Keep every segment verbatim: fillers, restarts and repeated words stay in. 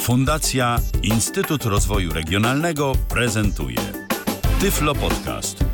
Fundacja Instytut Rozwoju Regionalnego prezentuje Tyflo Podcast.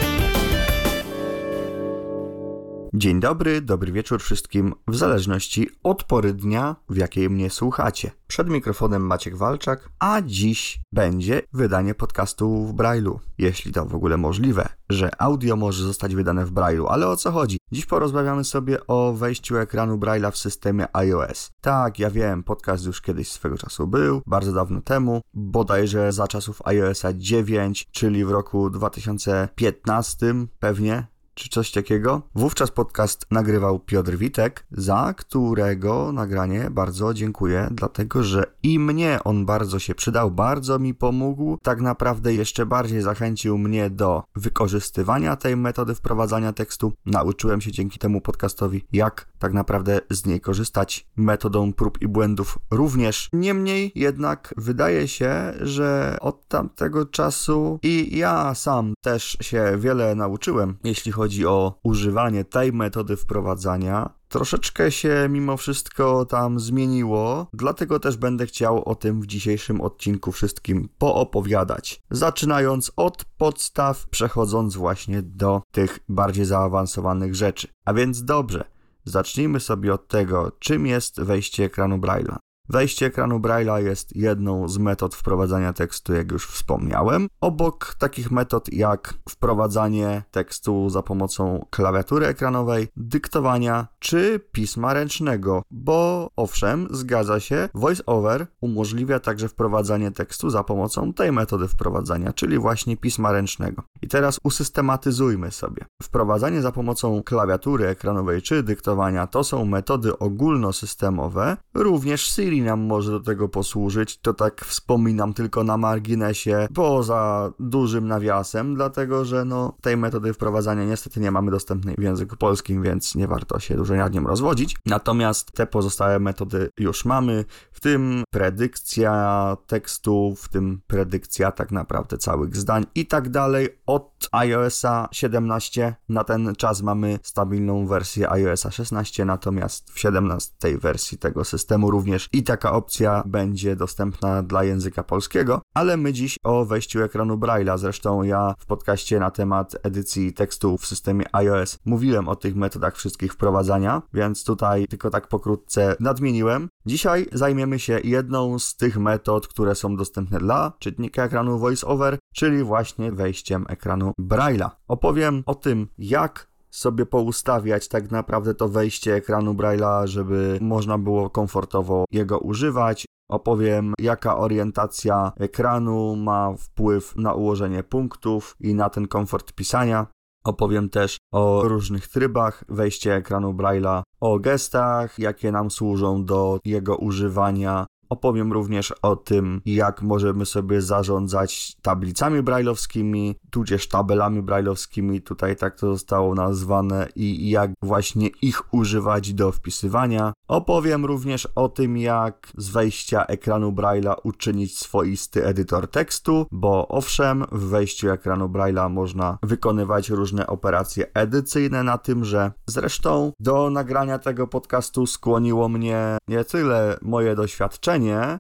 Dzień dobry, dobry wieczór wszystkim, w zależności od pory dnia, w jakiej mnie słuchacie. Przed mikrofonem Maciek Walczak, a dziś będzie wydanie podcastu w Braille'u. Jeśli to w ogóle możliwe, że audio może zostać wydane w Braille'u, ale o co chodzi? Dziś porozmawiamy sobie o wejściu ekranu Braille'a w systemie iOS. Tak, ja wiem, podcast już kiedyś swego czasu był, bardzo dawno temu, bodajże za czasów iOS dziewięć, czyli w roku dwa tysiące piętnastym pewnie, czy coś takiego. Wówczas podcast nagrywał Piotr Witek, za którego nagranie bardzo dziękuję, dlatego że i mnie on bardzo się przydał, bardzo mi pomógł, tak naprawdę jeszcze bardziej zachęcił mnie do wykorzystywania tej metody wprowadzania tekstu. Nauczyłem się dzięki temu podcastowi, jak tak naprawdę z niej korzystać, metodą prób i błędów również. Niemniej jednak wydaje się, że od tamtego czasu i ja sam też się wiele nauczyłem, jeśli chodzi Chodzi o używanie tej metody wprowadzania. Troszeczkę się mimo wszystko tam zmieniło, dlatego też będę chciał o tym w dzisiejszym odcinku wszystkim poopowiadać. Zaczynając od podstaw, przechodząc właśnie do tych bardziej zaawansowanych rzeczy. A więc dobrze, zacznijmy sobie od tego, czym jest wejście ekranu Braille'a. Wejście ekranu Braille'a jest jedną z metod wprowadzania tekstu, jak już wspomniałem. Obok takich metod jak wprowadzanie tekstu za pomocą klawiatury ekranowej, dyktowania czy pisma ręcznego, bo owszem, zgadza się, VoiceOver umożliwia także wprowadzanie tekstu za pomocą tej metody wprowadzania, czyli właśnie pisma ręcznego. I teraz usystematyzujmy sobie. Wprowadzanie za pomocą klawiatury ekranowej czy dyktowania to są metody ogólnosystemowe, również Siri nam może do tego posłużyć, to tak wspominam tylko na marginesie, poza dużym nawiasem, dlatego że no tej metody wprowadzania niestety nie mamy dostępnej w języku polskim, więc nie warto się dużo nad nią rozwodzić. Natomiast te pozostałe metody już mamy, w tym predykcja tekstu, w tym predykcja tak naprawdę całych zdań i tak dalej. Od iOS-a siedemnaście na ten czas mamy stabilną wersję iOS-a szesnaście, natomiast w siedemnastej wersji tego systemu również i taka opcja będzie dostępna dla języka polskiego, ale my dziś o wejściu ekranu Braille'a. Zresztą ja w podcaście na temat edycji tekstu w systemie iOS mówiłem o tych metodach wszystkich wprowadzania, więc tutaj tylko tak pokrótce nadmieniłem. Dzisiaj zajmiemy się jedną z tych metod, które są dostępne dla czytnika ekranu VoiceOver, czyli właśnie wejściem ekranu Braille'a. Opowiem o tym, jak sobie poustawiać tak naprawdę to wejście ekranu Braille'a, żeby można było komfortowo jego używać. Opowiem, jaka orientacja ekranu ma wpływ na ułożenie punktów i na ten komfort pisania. Opowiem też o różnych trybach wejścia ekranu Braille'a, o gestach, jakie nam służą do jego używania. Opowiem również o tym, jak możemy sobie zarządzać tablicami brajlowskimi, tudzież tabelami brajlowskimi, tutaj tak to zostało nazwane, i jak właśnie ich używać do wpisywania. Opowiem również o tym, jak z wejścia ekranu Braille'a uczynić swoisty edytor tekstu, bo owszem, w wejściu ekranu Braille'a można wykonywać różne operacje edycyjne na tymże. Zresztą do nagrania tego podcastu skłoniło mnie nie tyle moje doświadczenie,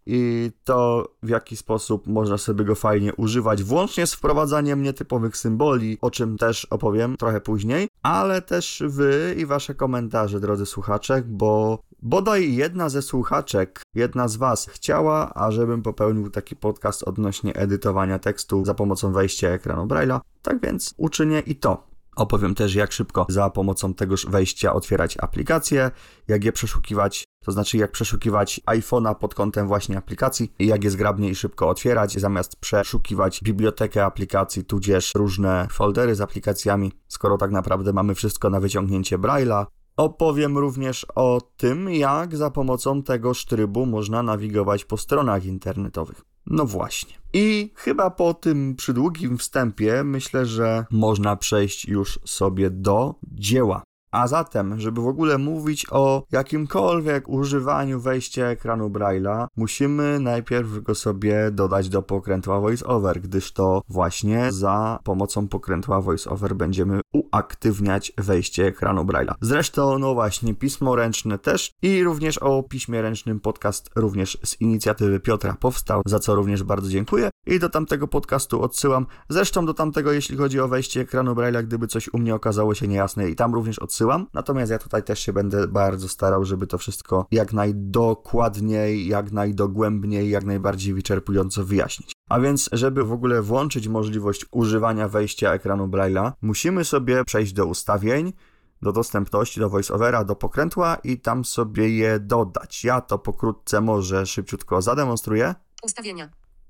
i to, w jaki sposób można sobie go fajnie używać, włącznie z wprowadzaniem nietypowych symboli, o czym też opowiem trochę później, ale też wy i wasze komentarze, drodzy słuchacze, bo bodaj jedna ze słuchaczek, jedna z was chciała, ażebym popełnił taki podcast odnośnie edytowania tekstu za pomocą wejścia ekranu Braille'a, tak więc uczynię i to. Opowiem też, jak szybko za pomocą tegoż wejścia otwierać aplikacje, jak je przeszukiwać, to znaczy jak przeszukiwać iPhone'a pod kątem właśnie aplikacji i jak je zgrabnie i szybko otwierać, zamiast przeszukiwać bibliotekę aplikacji, tudzież różne foldery z aplikacjami, skoro tak naprawdę mamy wszystko na wyciągnięcie Braille'a. Opowiem również o tym, jak za pomocą tegoż trybu można nawigować po stronach internetowych. No właśnie. I chyba po tym przydługim wstępie myślę, że można przejść już sobie do dzieła. A zatem, żeby w ogóle mówić o jakimkolwiek używaniu wejścia ekranu Braille'a, musimy najpierw go sobie dodać do pokrętła VoiceOver, gdyż to właśnie za pomocą pokrętła VoiceOver będziemy uaktywniać wejście ekranu Braille'a. Zresztą, no właśnie, pismo ręczne też i również o piśmie ręcznym podcast również z inicjatywy Piotra powstał, za co również bardzo dziękuję i do tamtego podcastu odsyłam. Zresztą do tamtego, jeśli chodzi o wejście ekranu Braille'a, gdyby coś u mnie okazało się niejasne, i tam również odsyłam. Natomiast ja tutaj też się będę bardzo starał, żeby to wszystko jak najdokładniej, jak najdogłębniej, jak najbardziej wyczerpująco wyjaśnić. A więc, żeby w ogóle włączyć możliwość używania wejścia ekranu Braille'a, musimy sobie przejść do ustawień, do dostępności, do VoiceOvera, do pokrętła i tam sobie je dodać. Ja to pokrótce może szybciutko zademonstruję. Ustawienia.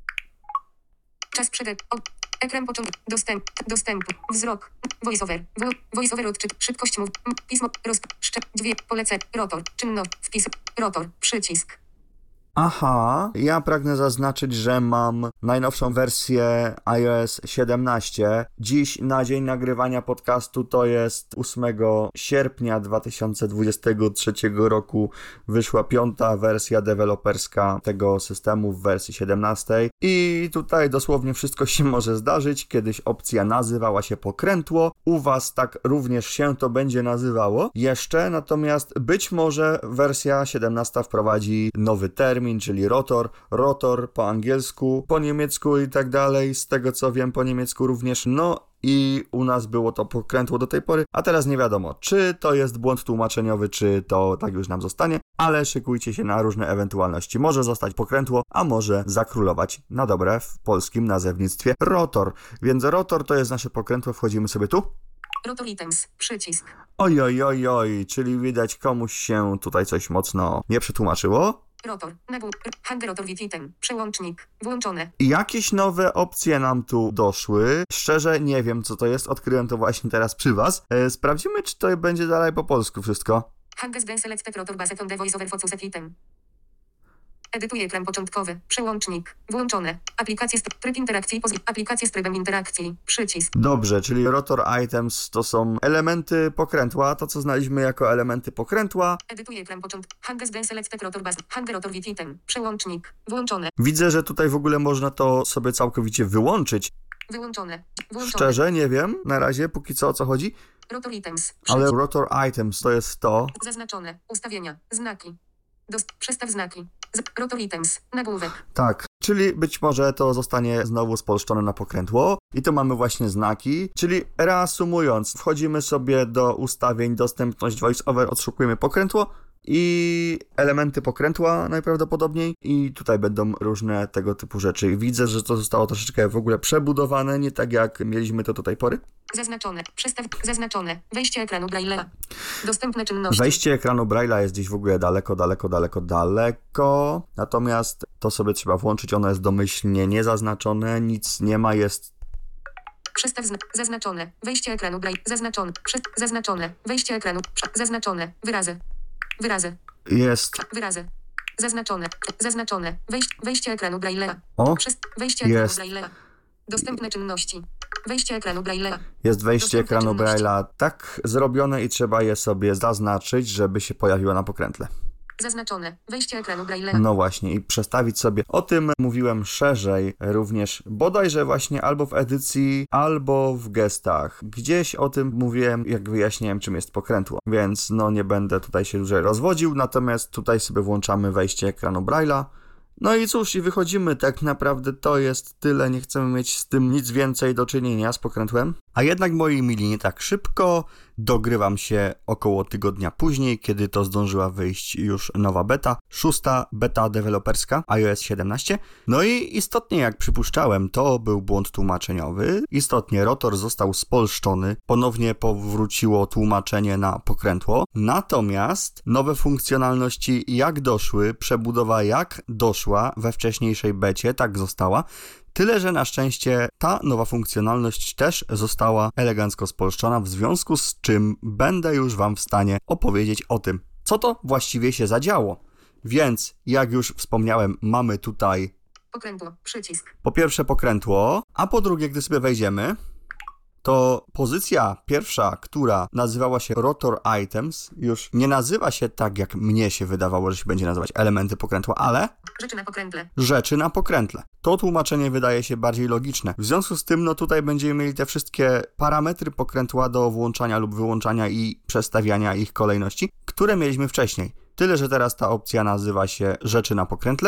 Czas przed... O, ekran początek. Dostęp. Dostęp. Wzrok. VoiceOver. Vo, VoiceOver odczyt. Szybkość mów. Pismo. Roz... Szczep. Dwie. Polecę. Rotor. Czynność. Wpis. Rotor. Przycisk. Aha, ja pragnę zaznaczyć, że mam najnowszą wersję iOS siedemnaście. Dziś na dzień nagrywania podcastu to jest ósmego sierpnia dwa tysiące dwudziestego trzeciego roku wyszła piąta wersja deweloperska tego systemu w wersji siedemnastej i tutaj dosłownie wszystko się może zdarzyć. Kiedyś opcja nazywała się pokrętło, u Was tak również się to będzie nazywało jeszcze, natomiast być może wersja siedemnasta wprowadzi nowy termin, czyli rotor, rotor po angielsku, po niemiecku i tak dalej, z tego co wiem po niemiecku również, no i u nas było to pokrętło do tej pory, a teraz nie wiadomo, czy to jest błąd tłumaczeniowy, czy to tak już nam zostanie, ale szykujcie się na różne ewentualności. Może zostać pokrętło, a może zakrólować na dobre w polskim nazewnictwie rotor, więc rotor to jest nasze pokrętło, wchodzimy sobie tu. Rotor items. Przycisk. Oj, oj, oj, oj, czyli widać komuś się tutaj coś mocno nie przetłumaczyło. Rotor. Nagłów. Hanger rotor with item. Przełącznik. Włączone. Jakieś nowe opcje nam tu doszły. Szczerze nie wiem, co to jest. Odkryłem to właśnie teraz przy Was. E, sprawdzimy, czy to będzie dalej po polsku wszystko. Hangers ben selected rotor based on the voiceover focus item. Edytuję ekran początkowy. Przełącznik. Włączone. Aplikacje z tryb interakcji. Poz... Aplikacje z trybem interakcji. Przycisk. Dobrze, czyli rotor items to są elementy pokrętła. To, co znaliśmy jako elementy pokrętła. Edytuję ekran początkowy. Hangers ben selected rotor based. Hanger rotor with item. Przełącznik. Włączone. Widzę, że tutaj w ogóle można to sobie całkowicie wyłączyć. Wyłączone. Włączone. Szczerze nie wiem na razie, póki co o co chodzi. Rotor items. Ale rotor items to jest to. Zaznaczone. Ustawienia. Znaki. Dost... Przestaw znaki. Z... Rotor items. Nagłówek. Tak, czyli być może to zostanie znowu spolszczone na pokrętło i tu mamy właśnie znaki, czyli reasumując, wchodzimy sobie do ustawień dostępność VoiceOver, odszukujemy pokrętło i elementy pokrętła najprawdopodobniej i tutaj będą różne tego typu rzeczy. Widzę, że to zostało troszeczkę w ogóle przebudowane, nie tak jak mieliśmy to do tej pory. Zaznaczone. Przestaw. Zaznaczone. Wejście ekranu Braille'a. Dostępne czynności. Wejście ekranu Braille'a jest gdzieś w ogóle daleko, daleko, daleko, daleko. Natomiast to sobie trzeba włączyć, ono jest domyślnie niezaznaczone, nic nie ma, jest. Przestaw zna- zaznaczone. Wejście ekranu Braille. Zaznaczone. Przez- zaznaczone. Wejście ekranu. Prze- zaznaczone. Wyrazy. Wyrazy. Jest. Wyrazy. Zaznaczone. Zaznaczone. Wejście, wejście ekranu Braille'a. O, Przez- wejście ekranu jest. Braille'a. Dostępne czynności. Wejście ekranu Braille'a. Jest wejście Dostępne ekranu czynności. Braille'a tak zrobione i trzeba je sobie zaznaczyć, żeby się pojawiło na pokrętle. Zaznaczone. Wejście ekranu Braille'a. No właśnie i przestawić sobie. O tym mówiłem szerzej również bodajże właśnie albo w edycji, albo w gestach. Gdzieś o tym mówiłem, jak wyjaśniałem, czym jest pokrętło. Więc no nie będę tutaj się dłużej rozwodził, natomiast tutaj sobie włączamy wejście ekranu Braille'a. No i cóż, i wychodzimy, tak naprawdę to jest tyle, nie chcemy mieć z tym nic więcej do czynienia z pokrętłem. A jednak, moi mili, nie tak szybko, dogrywam się około tygodnia później, kiedy to zdążyła wyjść już nowa beta, szósta beta deweloperska iOS siedemnaście. No i istotnie, jak przypuszczałem, to był błąd tłumaczeniowy, istotnie rotor został spolszczony, ponownie powróciło tłumaczenie na pokrętło, natomiast nowe funkcjonalności jak doszły, przebudowa jak doszła we wcześniejszej becie, tak została. Tyle, że na szczęście ta nowa funkcjonalność też została elegancko spolszczona, w związku z czym będę już Wam w stanie opowiedzieć o tym, co to właściwie się zadziało. Więc, jak już wspomniałem, mamy tutaj Pokrętło. Przycisk. po pierwsze pokrętło, a po drugie, gdy sobie wejdziemy, to pozycja pierwsza, która nazywała się Rotor Items, już nie nazywa się tak, jak mnie się wydawało, że się będzie nazywać elementy pokrętła, ale Rzeczy na pokrętle. rzeczy na pokrętle. To tłumaczenie wydaje się bardziej logiczne. W związku z tym, no tutaj będziemy mieli te wszystkie parametry pokrętła do włączania lub wyłączania i przestawiania ich kolejności, które mieliśmy wcześniej. Tyle, że teraz ta opcja nazywa się rzeczy na pokrętle,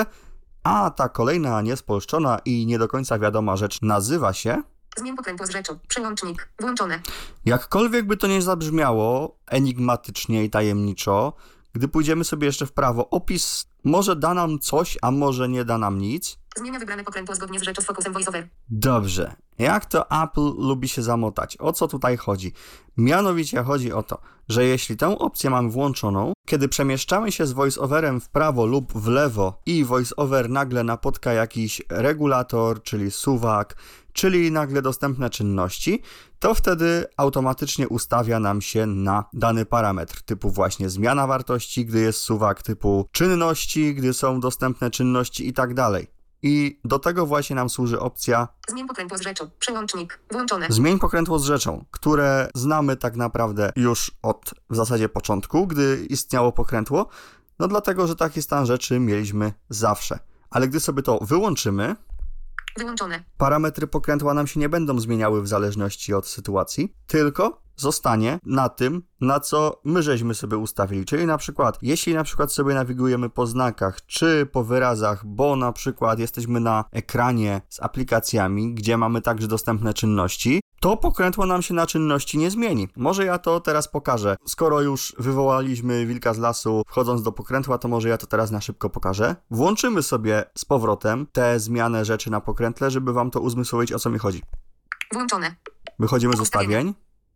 a ta kolejna niespolszczona i nie do końca wiadoma rzecz nazywa się Zmień pokrętło z rzeczą. Przełącznik. Włączone. Jakkolwiek by to nie zabrzmiało enigmatycznie i tajemniczo, gdy pójdziemy sobie jeszcze w prawo, opis może da nam coś, a może nie da nam nic. Zmienia wybrane pokrętło zgodnie z rzeczą z fokusem VoiceOver. Dobrze. Jak to Apple lubi się zamotać? O co tutaj chodzi? Mianowicie chodzi o to, że jeśli tę opcję mam włączoną, kiedy przemieszczamy się z VoiceOverem w prawo lub w lewo i VoiceOver nagle napotka jakiś regulator, czyli suwak, czyli nagle dostępne czynności, to wtedy automatycznie ustawia nam się na dany parametr, typu właśnie zmiana wartości, gdy jest suwak, typu czynności, gdy są dostępne czynności i tak dalej. I do tego właśnie nam służy opcja Zmień pokrętło z rzeczą. Przełącznik. Włączone. Zmień pokrętło z rzeczą, które znamy tak naprawdę już od w zasadzie początku, gdy istniało pokrętło, no dlatego, że taki stan rzeczy mieliśmy zawsze. Ale gdy sobie to wyłączymy, Wyłączone. parametry pokrętła nam się nie będą zmieniały w zależności od sytuacji, tylko zostanie na tym, na co my żeśmy sobie ustawili. Czyli na przykład, jeśli na przykład sobie nawigujemy po znakach, czy po wyrazach, bo na przykład jesteśmy na ekranie z aplikacjami, gdzie mamy także dostępne czynności, to pokrętło nam się na czynności nie zmieni. Może ja to teraz pokażę. Skoro już wywołaliśmy wilka z lasu wchodząc do pokrętła, to może ja to teraz na szybko pokażę. Włączymy sobie z powrotem te zmianę rzeczy na pokrętle, żeby wam to uzmysłowić, o co mi chodzi. Włączone. Wychodzimy z ustawień.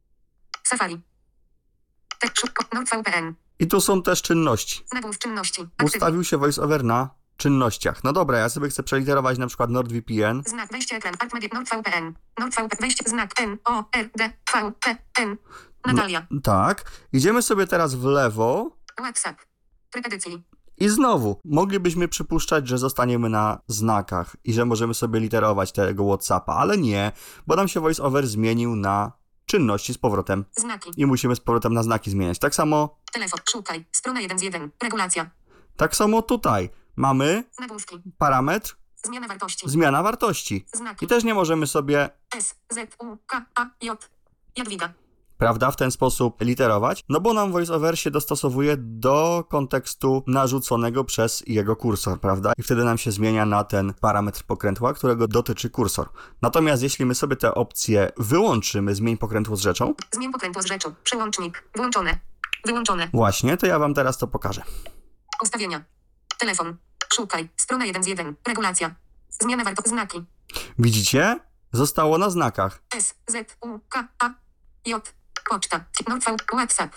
Safari. Tek szybko. NordVPN. I tu są też czynności. Nagłów czynności. Aktywny. Ustawił się VoiceOver na czynnościach. No dobra, ja sobie chcę przeliterować na przykład NordVPN. Znak wejście ekran. Alt media. NordVPN. NordVPN. Wejście znak N O R D V P N. Natalia. No, tak. Idziemy sobie teraz w lewo WhatsApp. Tryb edycji. i znowu moglibyśmy przypuszczać, że zostaniemy na znakach i że możemy sobie literować tego WhatsAppa, ale nie, bo nam się VoiceOver zmienił na czynności z powrotem. Znaki. I musimy z powrotem na znaki zmieniać. Tak samo, Telefon. Szukaj. Strona jeden z jeden. Regulacja. tak samo tutaj mamy Nagłówki. parametr Zmiana wartości. zmiana wartości. Znaki. I też nie możemy sobie, S, Z, U, K, A, J. Jadwiga. prawda, w ten sposób literować, no bo nam VoiceOver się dostosowuje do kontekstu narzuconego przez jego kursor, prawda? I wtedy nam się zmienia na ten parametr pokrętła, którego dotyczy kursor. Natomiast jeśli my sobie te opcje wyłączymy, zmień pokrętło z rzeczą, Zmień pokrętło z rzeczą. Przełącznik. Włączone. Wyłączone. właśnie, to ja wam teraz to pokażę. Ustawienia. Telefon. Szukaj. Strona jeden z jeden. Regulacja. Zmiana wartości. Znaki. Widzicie? Zostało na znakach. S, Z, U, K, A, J. Poczta. NordV. WhatsApp.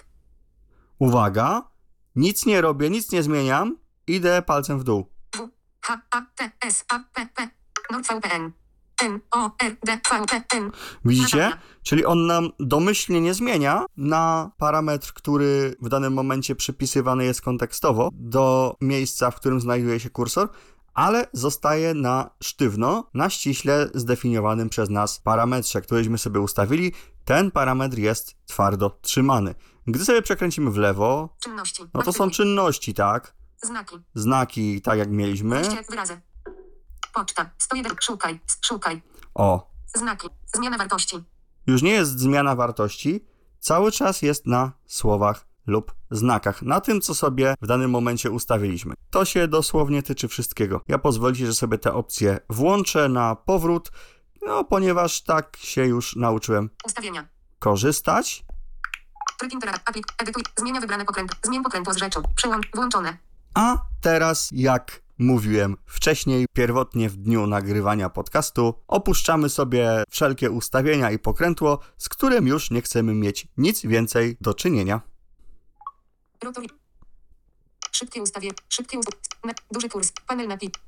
Uwaga, nic nie robię, nic nie zmieniam, idę palcem w dół. W, H, A, T, S, A, P, P. NordVPN. N, O, R, D, V, P, N. Widzicie? Natalia. Czyli on nam domyślnie nie zmienia na parametr, który w danym momencie przypisywany jest kontekstowo do miejsca, w którym znajduje się kursor, ale zostaje na sztywno, na ściśle zdefiniowanym przez nas parametrze, któryśmy sobie ustawili. Ten parametr jest twardo trzymany. Gdy sobie przekręcimy w lewo, Czynności. no to są Aktywni. czynności, tak? Znaki. Znaki, tak jak mieliśmy. Wejście. Wyrazy. Poczta. sto jeden. Szukaj. Szukaj. O, Znaki. Zmiana wartości. już nie jest zmiana wartości, cały czas jest na słowach lub znakach, na tym, co sobie w danym momencie ustawiliśmy. To się dosłownie tyczy wszystkiego. Ja pozwolicie, że sobie te opcje włączę na powrót, no ponieważ tak się już nauczyłem Ustawienia. korzystać. Tryb interakcji. Aplik. Edytuj. Zmienia wybrane pokrętło. Zmień pokrętło z rzeczą. Przełącz. Włączone. A teraz, jak mówiłem wcześniej, pierwotnie w dniu nagrywania podcastu, opuszczamy sobie wszelkie ustawienia i pokrętło, z którym już nie chcemy mieć nic więcej do czynienia. Rotor. Szybkie ustawie. Szybkie ustaw. Duży kurs. Panel napis.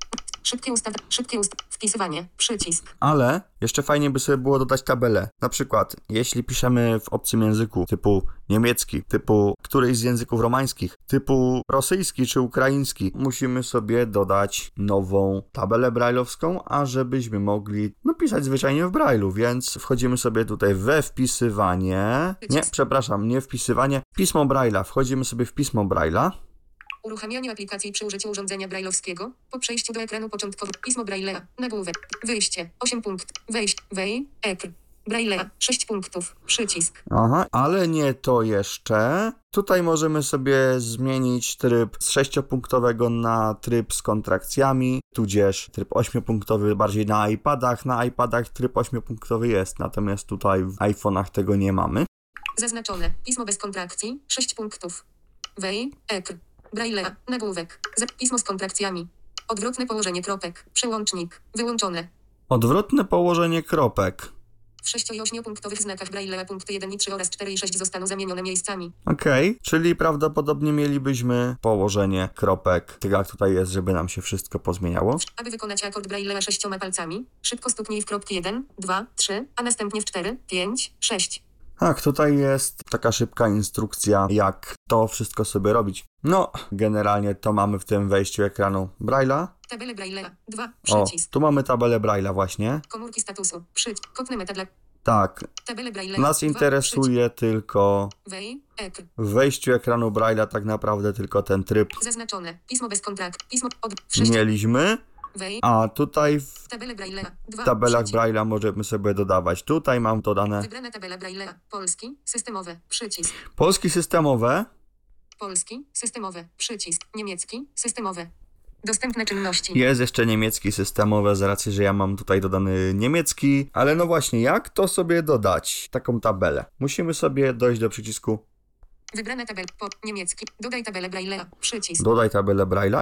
Szybkie ustaw... Szybkie ust... Wpisywanie. Przycisk. Ale jeszcze fajnie by sobie było dodać tabelę. Na przykład, jeśli piszemy w obcym języku typu niemiecki, typu któryś z języków romańskich, typu rosyjski czy ukraiński, musimy sobie dodać nową tabelę brajlowską, a żebyśmy mogli no, pisać zwyczajnie w brajlu, więc wchodzimy sobie tutaj we wpisywanie. Nie, przepraszam, nie wpisywanie. Pismo Braille'a. Wchodzimy sobie w pismo Braille'a. Uruchamianie aplikacji przy użyciu urządzenia brajlowskiego. Po przejściu do ekranu początkowego. Pismo Braille'a. Nagłówek. Wyjście. osiem punktów. Wejść. Wej. Ekr. Braille'a. sześć punktów. Przycisk. Aha, ale nie to jeszcze. Tutaj możemy sobie zmienić tryb z sześciopunktowego na tryb z kontrakcjami, tudzież tryb ośmiopunktowy bardziej na iPadach. Na iPadach tryb ośmiopunktowy jest, natomiast tutaj w iPhone'ach tego nie mamy. Zaznaczone. Pismo bez kontrakcji. sześć punktów. Wej. Ekr. Braille'a. Nagłówek. Z- pismo z kontrakcjami. Odwrotne położenie kropek. Przełącznik. Wyłączone. Odwrotne położenie kropek. W sześcio- i ośmiopunktowych znakach Braille'a punkty jeden i trzy oraz cztery i sześć zostaną zamienione miejscami. Okej, okay, czyli prawdopodobnie mielibyśmy położenie kropek, tak jak tutaj jest, żeby nam się wszystko pozmieniało. Aby wykonać akord Braille'a sześcioma palcami, szybko stuknij w kropki jeden, dwa, trzy, a następnie w cztery, pięć, sześć. Tak, tutaj jest taka szybka instrukcja, jak to wszystko sobie robić. No, generalnie to mamy w tym wejściu ekranu Braille'a. Tabelę Braille'a. dwa. O, Przycisk. tu mamy tabelę Braille'a właśnie. Komórki statusu. Przycisk. Kod meta dla... Tak. Tabelę Braille'a. Nas dwa. interesuje tylko Wej. Ekr. w wejściu ekranu Braille'a tak naprawdę tylko ten tryb Zaznaczone. Pismo bez kontrakt. Pismo od... w sześciu- mieliśmy. Wej. A tutaj w Tabelę Braille'a. dwa. tabelach Przycisk. Braille'a możemy sobie dodawać. Tutaj mam dodane Wybrana tabela Braille'a. Polski. Systemowe. Przycisk. polski systemowe. Polski. Systemowe. Przycisk. Niemiecki. Systemowe. Dostępne czynności. Jest jeszcze niemiecki systemowe z racji, że ja mam tutaj dodany niemiecki. Ale no właśnie, jak to sobie dodać? Taką tabelę. Musimy sobie dojść do przycisku Wybrana tabela. Po. Niemiecki. Dodaj tabelę Braille'a. Przycisk. dodaj tabelę Braille'a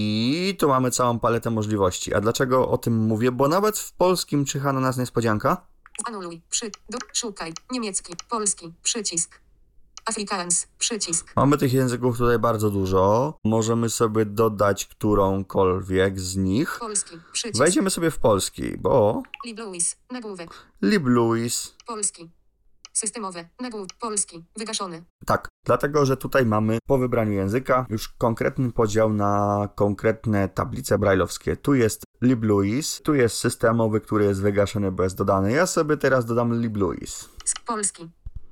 i tu mamy całą paletę możliwości. A dlaczego o tym mówię? Bo nawet w polskim czyha na nas niespodzianka. Anuluj. Przy. Do. Szukaj. Niemiecki. Polski. Przycisk. Afrikaans. Przycisk. Mamy tych języków tutaj bardzo dużo. Możemy sobie dodać którąkolwiek z nich. Polski. Przycisk. Wejdziemy sobie w polski, bo Liblouis. Nagłówek. Liblouis. Polski. Systemowe. Nagłówek. Polski. Wygaszony. Tak, dlatego, że tutaj mamy po wybraniu języka już konkretny podział na konkretne tablice brajlowskie. Tu jest Liblouis, tu jest systemowy, który jest wygaszony, bo jest dodany. Ja sobie teraz dodam Liblouis. Polski.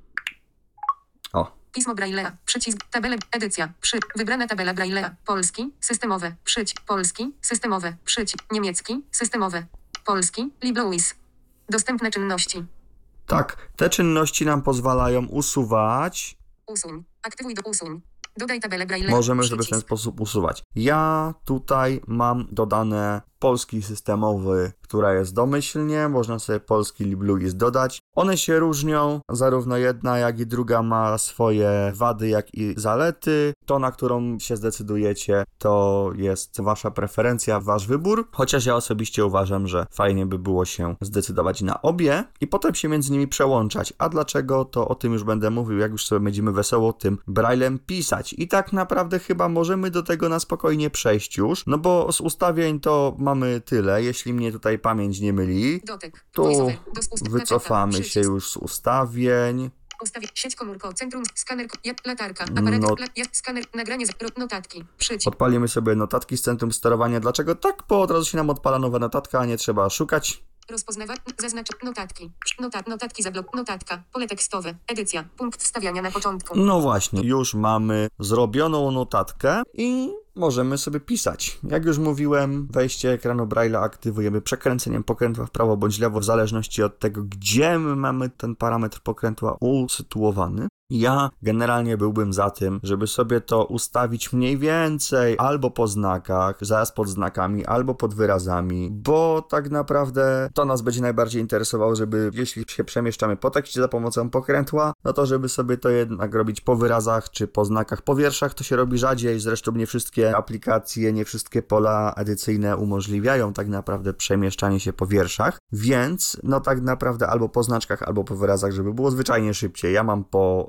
O. Pismo Braille'a. Przycisk. Tabela. Edycja. Przy. Wybrana tabela Braille'a. Polski. Systemowe. Przycisk. Polski. Systemowe. Przycisk. Niemiecki. Systemowe. Polski. Liblouis. Dostępne czynności. Tak, te czynności nam pozwalają usuwać. Usuń. Aktywuj do usuń. Dodaj tabelę Braille'a. Możemy sobie w ten Przycisk. sposób usuwać. Ja tutaj mam dodane polski systemowy, która jest domyślnie. Można sobie polski Liblouis dodać. One się różnią. Zarówno jedna, jak i druga ma swoje wady, jak i zalety. To, na którą się zdecydujecie, to jest wasza preferencja, wasz wybór. Chociaż ja osobiście uważam, że fajnie by było się zdecydować na obie i potem się między nimi przełączać. A dlaczego? To o tym już będę mówił, jak już sobie będziemy wesoło tym Braillem pisać. I tak naprawdę chyba możemy do tego na spokojnie przejść już, no bo z ustawień to mamy tyle, jeśli mnie tutaj pamięć nie myli. Dotyk. Tu Voiceover. Dos- ust- wycofamy latarka. się Przycisk. już z ustawień. Ustawię. Sieć komórko. Centrum. Skaner. Ja, latarka. Aparat. No. La, ja, skaner. Nagranie. Z, ro, notatki. Przycisk. Odpalimy sobie notatki z centrum sterowania. Dlaczego tak? Bo od razu się nam odpala nowa notatka, a nie trzeba szukać. Rozpoznawać. Zaznacz. Notatki. Notat, notatki za blok. Notatka. Pole tekstowe. Edycja. Punkt wstawiania na początku. No właśnie, już mamy zrobioną notatkę i możemy sobie pisać. Jak już mówiłem, wejście ekranu Braille'a aktywujemy przekręceniem pokrętła w prawo bądź lewo, w zależności od tego, gdzie my mamy ten parametr pokrętła usytuowany. Ja generalnie byłbym za tym, żeby sobie to ustawić mniej więcej albo po znakach, zaraz pod znakami, albo pod wyrazami, bo tak naprawdę to nas będzie najbardziej interesowało, żeby jeśli się przemieszczamy po tekście za pomocą pokrętła, no to żeby sobie to jednak robić po wyrazach czy po znakach. Po wierszach to się robi rzadziej, zresztą nie wszystkie aplikacje, nie wszystkie pola edycyjne umożliwiają tak naprawdę przemieszczanie się po wierszach, więc no tak naprawdę albo po znaczkach, albo po wyrazach, żeby było zwyczajnie szybciej. Ja mam po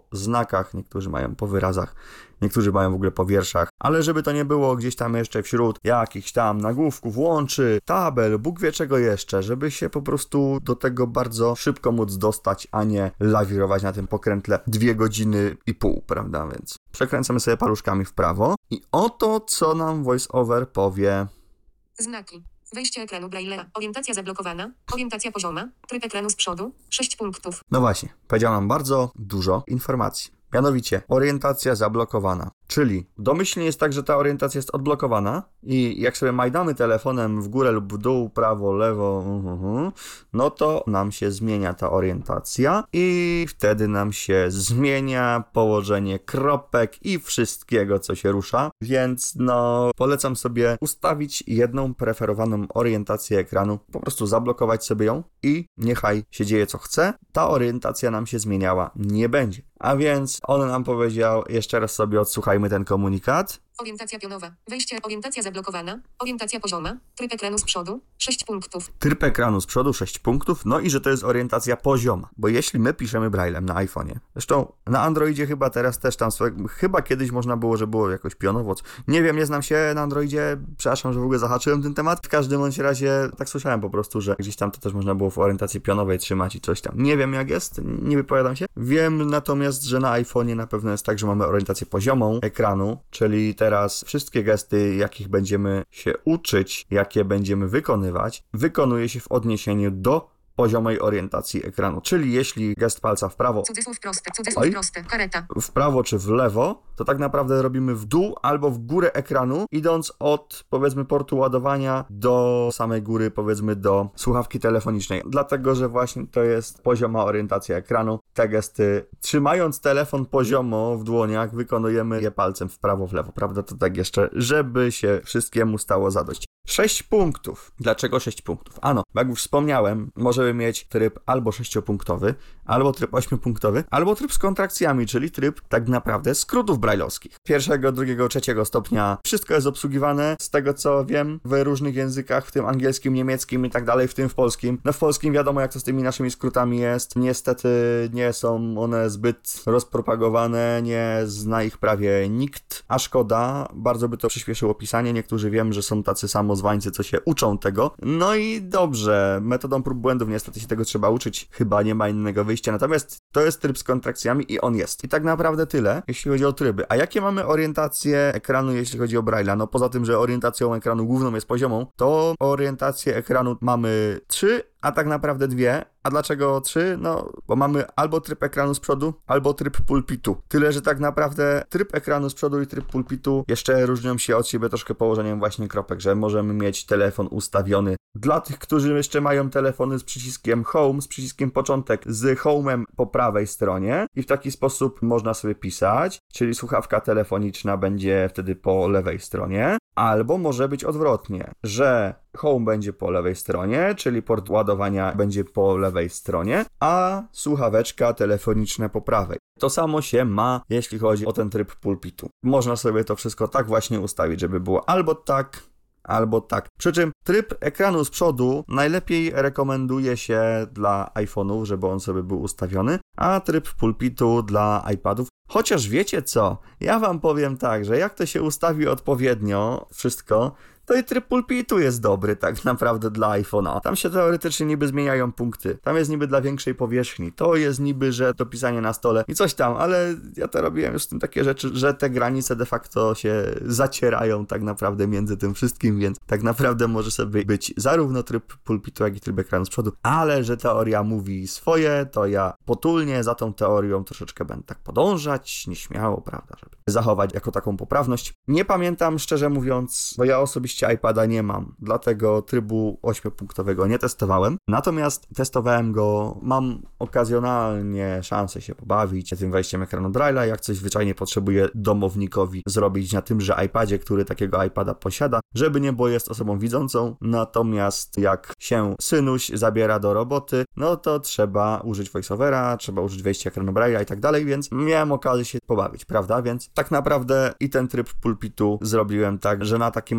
znakach, niektórzy mają po wyrazach, niektórzy mają w ogóle po wierszach, ale żeby to nie było gdzieś tam jeszcze wśród jakichś tam nagłówków, łączy, tabel, Bóg wie czego jeszcze, żeby się po prostu do tego bardzo szybko móc dostać, a nie lawirować na tym pokrętle dwie godziny i pół, prawda? Więc przekręcamy sobie paluszkami w prawo i oto co nam VoiceOver powie. Znaki. Wejście ekranu Braille'a. Orientacja zablokowana. Orientacja pozioma. Tryb ekranu z przodu. sześć punktów. No właśnie, powiedział nam bardzo dużo informacji. Mianowicie, orientacja zablokowana. Czyli domyślnie jest tak, że ta orientacja jest odblokowana i jak sobie majdamy telefonem w górę lub w dół, prawo, lewo, uh-huh, no to nam się zmienia ta orientacja i wtedy nam się zmienia położenie kropek i wszystkiego, co się rusza. Więc no, polecam sobie ustawić jedną preferowaną orientację ekranu, po prostu zablokować sobie ją i niechaj się dzieje co chce. Ta orientacja nam się zmieniała nie będzie. A więc on nam powiedział, jeszcze raz sobie odsłuchajmy ten komunikat. Orientacja pionowa. Wejście, orientacja zablokowana. Orientacja pozioma. Tryb ekranu z przodu. sześć punktów. Tryb ekranu z przodu sześć punktów, no i że to jest orientacja pozioma. Bo jeśli my piszemy Braillem na iPhone'ie, zresztą na Androidzie chyba teraz też tam, swoje, chyba kiedyś można było, że było jakoś pionowo. Nie wiem, nie znam się na Androidzie, przepraszam, że w ogóle zahaczyłem ten temat. W każdym bądź razie tak słyszałem po prostu, że gdzieś tam to też można było w orientacji pionowej trzymać i coś tam. Nie wiem jak jest, nie wypowiadam się. Wiem natomiast, że na iPhone'ie na pewno jest tak, że mamy orientację poziomą ekranu, czyli teraz wszystkie gesty, jakich będziemy się uczyć, jakie będziemy wykonywać, wykonuje się w odniesieniu do poziomej orientacji ekranu. Czyli jeśli gest palca w prawo, Cudzysłów proste, cudzysłów Oj. proste, kareta. w prawo czy w lewo, to tak naprawdę robimy w dół albo w górę ekranu, idąc od, powiedzmy, portu ładowania do samej góry, powiedzmy, do słuchawki telefonicznej. Dlatego, że właśnie to jest pozioma orientacja ekranu. Te gesty, trzymając telefon poziomo w dłoniach, wykonujemy je palcem w prawo, w lewo, prawda? To tak jeszcze, żeby się wszystkiemu stało zadość. sześć punktów. Dlaczego sześć punktów? Ano, jak już wspomniałem, możemy mieć tryb albo sześciopunktowy, albo tryb ośmiopunktowy, albo tryb z kontrakcjami, czyli tryb tak naprawdę skrótów brajlowskich. Pierwszego, drugiego, trzeciego stopnia. Wszystko jest obsługiwane, z tego co wiem, w różnych językach, w tym angielskim, niemieckim i tak dalej, w tym w polskim. No w polskim wiadomo, jak to z tymi naszymi skrótami jest. Niestety nie są one zbyt rozpropagowane, nie zna ich prawie nikt, a szkoda, bardzo by to przyspieszyło pisanie. Niektórzy wiem, że są tacy samozwańcy, co się uczą tego. No i dobrze, metodą prób błędów niestety się tego trzeba uczyć, chyba nie ma innego wyjścia, natomiast to jest tryb z kontrakcjami i on jest. I tak naprawdę tyle, jeśli chodzi o tryby. A jakie mamy orientacje ekranu, jeśli chodzi o Braille'a? No poza tym, że orientacją ekranu główną jest poziomą, to orientację ekranu mamy trzy, a tak naprawdę dwie. A dlaczego trzy? No, bo mamy albo tryb ekranu z przodu, albo tryb pulpitu. Tyle, że tak naprawdę tryb ekranu z przodu i tryb pulpitu jeszcze różnią się od siebie troszkę położeniem właśnie kropek, że możemy mieć telefon ustawiony. Dla tych, którzy jeszcze mają telefony z przyciskiem Home, z przyciskiem początek, z Home'em po prawej stronie i w taki sposób można sobie pisać, czyli słuchawka telefoniczna będzie wtedy po lewej stronie. Albo może być odwrotnie, że Home będzie po lewej stronie, czyli port ładowania będzie po lewej stronie, a słuchaweczka telefoniczna po prawej. To samo się ma, jeśli chodzi o ten tryb pulpitu. Można sobie to wszystko tak właśnie ustawić, żeby było albo tak, albo tak. Przy czym tryb ekranu z przodu najlepiej rekomenduje się dla iPhone'ów, żeby on sobie był ustawiony, a tryb pulpitu dla iPadów. Chociaż wiecie co, ja wam powiem tak, że jak to się ustawi odpowiednio wszystko, to i tryb pulpitu jest dobry tak naprawdę dla iPhone'a. Tam się teoretycznie niby zmieniają punkty. Tam jest niby dla większej powierzchni. To jest niby, że to pisanie na stole i coś tam, ale ja to robiłem już z tym takie rzeczy, że te granice de facto się zacierają tak naprawdę między tym wszystkim, więc tak naprawdę może sobie być zarówno tryb pulpitu, jak i tryb ekranu z przodu, ale że teoria mówi swoje, to ja potulnie za tą teorią troszeczkę będę tak podążać, nieśmiało, prawda, żeby zachować jako taką poprawność. Nie pamiętam, szczerze mówiąc, bo ja osobiście iPada nie mam, dlatego trybu ośmiopunktowego nie testowałem. Natomiast testowałem go, mam okazjonalnie szansę się pobawić tym wejściem ekranu Braille'a, jak coś zwyczajnie potrzebuję domownikowi zrobić na tymże iPadzie, który takiego iPada posiada, żeby nie było jest osobą widzącą. Natomiast jak się synuś zabiera do roboty, no to trzeba użyć VoiceOvera, trzeba użyć wejścia ekranu Braille'a i tak dalej, więc miałem okazję się pobawić, prawda? Więc tak naprawdę i ten tryb pulpitu zrobiłem tak, że na takim iPadzie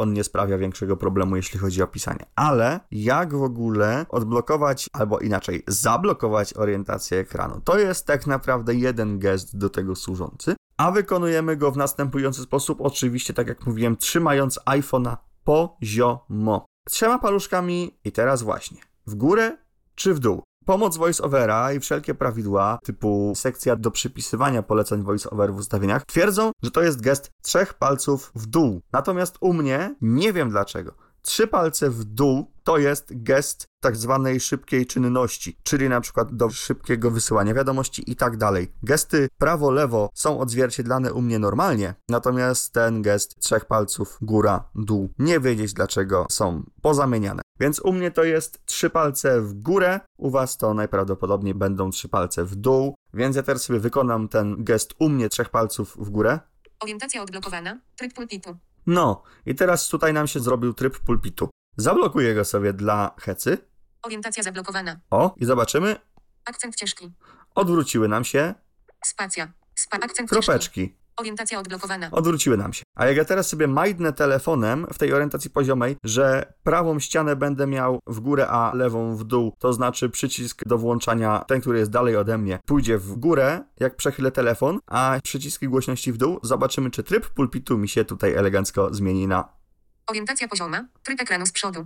on nie sprawia większego problemu, jeśli chodzi o pisanie. Ale jak w ogóle odblokować, albo inaczej, zablokować orientację ekranu? To jest tak naprawdę jeden gest do tego służący, a wykonujemy go w następujący sposób, oczywiście, tak jak mówiłem, trzymając iPhone'a poziomo. Trzema paluszkami i teraz właśnie, w górę czy w dół? Pomoc VoiceOvera i wszelkie prawidła typu sekcja do przypisywania poleceń VoiceOver w ustawieniach twierdzą, że to jest gest trzech palców w dół. Natomiast u mnie, nie wiem dlaczego, trzy palce w dół to jest gest tak zwanej szybkiej czynności, czyli na przykład do szybkiego wysyłania wiadomości i tak dalej. Gesty prawo-lewo są odzwierciedlane u mnie normalnie, natomiast ten gest trzech palców góra-dół, nie wiedzieć dlaczego są pozamieniane. Więc u mnie to jest trzy palce w górę, u was to najprawdopodobniej będą trzy palce w dół, więc ja teraz sobie wykonam ten gest u mnie trzech palców w górę. Orientacja odblokowana. Tryb pulpitu. No, i teraz tutaj nam się zrobił tryb pulpitu. Zablokuję go sobie dla hecy. Orientacja zablokowana. O, i zobaczymy. Akcent ciężki. Odwróciły nam się Spacja. Spa akcent ciężki. kropeczki. Orientacja odblokowana. Odwróciły nam się. A jak ja teraz sobie majdnę telefonem w tej orientacji poziomej, że prawą ścianę będę miał w górę, a lewą w dół, to znaczy przycisk do włączania, ten, który jest dalej ode mnie, pójdzie w górę, jak przechylę telefon, a przyciski głośności w dół, zobaczymy, czy tryb pulpitu mi się tutaj elegancko zmieni na... Orientacja pozioma. Tryb ekranu z przodu.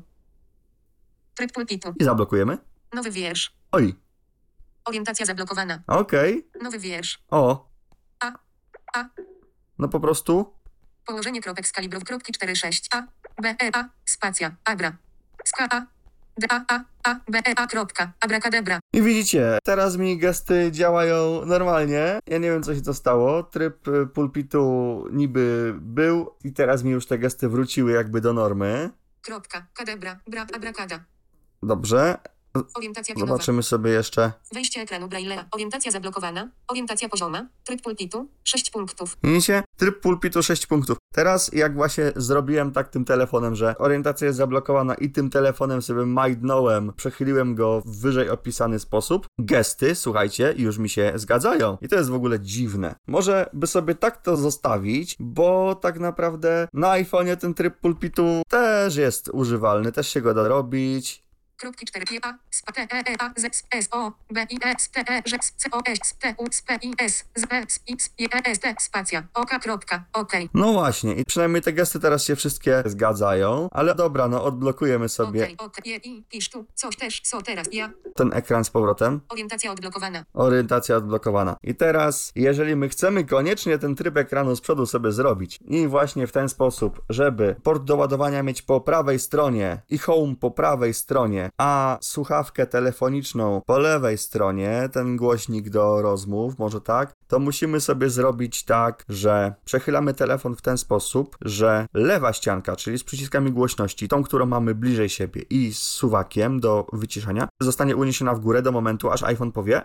Tryb pulpitu. I zablokujemy. Nowy wiersz. Oj, Orientacja zablokowana. okej. Nowy wiersz. O. A. A. No po prostu... Położenie kropek z kalibrów kropki cztery sześć A. B E A. Spacja. Abra. Ska A. D A A. A. B E A. Kropka. Abracadabra. I widzicie, teraz mi gesty działają normalnie. Ja nie wiem, co się to stało. Tryb y, pulpitu niby był i teraz mi już te gesty wróciły jakby do normy. Kropka. Kadebra. Bra. Abracada. Dobrze. Orientacja pionowa. Zobaczymy sobie jeszcze. Wejście ekranu Braille'a. Orientacja zablokowana. Orientacja pozioma. Tryb pulpitu. sześć punktów. Widzicie? Tryb pulpitu sześć punktów. Teraz jak właśnie zrobiłem tak tym telefonem, że orientacja jest zablokowana i tym telefonem sobie majdnąłem, przechyliłem go w wyżej opisany sposób, gesty, słuchajcie, już mi się zgadzają. I to jest w ogóle dziwne. Może by sobie tak to zostawić, bo tak naprawdę na iPhone'ie ten tryb pulpitu też jest używalny, też się go da robić. Kropki cztery P A. S T E E A Z S O B I S T E Ż C O S T U S P I S Z E S I S I E S T spacja. Oka kropka. Okej. No właśnie, i przynajmniej te gesty teraz się wszystkie zgadzają, ale dobra, no odblokujemy sobie Okej. Okej. I pisz tu. Coś też. Co teraz? Ja. ten ekran z powrotem. Orientacja odblokowana. Orientacja odblokowana. I teraz, jeżeli my chcemy koniecznie ten tryb ekranu z przodu sobie zrobić i właśnie w ten sposób, żeby port do ładowania mieć po prawej stronie i home po prawej stronie, a słuchawkę telefoniczną po lewej stronie, ten głośnik do rozmów, może tak, to musimy sobie zrobić tak, że przechylamy telefon w ten sposób, że lewa ścianka, czyli z przyciskami głośności, tą, którą mamy bliżej siebie i z suwakiem do wyciszania, zostanie uniesiona w górę do momentu, aż iPhone powie.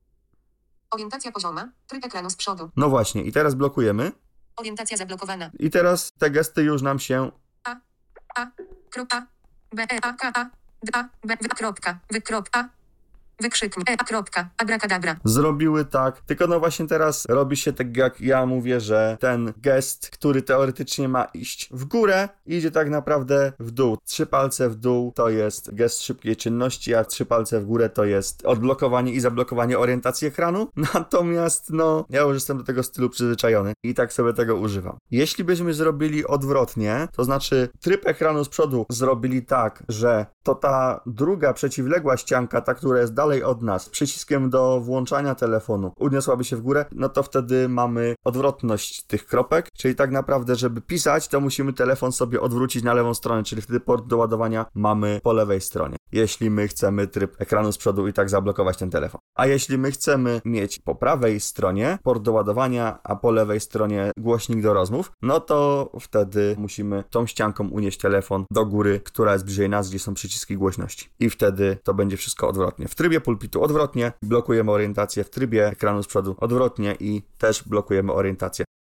Orientacja pozioma. Tryb ekranu z przodu. No właśnie, i teraz blokujemy. Orientacja zablokowana. I teraz te gesty już nam się... A. A. Kropka. B E A K A. D A. B. W. Kropka. Wy. Kropka. Wykrzyknik. E. A. Kropka. Abracadabra. zrobiły tak, tylko no właśnie teraz robi się tak jak ja mówię, że ten gest, który teoretycznie ma iść w górę, idzie tak naprawdę w dół. Trzy palce w dół to jest gest szybkiej czynności, a trzy palce w górę to jest odblokowanie i zablokowanie orientacji ekranu. Natomiast no, ja już jestem do tego stylu przyzwyczajony i tak sobie tego używam. Jeśli byśmy zrobili odwrotnie, to znaczy tryb ekranu z przodu zrobili tak, że to ta druga przeciwległa ścianka, ta, która jest dalej od nas, przyciskiem do włączania telefonu uniosłaby się w górę, no to wtedy mamy odwrotność tych kropek, czyli tak naprawdę, żeby pisać, to musimy telefon sobie odwrócić na lewą stronę, czyli wtedy port do ładowania mamy po lewej stronie, jeśli my chcemy tryb ekranu z przodu i tak zablokować ten telefon. A jeśli my chcemy mieć po prawej stronie port do ładowania, a po lewej stronie głośnik do rozmów, no to wtedy musimy tą ścianką unieść telefon do góry, która jest bliżej nas, gdzie są przyciski głośności. I wtedy to będzie wszystko odwrotnie. W trybie pulpitu odwrotnie, blokujemy orientację, w trybie ekranu z przodu odwrotnie i też blokujemy orientację.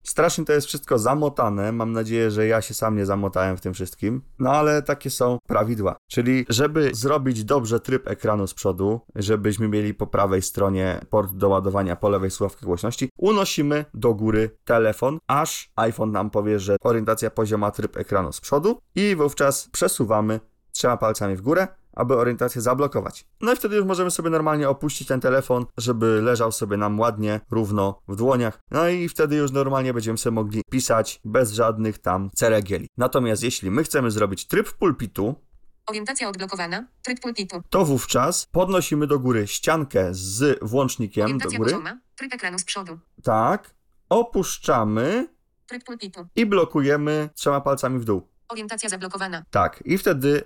Strasznie to jest wszystko zamotane, mam nadzieję, że ja się sam nie zamotałem w tym wszystkim, no ale takie są prawidła. Czyli żeby zrobić dobrze tryb ekranu z przodu, żebyśmy mieli po prawej stronie port do ładowania, po lewej słuchawkę głośności, unosimy do góry telefon, aż iPhone nam powie, że orientacja pozioma tryb ekranu z przodu i wówczas przesuwamy trzema palcami w górę, aby orientację zablokować. No i wtedy już możemy sobie normalnie opuścić ten telefon, żeby leżał sobie nam ładnie, równo w dłoniach. No i wtedy już normalnie będziemy sobie mogli pisać bez żadnych tam ceregieli. Natomiast jeśli my chcemy zrobić tryb pulpitu, Orientacja odblokowana. Tryb pulpitu. to wówczas podnosimy do góry ściankę z włącznikiem Orientacja do góry. pozioma. Tryb ekranu z przodu. Tak. Opuszczamy Tryb pulpitu. i blokujemy trzema palcami w dół. Orientacja zablokowana. Tak. I wtedy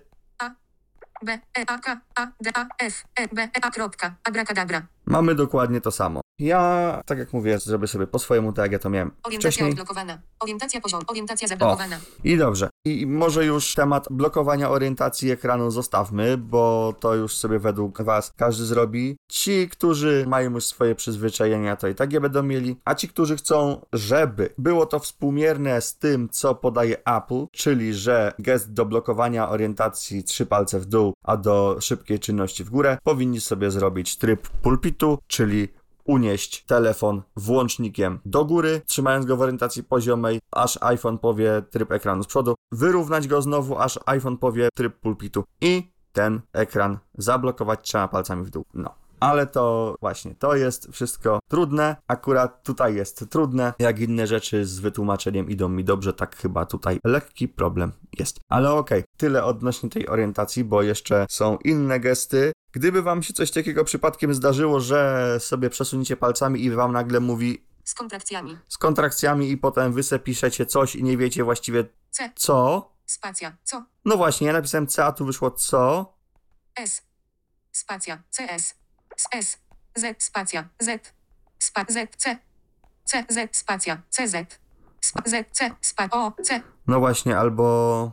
B, E, A, K, A, D, A, F, E, B, E, A, kropka. Abracadabra. mamy dokładnie to samo. Ja, tak jak mówię, zrobię sobie po swojemu, tak jak ja to miałem Orientacja wcześniej. odblokowana. Orientacja poziom. Orientacja zablokowana. I dobrze. I może już temat blokowania orientacji ekranu zostawmy, bo to już sobie według was każdy zrobi. Ci, którzy mają już swoje przyzwyczajenia, to i tak je będą mieli. A ci, którzy chcą, żeby było to współmierne z tym, co podaje Apple, czyli że gest do blokowania orientacji trzy palce w dół, a do szybkiej czynności w górę, powinni sobie zrobić tryb pulpitu, czyli unieść telefon włącznikiem do góry, trzymając go w orientacji poziomej, aż iPhone powie tryb ekranu z przodu, wyrównać go znowu, aż iPhone powie tryb pulpitu i ten ekran zablokować trzema palcami w dół. No. Ale to właśnie, to jest wszystko trudne, akurat tutaj jest trudne, jak inne rzeczy z wytłumaczeniem idą mi dobrze, tak chyba tutaj lekki problem jest. Ale okej, okay, tyle odnośnie tej orientacji, bo jeszcze są inne gesty. Gdyby wam się coś takiego przypadkiem zdarzyło, że sobie przesuniecie palcami i wam nagle mówi Z kontrakcjami. z kontrakcjami i potem wy se piszecie coś i nie wiecie właściwie C. co. Spacja. Co? No właśnie, ja napisałem C, a tu wyszło co. S. Spacja. C S. S. Z. Spacja. Z. Spa. Z. C. C. Z. Spacja. C Z. Spa. Z. C. Spa. O. C. No właśnie, albo...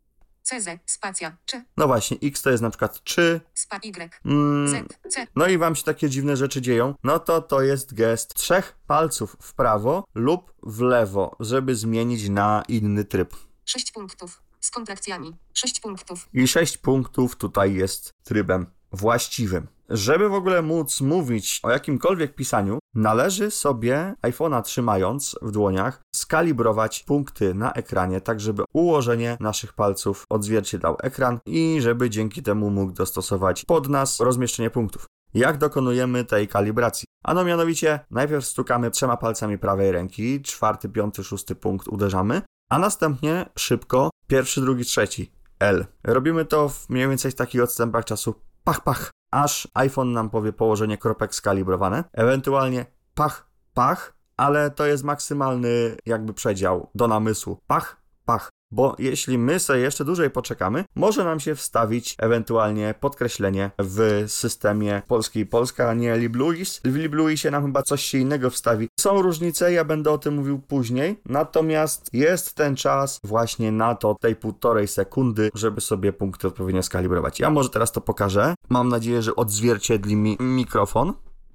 C Z. Spacja. Czy. No właśnie, X to jest na przykład czy. Spa. Y. Mm, Z. C. no i wam się takie dziwne rzeczy dzieją, no to to jest gest trzech palców w prawo lub w lewo, żeby zmienić na inny tryb. Sześć punktów. Z kontrakcjami. Sześć punktów. I sześć punktów tutaj jest trybem właściwym. Żeby w ogóle móc mówić o jakimkolwiek pisaniu, należy sobie iPhone'a trzymając w dłoniach skalibrować punkty na ekranie, tak żeby ułożenie naszych palców odzwierciedlał ekran i żeby dzięki temu mógł dostosować pod nas rozmieszczenie punktów. Jak dokonujemy tej kalibracji? Ano mianowicie najpierw stukamy trzema palcami prawej ręki, czwarty, piąty, szósty punkt uderzamy, a następnie szybko pierwszy, drugi, trzeci L. Robimy to w mniej więcej w takich odstępach czasu pach, pach, aż iPhone nam powie położenie kropek skalibrowane, ewentualnie pach, pach, ale to jest maksymalny jakby przedział do namysłu. Pach, pach. Bo jeśli my sobie jeszcze dłużej poczekamy, może nam się wstawić ewentualnie podkreślenie w systemie Polski i Polska, a nie LibLouis. W LibLouisie nam chyba coś się innego wstawi. Są różnice, ja będę o tym mówił później, natomiast jest ten czas właśnie na to, tej półtorej sekundy, żeby sobie punkty odpowiednio skalibrować. Ja może teraz to pokażę. Mam nadzieję, że odzwierciedli mi mikrofon.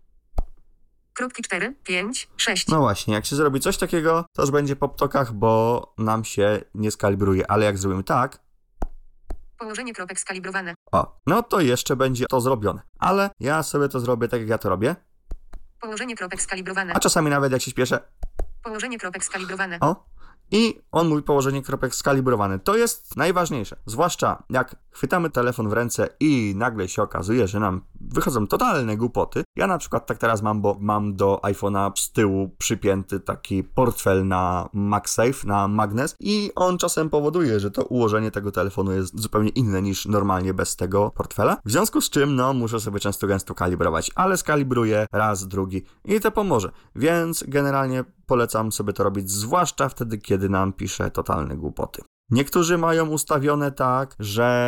Kropki cztery, pięć, sześć. No właśnie, jak się zrobi coś takiego, to już będzie po ptokach, bo nam się nie skalibruje, ale jak zrobimy tak, Położenie kropek skalibrowane. o, no to jeszcze będzie to zrobione. Ale ja sobie to zrobię tak, jak ja to robię, Położenie kropek skalibrowane. a czasami nawet jak się śpieszę, Położenie kropek skalibrowane. o, i on mówi położenie kropek skalibrowane. To jest najważniejsze, zwłaszcza jak chwytamy telefon w ręce i nagle się okazuje, że nam wychodzą totalne głupoty. Ja na przykład tak teraz mam, bo mam do iPhone'a z tyłu przypięty taki portfel na MagSafe, na magnes i on czasem powoduje, że to ułożenie tego telefonu jest zupełnie inne niż normalnie bez tego portfela. W związku z czym, no, muszę sobie często gęsto kalibrować, ale skalibruję raz, drugi i to pomoże. Więc generalnie polecam sobie to robić, zwłaszcza wtedy, kiedy nam pisze totalne głupoty. Niektórzy mają ustawione tak,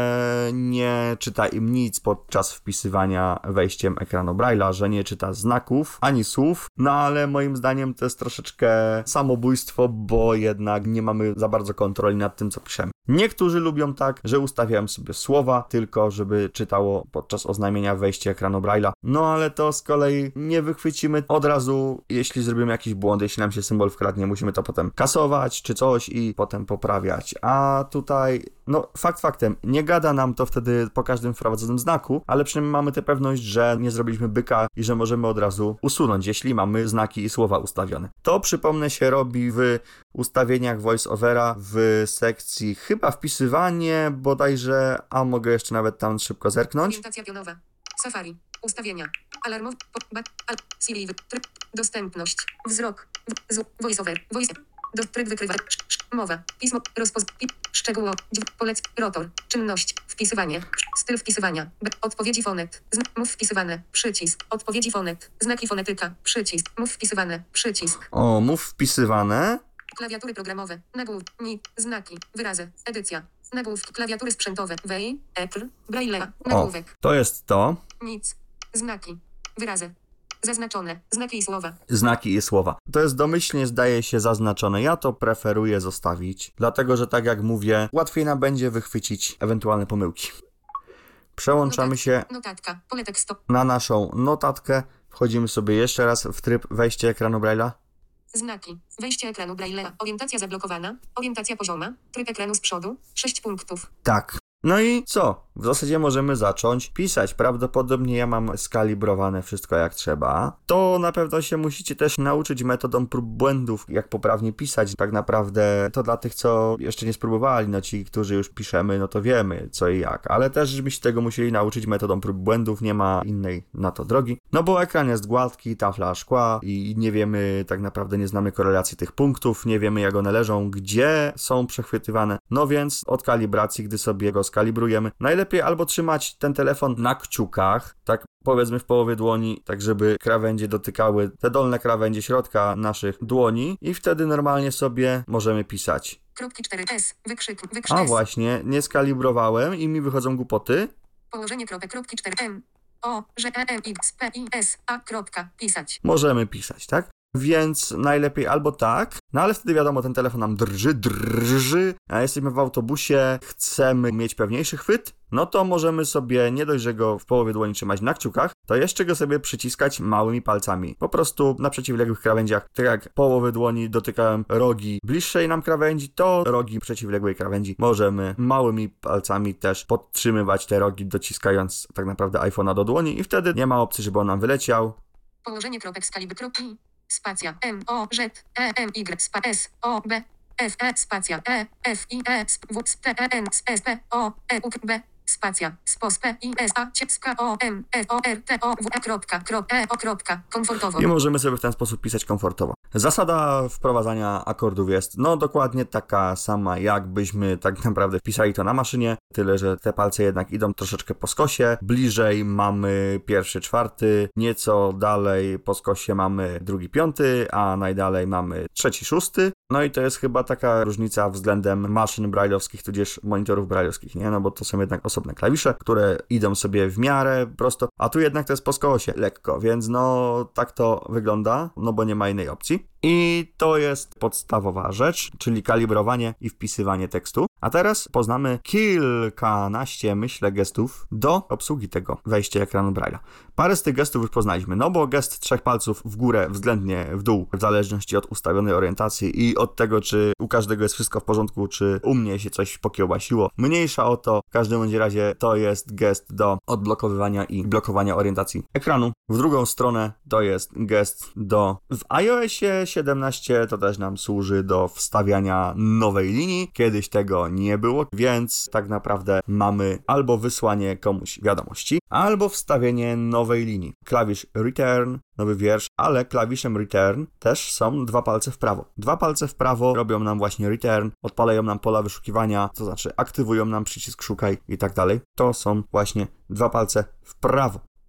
że nie czyta im nic podczas wpisywania wejściem ekranu Braille'a, że nie czyta znaków ani słów, no ale moim zdaniem to jest troszeczkę samobójstwo, bo jednak nie mamy za bardzo kontroli nad tym, co piszemy. Niektórzy lubią tak, że ustawiają sobie słowa tylko, żeby czytało podczas oznajmienia wejście ekranu Braille'a, no ale to z kolei nie wychwycimy od razu, jeśli zrobimy jakiś błąd, jeśli nam się symbol wkradnie, musimy to potem kasować czy coś i potem poprawiać. A tutaj, no fakt faktem, nie gada nam to wtedy po każdym wprowadzonym znaku, ale przynajmniej mamy tę pewność, że nie zrobiliśmy byka i że możemy od razu usunąć, jeśli mamy znaki i słowa ustawione. To, przypomnę, się robi w ustawieniach voice-overa w sekcji chyba wpisywanie bodajże, a mogę jeszcze nawet tam szybko zerknąć. Orientacja pionowa. Safari. Ustawienia. Alarmow. Al, Siri. Tryb. Dostępność. Wzrok. W, voice-over. Voice. Do, tryb wykrywa. Sz, sz, mowa. Pismo. Rozpoz... Pi, szczegóło. Dźwięk. Polec. Rotor. Czynność. Wpisywanie. Styl wpisywania. B, odpowiedzi fonet. Zn, mów wpisywane. Przycisk. Odpowiedzi fonet. Znaki fonetyka. Przycisk. Mów wpisywane. Przycisk. O, mów wpisywane. Klawiatury programowe. Nagłów. Ni. Znaki. Wyrazy. Edycja. Nagłówki. Klawiatury sprzętowe. Wej. Apple. Braille'a. Nagłówek. O, to jest to. Nic. Znaki. Wyrazy. Zaznaczone. Znaki i słowa. Znaki i słowa. To jest domyślnie, zdaje się, zaznaczone. Ja to preferuję zostawić, dlatego że tak jak mówię, łatwiej nam będzie wychwycić ewentualne pomyłki. Przełączamy Notat, się notatka. Pole tekstu. na naszą notatkę. Wchodzimy sobie jeszcze raz w tryb wejście ekranu Braille'a. Znaki. Wejście ekranu Braille'a. Orientacja zablokowana. Orientacja pozioma. Tryb ekranu z przodu. sześć punktów. Tak. No i co? W zasadzie możemy zacząć pisać. Prawdopodobnie ja mam skalibrowane wszystko jak trzeba. To na pewno się musicie też nauczyć metodą prób błędów, jak poprawnie pisać. Tak naprawdę to dla tych, co jeszcze nie spróbowali, no ci, którzy już piszemy, no to wiemy co i jak. Ale też żebyście tego musieli nauczyć metodą prób błędów, nie ma innej na to drogi. No bo ekran jest gładki, tafla szkła i nie wiemy, tak naprawdę nie znamy korelacji tych punktów, nie wiemy jak one leżą, gdzie są przechwytywane. No więc od kalibracji, gdy sobie go skalibrujemy, najlepiej albo trzymać ten telefon na kciukach, tak powiedzmy w połowie dłoni, tak żeby krawędzie dotykały te dolne krawędzie środka naszych dłoni i wtedy normalnie sobie możemy pisać. Kropki cztery S. Wykrzyk. Wykrzyk. A właśnie, nie skalibrowałem i mi wychodzą głupoty. Położenie kropek. Kropki cztery M. O. Że E M X P I S A. Kropka. Pisać. Możemy pisać, tak? Więc najlepiej albo tak, no ale wtedy wiadomo, ten telefon nam drży, drży, a jesteśmy w autobusie, chcemy mieć pewniejszy chwyt, no to możemy sobie nie dość, że go w połowie dłoni trzymać na kciukach, to jeszcze go sobie przyciskać małymi palcami. Po prostu na przeciwległych krawędziach, tak jak połowy dłoni dotykają rogi bliższej nam krawędzi, to rogi przeciwległej krawędzi możemy małymi palcami też podtrzymywać te rogi, dociskając tak naprawdę iPhone'a do dłoni i wtedy nie ma opcji, żeby on nam wyleciał. Położenie kropek skalibry. Kropki. Spacja. M. O. Z. E. M. Y. Spa. S. O. B. F. E. Spacja. E. F. I. E. W. T. E. N. S. P. O. E. U. B. Spacja. Spos. P. I. S. A. C. K. O. M. F. O. R. T. O. W. E. Kropka. Krop. E. O. Kropka. Komfortowo. I możemy sobie w ten sposób pisać komfortowo. Zasada wprowadzania akordów jest no dokładnie taka sama, jakbyśmy tak naprawdę pisali to na maszynie, tyle że te palce jednak idą troszeczkę po skosie. Bliżej mamy pierwszy, czwarty, nieco dalej po skosie mamy drugi, piąty, a najdalej mamy trzeci, szósty. No i to jest chyba taka różnica względem maszyn brailleowskich, tudzież monitorów brailleowskich, nie? No bo to są jednak osobne klawisze, które idą sobie w miarę prosto, a tu jednak to jest po skosie lekko, więc no tak to wygląda, no bo nie ma innej opcji. I to jest podstawowa rzecz, czyli kalibrowanie i wpisywanie tekstu. A teraz poznamy kilkanaście, myślę, gestów do obsługi tego wejścia ekranu Braille'a. Parę z tych gestów już poznaliśmy, no bo gest trzech palców w górę, względnie w dół, w zależności od ustawionej orientacji i od tego, czy u każdego jest wszystko w porządku, czy u mnie się coś pokiełbasiło. Mniejsza o to, w każdym bądź razie to jest gest do odblokowywania i blokowania orientacji ekranu. W drugą stronę to jest gest do... W iOSie siedemnaście to też nam służy do wstawiania nowej linii. Kiedyś tego nie było, więc tak naprawdę mamy albo wysłanie komuś wiadomości, albo wstawienie nowej linii. Klawisz return, nowy wiersz, ale klawiszem return też są dwa palce w prawo. Dwa palce w prawo robią nam właśnie return, odpalają nam pola wyszukiwania, to znaczy aktywują nam przycisk szukaj i tak dalej. To są właśnie dwa palce w prawo.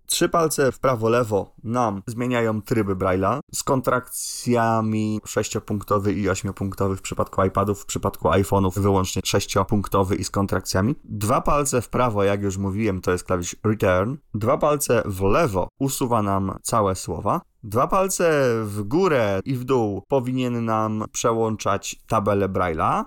Trzy palce w prawo, lewo nam zmieniają tryby Braille'a z kontrakcjami sześciopunktowy i ośmiopunktowy w przypadku iPadów, w przypadku iPhone'ów wyłącznie sześciopunktowy i z kontrakcjami. Dwa palce w prawo, jak już mówiłem, to jest klawisz Return. Dwa palce w lewo usuwa nam całe słowa. Dwa palce w górę i w dół powinien nam przełączać tabelę Braille'a.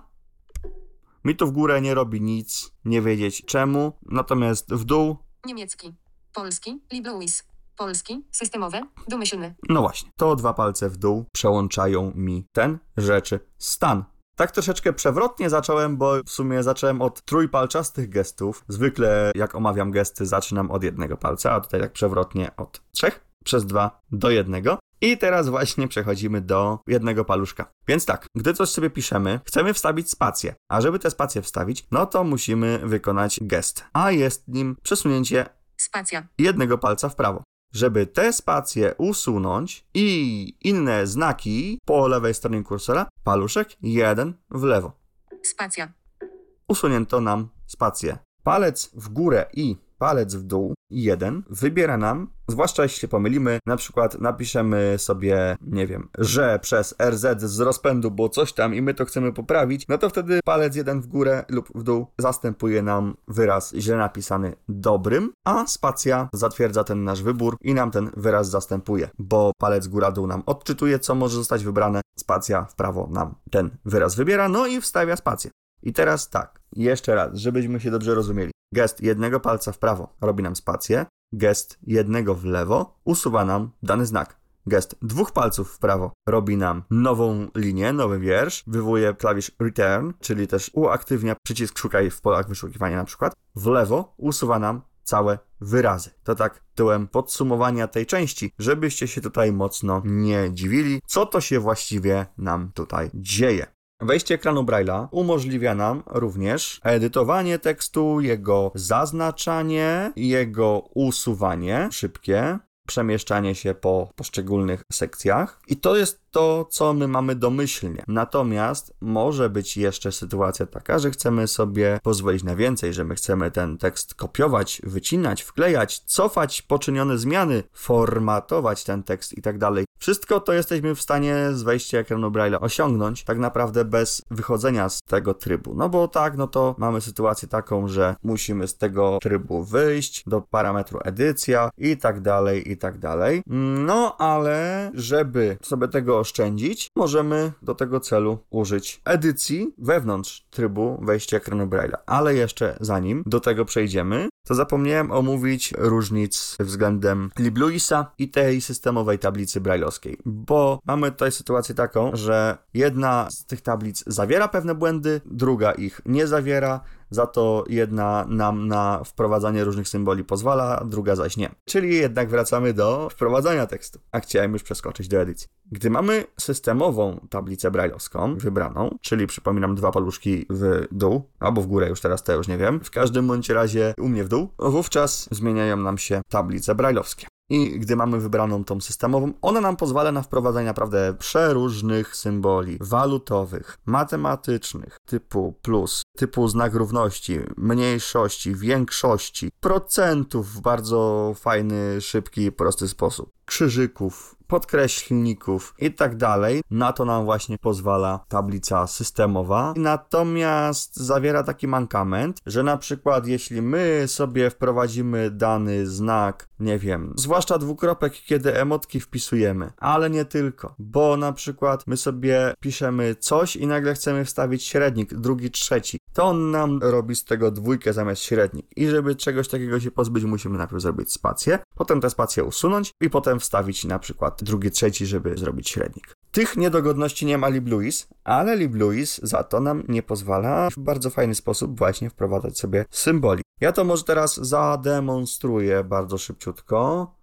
Mi to w górę nie robi nic, nie wiedzieć czemu, natomiast w dół... Niemiecki, polski, LibLouis, polski, systemowe, domyślny. No właśnie, to dwa palce w dół przełączają mi ten rzeczy stan. Tak troszeczkę przewrotnie zacząłem, bo w sumie zacząłem od trójpalczastych gestów. Zwykle jak omawiam gesty, zaczynam od jednego palca, a tutaj tak przewrotnie od trzech przez dwa do jednego. I teraz właśnie przechodzimy do jednego paluszka. Więc tak, gdy coś sobie piszemy, chcemy wstawić spację. A żeby tę spację wstawić, no to musimy wykonać gest. A jest nim przesunięcie Spacja. jednego palca w prawo. Żeby tę spację usunąć i inne znaki po lewej stronie kursora, paluszek jeden w lewo. Spacja. Usunięto nam spację. Palec w górę i palec w dół, jeden, wybiera nam, zwłaszcza jeśli się pomylimy, na przykład napiszemy sobie, nie wiem, że przez R Z z rozpędu, bo coś tam i my to chcemy poprawić, no to wtedy palec jeden w górę lub w dół zastępuje nam wyraz źle napisany dobrym, a spacja zatwierdza ten nasz wybór i nam ten wyraz zastępuje, bo palec góra-dół nam odczytuje, co może zostać wybrane, spacja w prawo nam ten wyraz wybiera, no i wstawia spację. I teraz tak, jeszcze raz, żebyśmy się dobrze rozumieli. Gest jednego palca w prawo robi nam spację, gest jednego w lewo usuwa nam dany znak. Gest dwóch palców w prawo robi nam nową linię, nowy wiersz, wywołuje klawisz Return, czyli też uaktywnia przycisk szukaj w polach wyszukiwania na przykład. W lewo usuwa nam całe wyrazy. To tak tyłem podsumowania tej części, żebyście się tutaj mocno nie dziwili, co to się właściwie nam tutaj dzieje. Wejście ekranu Braille'a umożliwia nam również edytowanie tekstu, jego zaznaczanie, jego usuwanie szybkie, przemieszczanie się po poszczególnych sekcjach. I to jest to, co my mamy domyślnie. Natomiast może być jeszcze sytuacja taka, że chcemy sobie pozwolić na więcej, że my chcemy ten tekst kopiować, wycinać, wklejać, cofać poczynione zmiany, formatować ten tekst i tak dalej. Wszystko to jesteśmy w stanie z wejścia ekranu Braille'a osiągnąć tak naprawdę bez wychodzenia z tego trybu. No bo tak, no to mamy sytuację taką, że musimy z tego trybu wyjść do parametru edycja i tak dalej, i tak dalej. No ale żeby sobie tego oszczędzić, możemy do tego celu użyć edycji wewnątrz trybu wejścia ekranu Braille'a. Ale jeszcze zanim do tego przejdziemy, to zapomniałem omówić różnic względem LibLouisa i tej systemowej tablicy braille'owskiej, bo mamy tutaj sytuację taką, że jedna z tych tablic zawiera pewne błędy, druga ich nie zawiera, za to jedna nam na wprowadzanie różnych symboli pozwala, druga zaś nie. Czyli jednak wracamy do wprowadzania tekstu, a chciałem już przeskoczyć do edycji. Gdy mamy systemową tablicę braille'owską wybraną, czyli przypominam dwa paluszki w dół, albo w górę, już teraz to już nie wiem, w każdym bądź razie u mnie w dół, wówczas zmieniają nam się tablice braille'owskie. I gdy mamy wybraną tą systemową, ona nam pozwala na wprowadzanie naprawdę przeróżnych symboli walutowych, matematycznych, typu plus, typu znak równości, mniejszości, większości, procentów w bardzo fajny, szybki, prosty sposób, krzyżyków, podkreślników i tak dalej. Na to nam właśnie pozwala tablica systemowa. Natomiast zawiera taki mankament, że na przykład jeśli my sobie wprowadzimy dany znak, nie wiem, zwłaszcza dwukropek, kiedy emotki wpisujemy, ale nie tylko, bo na przykład my sobie piszemy coś i nagle chcemy wstawić średnik, drugi, trzeci, to on nam robi z tego dwójkę zamiast średnik. I żeby czegoś takiego się pozbyć, musimy najpierw zrobić spację, potem tę spację usunąć i potem wstawić na przykład drugi, trzeci, żeby zrobić średnik. Tych niedogodności nie ma LibLouis, ale LibLouis za to nam nie pozwala w bardzo fajny sposób właśnie wprowadzać sobie symboli. Ja to może teraz zademonstruję bardzo szybciutko.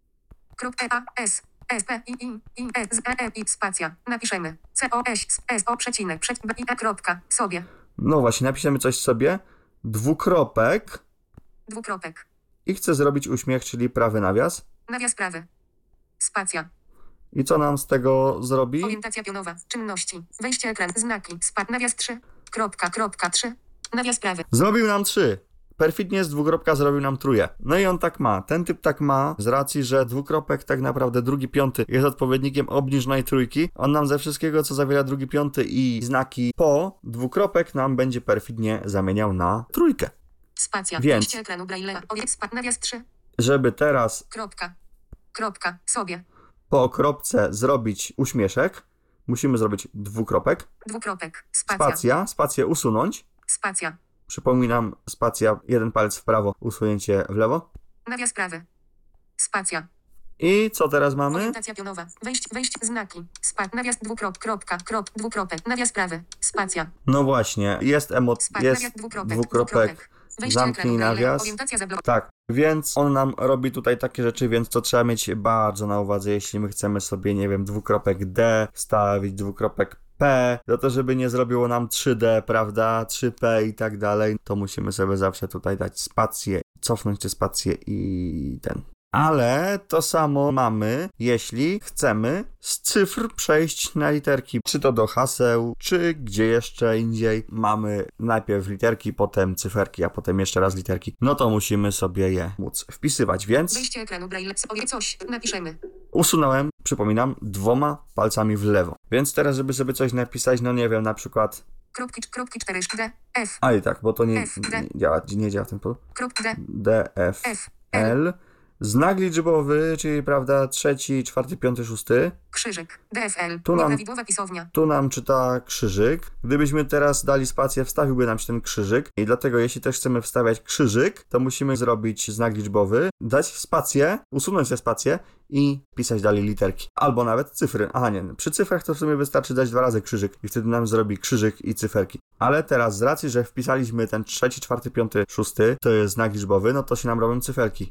A, S, S, P, I, I, I, E, Z, E, I, spacja. Napiszemy C, O, S, S, O, przecinek, przecinek, B, I, E, kropka, sobie. No właśnie, napiszemy coś sobie, dwukropek. Dwukropek. I chcę zrobić uśmiech, czyli prawy nawias. Nawias prawy. Spacja. I co nam z tego zrobi? Orientacja pionowa. Czynności. Wejście ekran. Znaki. Spad. Nawias trzy. Kropka, kropka, trzy. Nawias prawy. Zrobił nam trzy. perfidnie z dwukropka zrobił nam trójkę. No i on tak ma. Ten typ tak ma z racji, że dwukropek tak naprawdę drugi, piąty jest odpowiednikiem obniżonej trójki. On nam ze wszystkiego, co zawiera drugi, piąty i znaki po, dwukropek nam będzie perfidnie zamieniał na trójkę. Spacja. Więc Wejście ekranu Braille'a. Owiec spa. Nawias trzy. żeby teraz Kropka. Kropka. Sobie. po kropce zrobić uśmieszek, musimy zrobić dwukropek. Dwukropek. Spacja. Spacja. Spację usunąć. Spacja. Przypominam, spacja, jeden palec w prawo, usunięcie w lewo. Nawias prawy. Spacja. I co teraz mamy? Orientacja pionowa. Wejść, wejść, znaki. Spa. Nawias dwukrop, kropka, krop, dwukropek. Nawias prawy. Spacja. No właśnie, jest emot, Spa. jest Nawias dwukropek. dwukropek, Wejście zamknij ekranu Braille'a. nawias. Orientacja zablokowana. Tak, więc on nam robi tutaj takie rzeczy, więc to trzeba mieć bardzo na uwadze, jeśli my chcemy sobie, nie wiem, dwukropek D wstawić, dwukropek P, no to żeby nie zrobiło nam trzy D, prawda, trzy P i tak dalej, to musimy sobie zawsze tutaj dać spację, cofnąć te spacje i ten. Ale to samo mamy, jeśli chcemy z cyfr przejść na literki, czy to do haseł, czy gdzie jeszcze indziej mamy najpierw literki, potem cyferki, a potem jeszcze raz literki, no to musimy sobie je móc wpisywać, więc Wejście ekranu Braille. Sobie coś napiszemy. usunąłem, przypominam, dwoma palcami w lewo. Więc teraz, żeby sobie coś napisać, no nie wiem, na przykład Kropki, kropki cztery, D, F, a i tak, bo to nie, F, D. nie działa, nie działa w ten sposób. kropki D, D, F, F, L, L, znak liczbowy, czyli prawda, trzeci, czwarty, piąty, szósty. krzyżyk, D F L, Tu nam- nieprawidłowa pisownia. Tu nam czyta krzyżyk. Gdybyśmy teraz dali spację, wstawiłby nam się ten krzyżyk. I dlatego, jeśli też chcemy wstawiać krzyżyk, to musimy zrobić znak liczbowy, dać spację, usunąć tę spację i pisać dalej literki. Albo nawet cyfry. Aha, nie. Przy cyfrach to w sumie wystarczy dać dwa razy krzyżyk i wtedy nam zrobi krzyżyk i cyferki. Ale teraz, z racji, że wpisaliśmy ten trzeci, czwarty, piąty, szósty, to jest znak liczbowy, no to się nam robią cyferki.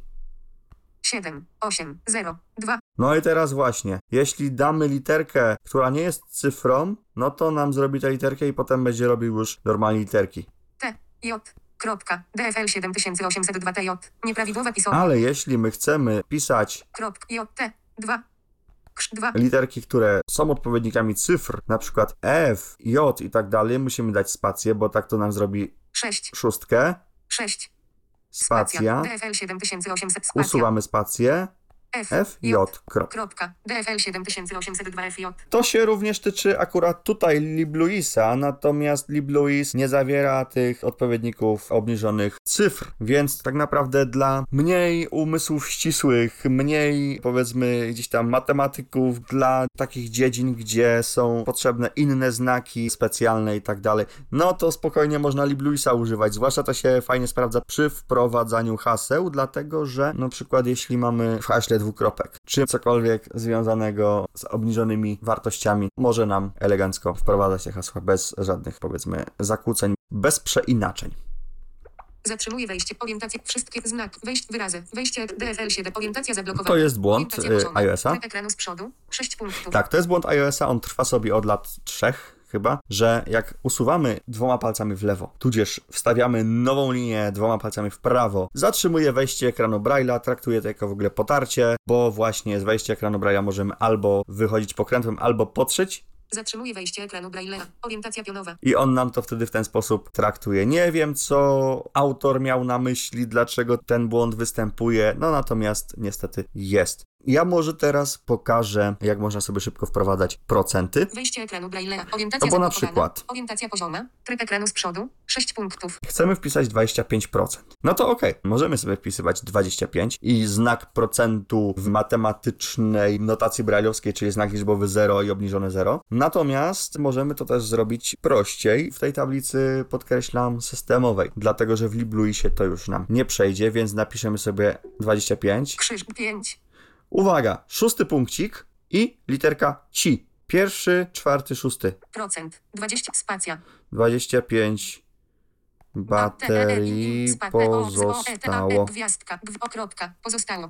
siedem, osiem, zero, dwa, No i teraz właśnie, jeśli damy literkę, która nie jest cyfrą, no to nam zrobi tę literkę i potem będzie robił już normalnie literki. T, J, kropka, D F L siedem tysięcy osiemset dwa T J, nieprawidłowa pisownia. Ale jeśli my chcemy pisać Kropka, J, T, dwa, krz, dwa, literki, które są odpowiednikami cyfr, na przykład F, J i tak dalej, musimy dać spację, bo tak to nam zrobi sześć, szóstkę, sześć, spacja, D F L siedem tysięcy osiemset, spacja, usuwamy spację, F, F, J, krop. kropka, D F L siedem tysięcy osiemset dwa F J. To się również tyczy akurat tutaj LibLouisa, natomiast LibLouis nie zawiera tych odpowiedników obniżonych cyfr, więc tak naprawdę dla mniej umysłów ścisłych, mniej powiedzmy gdzieś tam matematyków, dla takich dziedzin, gdzie są potrzebne inne znaki specjalne i tak dalej, no to spokojnie można LibLouisa używać, zwłaszcza to się fajnie sprawdza przy wprowadzaniu haseł, dlatego że na przykład jeśli mamy w haśle dwukropek, czy cokolwiek związanego z obniżonymi wartościami, może nam elegancko wprowadzać te hasła bez żadnych, powiedzmy, zakłóceń, bez przeinaczeń. Zatrzymuje wejście, orientacja, wszystkie znak, wejść, wyrazy, wejście D F L siedem, orientacja zablokowana. To jest błąd Orientacja y, pozioma, iOS-a. tryb ekranu z przodu, sześć punktów. Tak, to jest błąd iOS-a, on trwa sobie od lat trzech chyba, że jak usuwamy dwoma palcami w lewo, tudzież wstawiamy nową linię dwoma palcami w prawo, zatrzymuje wejście ekranu Braille'a, traktuje to jako w ogóle potarcie, bo właśnie z wejścia ekranu Braille'a możemy albo wychodzić pokrętłem, albo potrzeć. Zatrzymuje wejście ekranu Braille'a, orientacja pionowa. I on nam to wtedy w ten sposób traktuje. Nie wiem, co autor miał na myśli, dlaczego ten błąd występuje, no natomiast niestety jest. Ja może teraz pokażę, jak można sobie szybko wprowadzać procenty. Wejście ekranu Braille'a, orientacja No bo na zablokowana. przykład Orientacja pozioma, tryb ekranu z przodu, sześć punktów. chcemy wpisać dwadzieścia pięć procent. No to okej, okay. Możemy sobie wpisywać dwadzieścia pięć i znak procentu w matematycznej notacji brajlowskiej, czyli znak liczbowy zero i obniżone zero. Natomiast możemy to też zrobić prościej w tej tablicy, podkreślam, systemowej, dlatego że w LibLouisie to już nam nie przejdzie, więc napiszemy sobie dwadzieścia pięć. Krzyż pięć. Uwaga, szósty punkcik i literka ci. Pierwszy, czwarty, szósty. Procent, dwadzieścia, spacja. dwadzieścia pięć baterii pozostało. Gwiazdka, okropka, pozostało.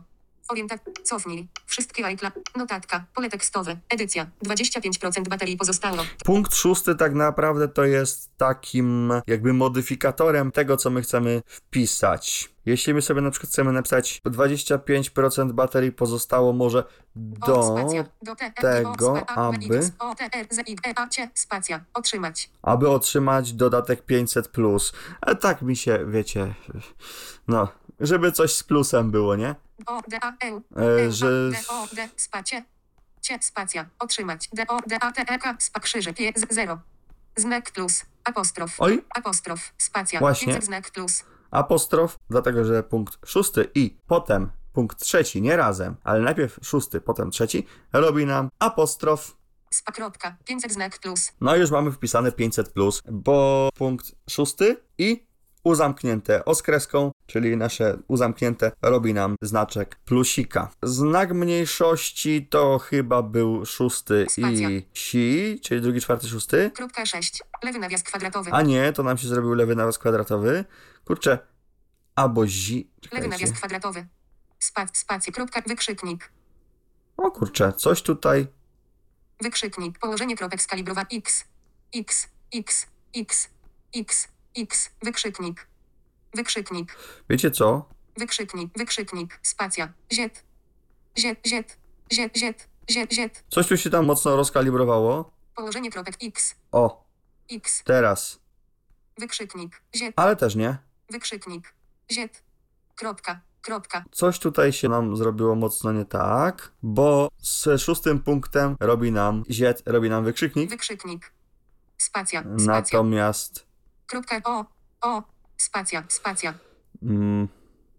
Orientacja. Cofnij. Wszystkie iCloud. Notatka. Pole tekstowe. Edycja. dwadzieścia pięć procent baterii pozostało. Punkt szósty tak naprawdę to jest takim jakby modyfikatorem tego, co my chcemy wpisać. Jeśli my sobie na przykład chcemy napisać dwadzieścia pięć procent baterii pozostało może do O, spacja. Do te, tego, o, spa- a, aby, X, O, T, R, Z, I, E, A, C, spacja. Otrzymać. aby otrzymać dodatek pięćset plus. A tak mi się, wiecie, no, żeby coś z plusem było, nie? O, D, A, E, E, E, że- D, O, D, spacie. C, spacja. Otrzymać. D, O, D, A, T, E, K, spa, krzyżyk, je, z, zero. Znak plus. Apostrof. Oj. Apostrof. Spacja. Właśnie. pięćset znak plus. Apostrof, dlatego że punkt szósty i potem punkt trzeci, nie razem, ale najpierw szósty, potem trzeci, robi nam apostrof. Spa, kropka. pięćset znak plus. No i już mamy wpisane pięćset plus, bo punkt szósty i uzamknięte oskreską, czyli nasze uzamknięte robi nam znaczek plusika. Znak mniejszości to chyba był szósty Spacja. i si, czyli drugi, czwarty, szósty. Kropka sześć. Lewy nawias kwadratowy. A nie, to nam się zrobił lewy nawias kwadratowy. Kurczę, albo zi... Lewy nawias Czekajcie. kwadratowy. Spa, spację. Kropka. Wykrzyknik. O kurczę, coś tutaj... Wykrzyknik. Położenie kropek skalibrowa X. X. X. X. X. X. Wykrzyknik. Wykrzyknik. Wiecie co? Wykrzyknik. Wykrzyknik. Spacja. Ziet. Ziet. Ziet. Ziet. Ziet. Ziet. Ziet. Coś tu się tam mocno rozkalibrowało. Położenie kropek X. O, X. teraz. Wykrzyknik. Ziet. Ale też nie. Wykrzyknik. Ziet. Kropka. Kropka. Coś tutaj się nam zrobiło mocno nie tak, bo z szóstym punktem robi nam ziet, robi nam wykrzyknik. Wykrzyknik. Spacja. Spacja. Natomiast... Kropka. O. O. Spacja. Spacja. Mm,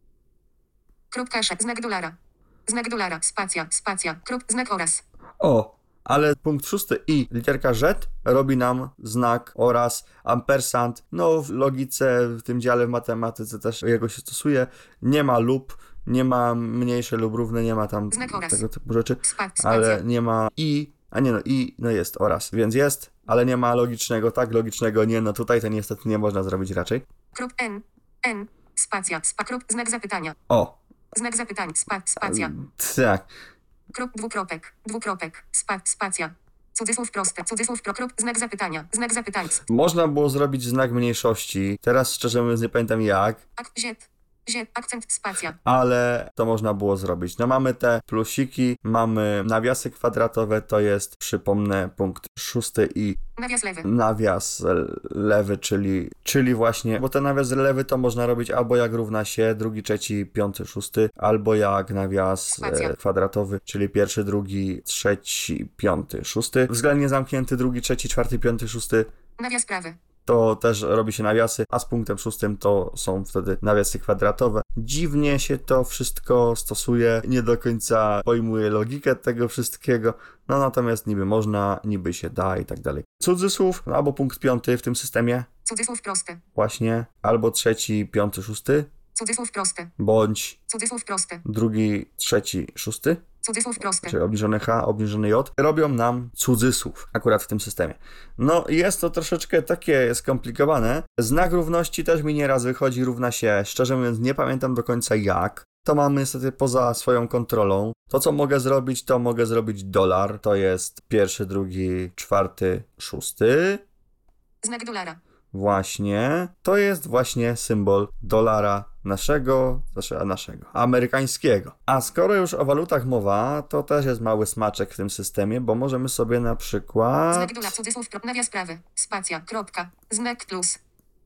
Kropka sześć. Znak dolara. Znak dolara. Spacja. Spacja. Krop. Znak oraz. o, ale punkt szósty i literka Z robi nam znak oraz ampersand. No w logice, w tym dziale w matematyce też jego się stosuje. Nie ma lub, nie ma mniejsze lub równe, nie ma tam Znak oraz. tego typu rzeczy, Spa, spacja. ale nie ma i, a nie no i, no jest oraz, więc jest, ale nie ma logicznego, tak, logicznego nie, no tutaj to niestety nie można zrobić raczej. Krop N. N. Spacja. Spa. Krop. Znak zapytania. O, Znak zapytania. Spa. Spacja. tak. Krop. Dwukropek. Dwukropek. Spa. Spacja. Cudzysłów proste. Cudzysłów pro. Krop. Znak zapytania. Znak zapytania. Można było zrobić znak mniejszości, teraz szczerze mówiąc nie pamiętam jak, Ak. Ziet. Ziet. Akcent. Spacja. ale to można było zrobić. No mamy te plusiki, mamy nawiasy kwadratowe, to jest, przypomnę, punkt szósty i Nawias lewy. nawias lewy, czyli, czyli właśnie, bo ten nawias lewy to można robić albo jak równa się, drugi, trzeci, piąty, szósty, albo jak nawias Spacja. e, kwadratowy, czyli pierwszy, drugi, trzeci, piąty, szósty. Względnie zamknięty drugi, trzeci, czwarty, piąty, szósty. Nawias prawy. To też robi się nawiasy, a z punktem szóstym to są wtedy nawiasy kwadratowe. Dziwnie się to wszystko stosuje, nie do końca pojmuję logikę tego wszystkiego, no natomiast niby można, niby się da i tak dalej. Cudzysłów, no, albo punkt piąty w tym systemie, Cudzysłów prosty. właśnie, albo trzeci, piąty, szósty, Cudzysłów prosty. bądź Cudzysłów prosty. drugi, trzeci, szósty. Cudzysłów prosty. Czyli obniżone H, obniżony J, robią nam cudzysłów akurat w tym systemie. No jest to troszeczkę takie skomplikowane. Znak równości też mi nieraz wychodzi równa się, szczerze mówiąc nie pamiętam do końca jak. To mamy niestety poza swoją kontrolą. To co mogę zrobić, to mogę zrobić dolar, to jest pierwszy, drugi, czwarty, szósty. Znak dolara. Właśnie, to jest właśnie symbol dolara naszego, znaczy naszego, amerykańskiego. A skoro już o walutach mowa, to też jest mały smaczek w tym systemie, bo możemy sobie na przykład... Znak dolara. Cudzysłów pro. Nawias prawy. Spacja. Kropka. Znak plus.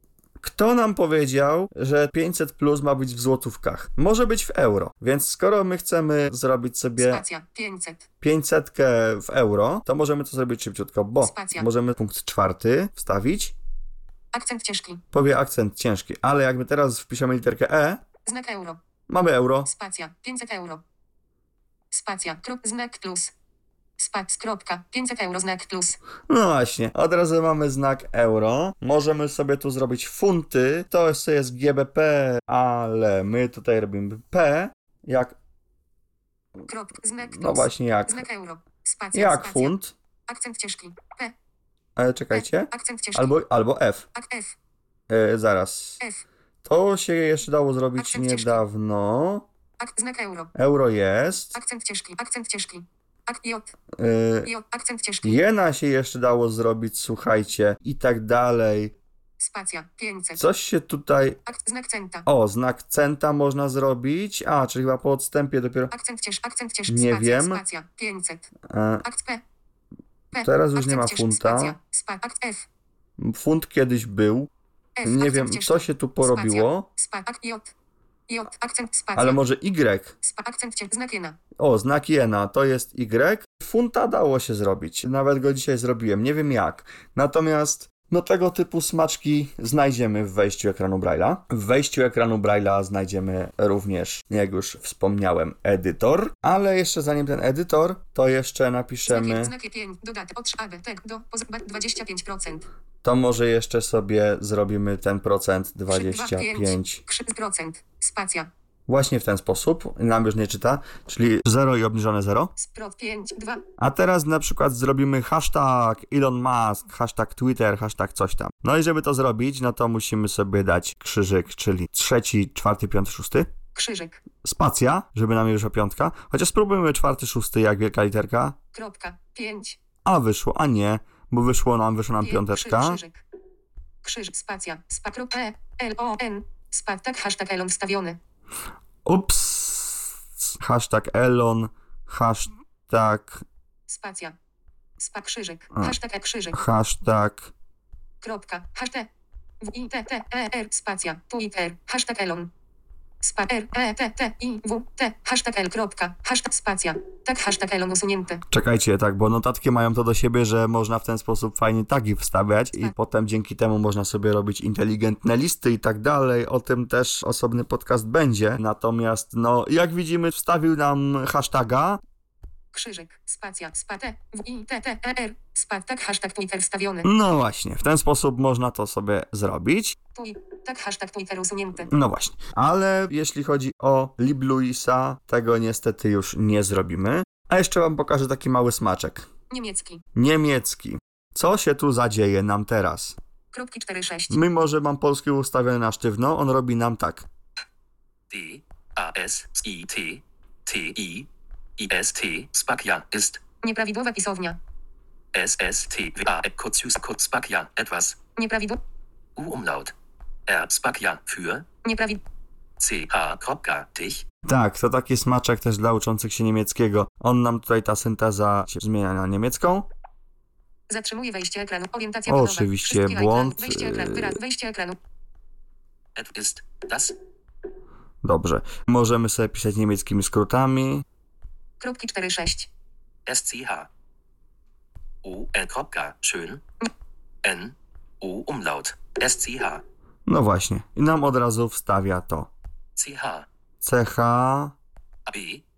Kto nam powiedział, że pięćset plus ma być w złotówkach? Może być w euro, więc skoro my chcemy zrobić sobie Spacja. pięćset. pięćset w euro, to możemy to zrobić szybciutko, bo Spacja. możemy punkt czwarty wstawić, Akcent ciężki. powie akcent ciężki, ale jak my teraz wpiszemy literkę E, Znak euro. mamy euro. Spacja. pięćset euro. Spacja. Krop. Znak plus. Spac. Kropka. pięćset euro. Znak plus. No właśnie, od razu mamy znak euro. Możemy sobie tu zrobić funty. To jest, to jest G B P, ale my tutaj robimy P. Jak, Krop. Znak plus. no właśnie jak, Znak euro. Spacja. jak spacja. funt. Akcent ciężki. P. E, czekajcie. Akcent ciężki. Albo, albo F. Ak F. E, zaraz. F. To się jeszcze dało zrobić Akcent ciężki. niedawno. Ak, znak euro. Euro jest. Akcent ciężki. Akcent ciężki. Ak, J. Yy, J. Akcent ciężki. jena się jeszcze dało zrobić, słuchajcie, i tak dalej. Spacja. pięćset. Coś się tutaj... Akt, znak centa. O, znak centa można zrobić. A, czyli chyba po odstępie dopiero... Akcent ciężki. Akcent ciężki. Nie spacja, wiem. Spacja. pięćset. E, Akt P. P. teraz już Akcent nie ma ciężki, funta. Spacja. Spa, akt F. Funt kiedyś był. F. Nie akcent wiem, ciężki. co się tu porobiło. Spacja. Spa, akt J. J. Akcent spacja. Ale może Y. Spa, akcent ciężki. Znak jena. O, znak jena, to jest Y. Funta dało się zrobić. Nawet go dzisiaj zrobiłem. Nie wiem jak. Natomiast no tego typu smaczki znajdziemy w wejściu ekranu Braille'a. W wejściu ekranu Braille'a znajdziemy również, jak już wspomniałem, edytor. Ale jeszcze zanim ten edytor, to jeszcze napiszemy... Znaki pięć. Dodatek. O trzy A B. Tek. Do. dwadzieścia pięć procent. To może jeszcze sobie zrobimy ten procent dwadzieścia pięć. Procent. Spacja. Właśnie w ten sposób. Nam już nie czyta. Czyli zero i obniżone zero. Sprot pięć, dwa. A teraz na przykład zrobimy hashtag Elon Musk, hashtag Twitter, hashtag coś tam. No i żeby to zrobić, no to musimy sobie dać krzyżyk, czyli trzeci, czwarty, piąty, szósty. Krzyżyk. Spacja, żeby nam już o piątka. Chociaż spróbujmy czwarty, szósty, jak wielka literka. Kropka. pięć. A wyszło, a nie, bo wyszło nam, wyszło nam Pię- piąteczka. Krzyżyk. Krzyżyk. Spacja. Spa. Kropka. E. L. O. N. Spa. Tak. Hashtag Elon wstawiony. Ups. Hashtag Elon, hashtag, Spacja. Spa. Krzyżyk. A. Hashtag E. Krzyżyk. hashtag, Kropka. Hashtag. W. I. T. T. E. R. Spacja. Twitter. Hashtag Elon. Spa. R. E. T. T. I. W. T. Hashtag L. Kropka. Hashtag spacja. Tak. Hashtag Elon usunięty. czekajcie, tak, bo notatki mają to do siebie, że można w ten sposób fajnie tagi wstawiać i Tak. potem dzięki temu można sobie robić inteligentne listy i tak dalej. O tym też osobny podcast będzie. Natomiast, no, jak widzimy, wstawił nam hashtaga. Krzyżyk. Spacja. Spa. T. W. I. T. T. E. R. Spa. Tak. Hashtag Twitter wstawiony. No właśnie, w ten sposób można to sobie zrobić. Tuj. Tak. Hashtag Twitter usunięty. No właśnie, ale jeśli chodzi o LibLouisa, tego niestety już nie zrobimy. A jeszcze wam pokażę taki mały smaczek. Niemiecki. Niemiecki. Co się tu zadzieje nam teraz? Kropki cztery sześć. Mimo, że mam polski ustawiony na sztywno, on robi nam tak. D A S I T T I I S T Spacja ist Nieprawidłowa pisownia. S S T W A Kocius Kod Spacja etwas Nieprawidło... U Umlaut R Spacja für Nieprawid... C H Kropka dich Tak, to taki smaczek też dla uczących się niemieckiego. On nam tutaj, ta synteza się zmienia na niemiecką. Zatrzymuje wejście ekranu. Orientacja O, pionowa. oczywiście, Wszystkie błąd. Ekran. Wejście ekranu. Wyraz. Wejście ekranu. et ist das Dobrze. Możemy sobie pisać niemieckimi skrótami. Kropki cztery sześć. S C H U L Kropka schön N U Umlaut S C H No właśnie. I nam od razu wstawia to. C H C H B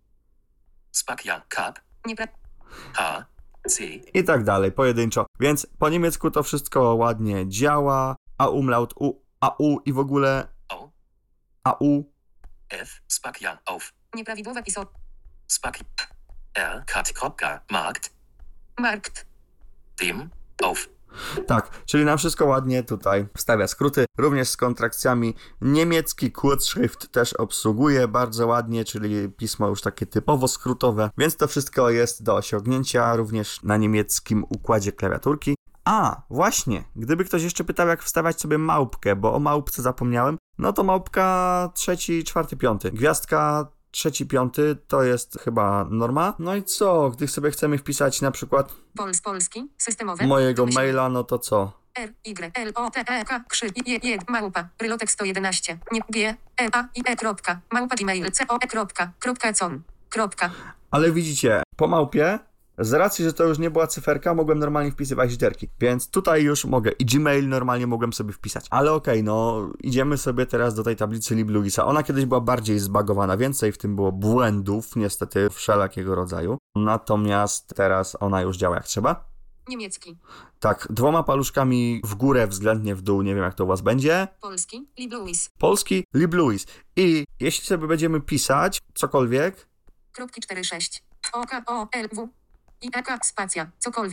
Spacja Kap Niepra... H C i tak dalej, pojedynczo. Więc po niemiecku to wszystko ładnie działa. A umlaut, u, a u i w ogóle Au a u. F Spacja auf Nieprawidłowa pisownia. Spacja R Kat Kropka Markt Markt. dem auf Tak, czyli nam wszystko ładnie tutaj wstawia skróty, również z kontrakcjami. Niemiecki Kurzschrift też obsługuje bardzo ładnie, czyli pismo już takie typowo skrótowe, więc to wszystko jest do osiągnięcia również na niemieckim układzie klawiaturki. A, właśnie, gdyby ktoś jeszcze pytał, jak wstawiać sobie małpkę, bo o małpce zapomniałem, no to małpka trzeci, czwarty, piąty. Gwiazdka trzeci, piąty to jest chyba norma. No i co, gdy sobie chcemy wpisać na przykład Pols polski. Systemowe. mojego Domyślne. maila, no to co? R, Y, L, O, T, E, K, krzy, I, J, małpa, rylotek sto jedenaście, nie, G, E, A, I, E, kropka, małpa gmail, C, O, E, kropka, kropka, con, kropka. Ale widzicie, po małpie, z racji, że to już nie była cyferka, mogłem normalnie wpisywać literki, więc tutaj już mogę i Gmail normalnie mogłem sobie wpisać. Ale okej, okay, no idziemy sobie teraz do tej tablicy LibLouisa. Ona kiedyś była bardziej zbagowana, więcej w tym było błędów, niestety wszelakiego rodzaju. Natomiast teraz ona już działa jak trzeba. Niemiecki. Tak, dwoma paluszkami w górę, względnie w dół, nie wiem jak to u was będzie. Polski. LibLouis. Polski, LibLouis. I jeśli sobie będziemy pisać cokolwiek, Kropki cztery sześć. O, K, O, L, W. I, E, K, spacja, cokolwiek.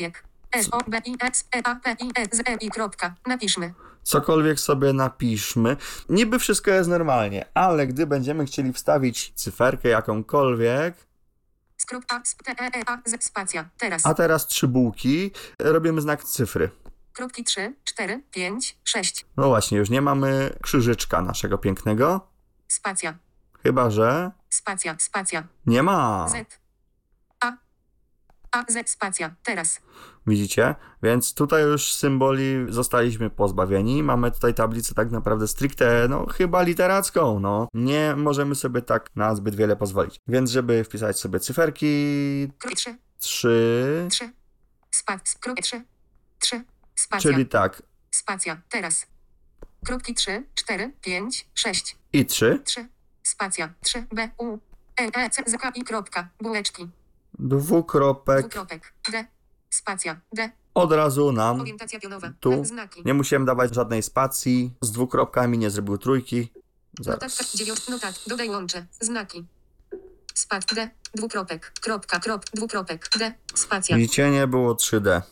S O B I S E A P I S E I kropka. Napiszmy. Cokolwiek sobie napiszmy. Niby wszystko jest normalnie, ale gdy będziemy chcieli wstawić cyferkę jakąkolwiek, Skrót A, sp, T, E, E, A, Z, spacja. Teraz. a teraz trzy bułki, robimy znak cyfry. Kropki trzy, cztery, pięć, sześć. No właśnie, już nie mamy krzyżyczka naszego pięknego. Spacja. Chyba że Spacja, spacja. nie ma. Z. A. A, Z, spacja. Teraz. Widzicie? Więc tutaj już symboli zostaliśmy pozbawieni. Mamy tutaj tablicę tak naprawdę stricte, no chyba literacką, no. Nie możemy sobie tak na zbyt wiele pozwolić. Więc żeby wpisać sobie cyferki Kropki trzy, trzy, trzy. Spac, kropki trzy, trzy. Spacja. czyli tak, Spacja. Teraz. Kropki trzy, cztery, pięć, sześć. i trzy, trzy. Spacja. trzy. B. U. E. E. C. Z. K. I. Kropka. Bułeczki. dwukropek, Dwukropek. D. Spacja. D. od razu nam Orientacja pionowa. tu. E. Znaki. Nie musiałem dawać żadnej spacji, z dwukropkami nie zrobił trójki. Notatka Zaraz. dziewiąt. Notat. Dodaj łącze. Znaki. Spac. D. Dwukropek. Kropka. Krop. Dwukropek. D. Spacja. Widzicie, nie było trzy D.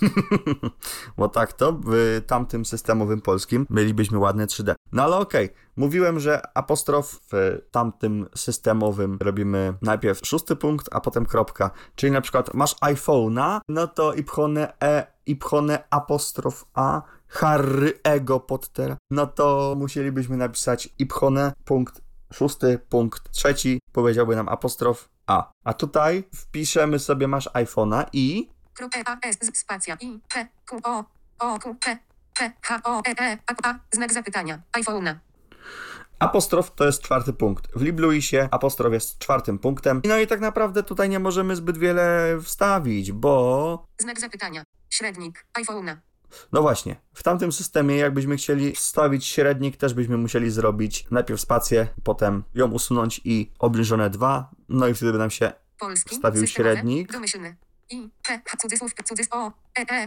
Bo tak to w tamtym systemowym polskim mielibyśmy ładne trzy D. No ale okej, okay. Mówiłem, że apostrof w tamtym systemowym robimy najpierw szósty punkt, a potem kropka. Czyli na przykład masz iPhone'a, no to ipchone e, ipchone apostrof a, harry ego pottera. No to musielibyśmy napisać ipchone punkt szósty, punkt trzeci, powiedziałby nam apostrof a. A tutaj wpiszemy sobie masz iPhone'a i Krop. E. A. S. Z. Spacja. I. P. Q. O. O. Q. P. P. H. O. E. E. A. A. Znak zapytania. iPhone'a. apostrof to jest czwarty punkt. W LibLouisie apostrof jest czwartym punktem. No i tak naprawdę tutaj nie możemy zbyt wiele wstawić, bo... Znak zapytania. Średnik. iPhone'a. No właśnie, w tamtym systemie jakbyśmy chcieli wstawić średnik, też byśmy musieli zrobić najpierw spację, potem ją usunąć i obniżone dwa, no i wtedy by nam się Polski. wstawił Systemowe. średnik. Domyślny. I. P. H. Cudzysłów. Cudzysłów. O. E. E.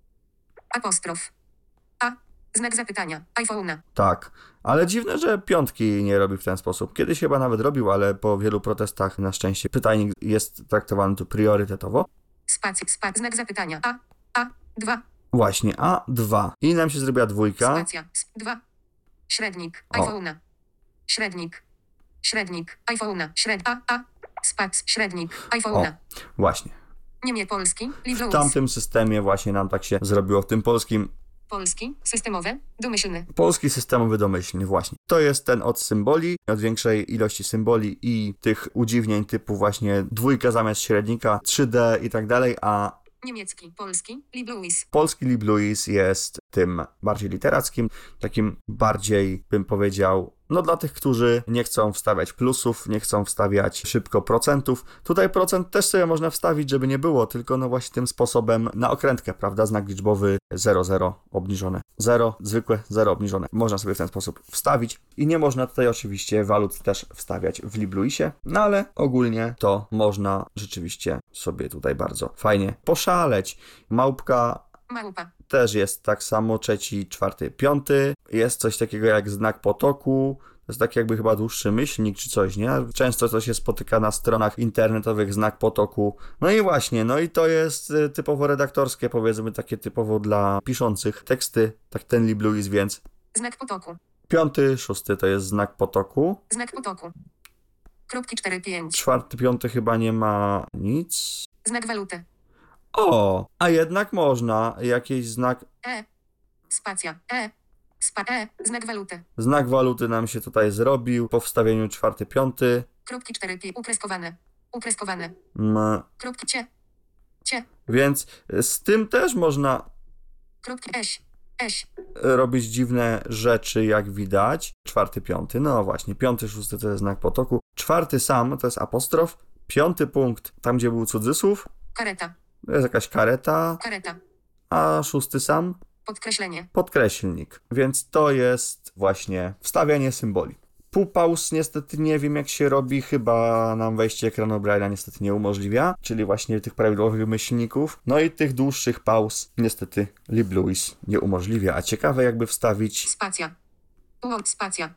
Apostrof. A. Znak zapytania. iPhone'a. Tak, ale dziwne, że piątki nie robi w ten sposób. Kiedyś chyba nawet robił, ale po wielu protestach na szczęście pytajnik jest traktowany tu priorytetowo. Spacja. Spac. Znak zapytania. A. A. dwa. Właśnie, a dwa. I nam się zrobiła dwójka. Spacja. S. dwa. Średnik. O. iPhone'a. Średnik. Średnik. iPhone'a. Śred. A. A. Spac. Średnik. O, iPhone'a. właśnie. Niemie polski. W LibLouis. tamtym systemie właśnie nam tak się zrobiło, w tym polskim. Polski. Systemowe. Domyślny. Polski systemowy domyślny, właśnie. To jest ten od symboli, od większej ilości symboli i tych udziwnień typu właśnie dwójka zamiast średnika, trzy D i tak dalej, a Niemiecki. Polski. LibLouis. polski LibLouis jest tym bardziej literackim, takim bardziej, bym powiedział, no dla tych, którzy nie chcą wstawiać plusów, nie chcą wstawiać szybko procentów. Tutaj procent też sobie można wstawić, żeby nie było, tylko no właśnie tym sposobem na okrętkę, prawda? Znak liczbowy zero zero obniżone. zero, zwykłe zero obniżone. Można sobie w ten sposób wstawić i nie można tutaj oczywiście walut też wstawiać w LibLouisie, no ale ogólnie to można rzeczywiście sobie tutaj bardzo fajnie poszaleć. Małpka Małpa. też jest tak samo, trzeci, czwarty, piąty. Jest coś takiego jak znak potoku. To jest taki jakby chyba dłuższy myślnik czy coś, nie? Często to się spotyka na stronach internetowych, znak potoku. No i właśnie, no i to jest typowo redaktorskie, powiedzmy takie typowo dla piszących teksty, tak ten LibLouis, więc Znak potoku. piąty, szósty to jest znak potoku. Znak potoku. Kropki cztery, pięć. Czwarty, piąty chyba nie ma nic. Znak waluty. O, a jednak można jakiś znak, E. Spacja. E. Spa. E. Znak waluty. znak waluty nam się tutaj zrobił po wstawieniu czwarty, piąty. Kropki cztery, pięć. Ukreskowane. Ukreskowane. M, Kropki cie. Cie. Więc z tym też można Kropki eś. Eś. robić dziwne rzeczy, jak widać. Czwarty, piąty, no właśnie. Piąty, szósty to jest znak potoku. Czwarty sam to jest apostrof. Piąty punkt, tam gdzie był cudzysłów, Kareta. to jest jakaś kareta. Kareta. A szósty sam Podkreślenie. podkreślnik. Więc to jest właśnie wstawianie symboli. Półpauz niestety nie wiem jak się robi, chyba nam wejście ekranu Braille'a niestety nie umożliwia, czyli właśnie tych prawidłowych myślników. No i tych dłuższych pauz niestety LibLouis nie umożliwia. A ciekawe jakby wstawić... Spacja. U. Spacja.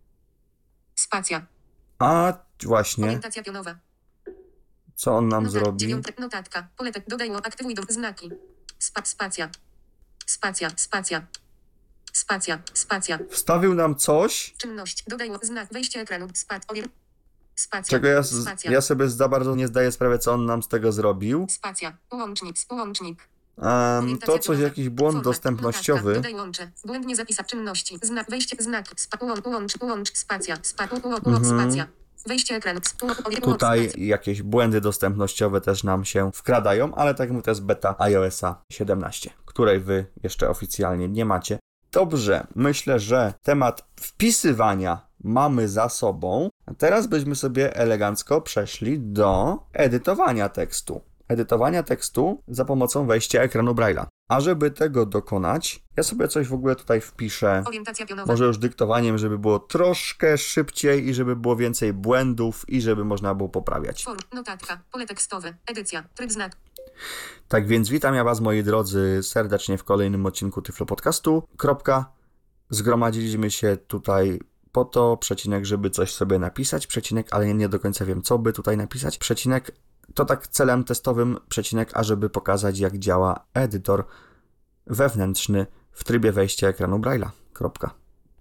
Spacja. A właśnie, Orientacja pionowa. co on nam Notat, zrobi? dziewiąte, notatka. Poletek. Dodaj. Aktywuj do znaki. Spa, spacja. Spacja, spacja. Spacja, spacja. Wstawił nam coś, Czynność. Dodaj znak. Wejście ekranu. Spad. Orier. Spacja. czego ja, z, Spacja. ja sobie za bardzo nie zdaję sprawy, co on nam z tego zrobił. Spacja. Łącznik. Łącznik. Um, to coś, jakiś błąd Format. dostępnościowy. Notatka. Dodaj łącze. Błędnie zapisać czynności. Znak. Wejście. Znak. Spa, łącz. Łącz. Łącz. Spacja. Spa, łącz. Mhm. Spacja. Wejście ekranu. Łącz. Tutaj Spacja. jakieś błędy dostępnościowe też nam się wkradają, ale tak jak mówię, to jest beta iOS-a siedemnaście, której wy jeszcze oficjalnie nie macie. Dobrze, myślę, że temat wpisywania mamy za sobą. A teraz byśmy sobie elegancko przeszli do edytowania tekstu. Edytowania tekstu za pomocą wejścia ekranu Braille'a. A żeby tego dokonać, ja sobie coś w ogóle tutaj wpiszę, Orientacja pionowa. może już dyktowaniem, żeby było troszkę szybciej i żeby było więcej błędów i żeby można było poprawiać. Form. Notatka. Pole tekstowe. Edycja. Tryb znak. Tak więc witam ja was, moi drodzy, serdecznie w kolejnym odcinku Tyflo Podcastu. Kropka. Zgromadziliśmy się tutaj po to, przecinek, żeby coś sobie napisać, przecinek, ale nie, nie do końca wiem, co by tutaj napisać. Przecinek to tak celem testowym, przecinek, ażeby pokazać, jak działa edytor wewnętrzny w trybie wejścia ekranu Braille'a. Kropka.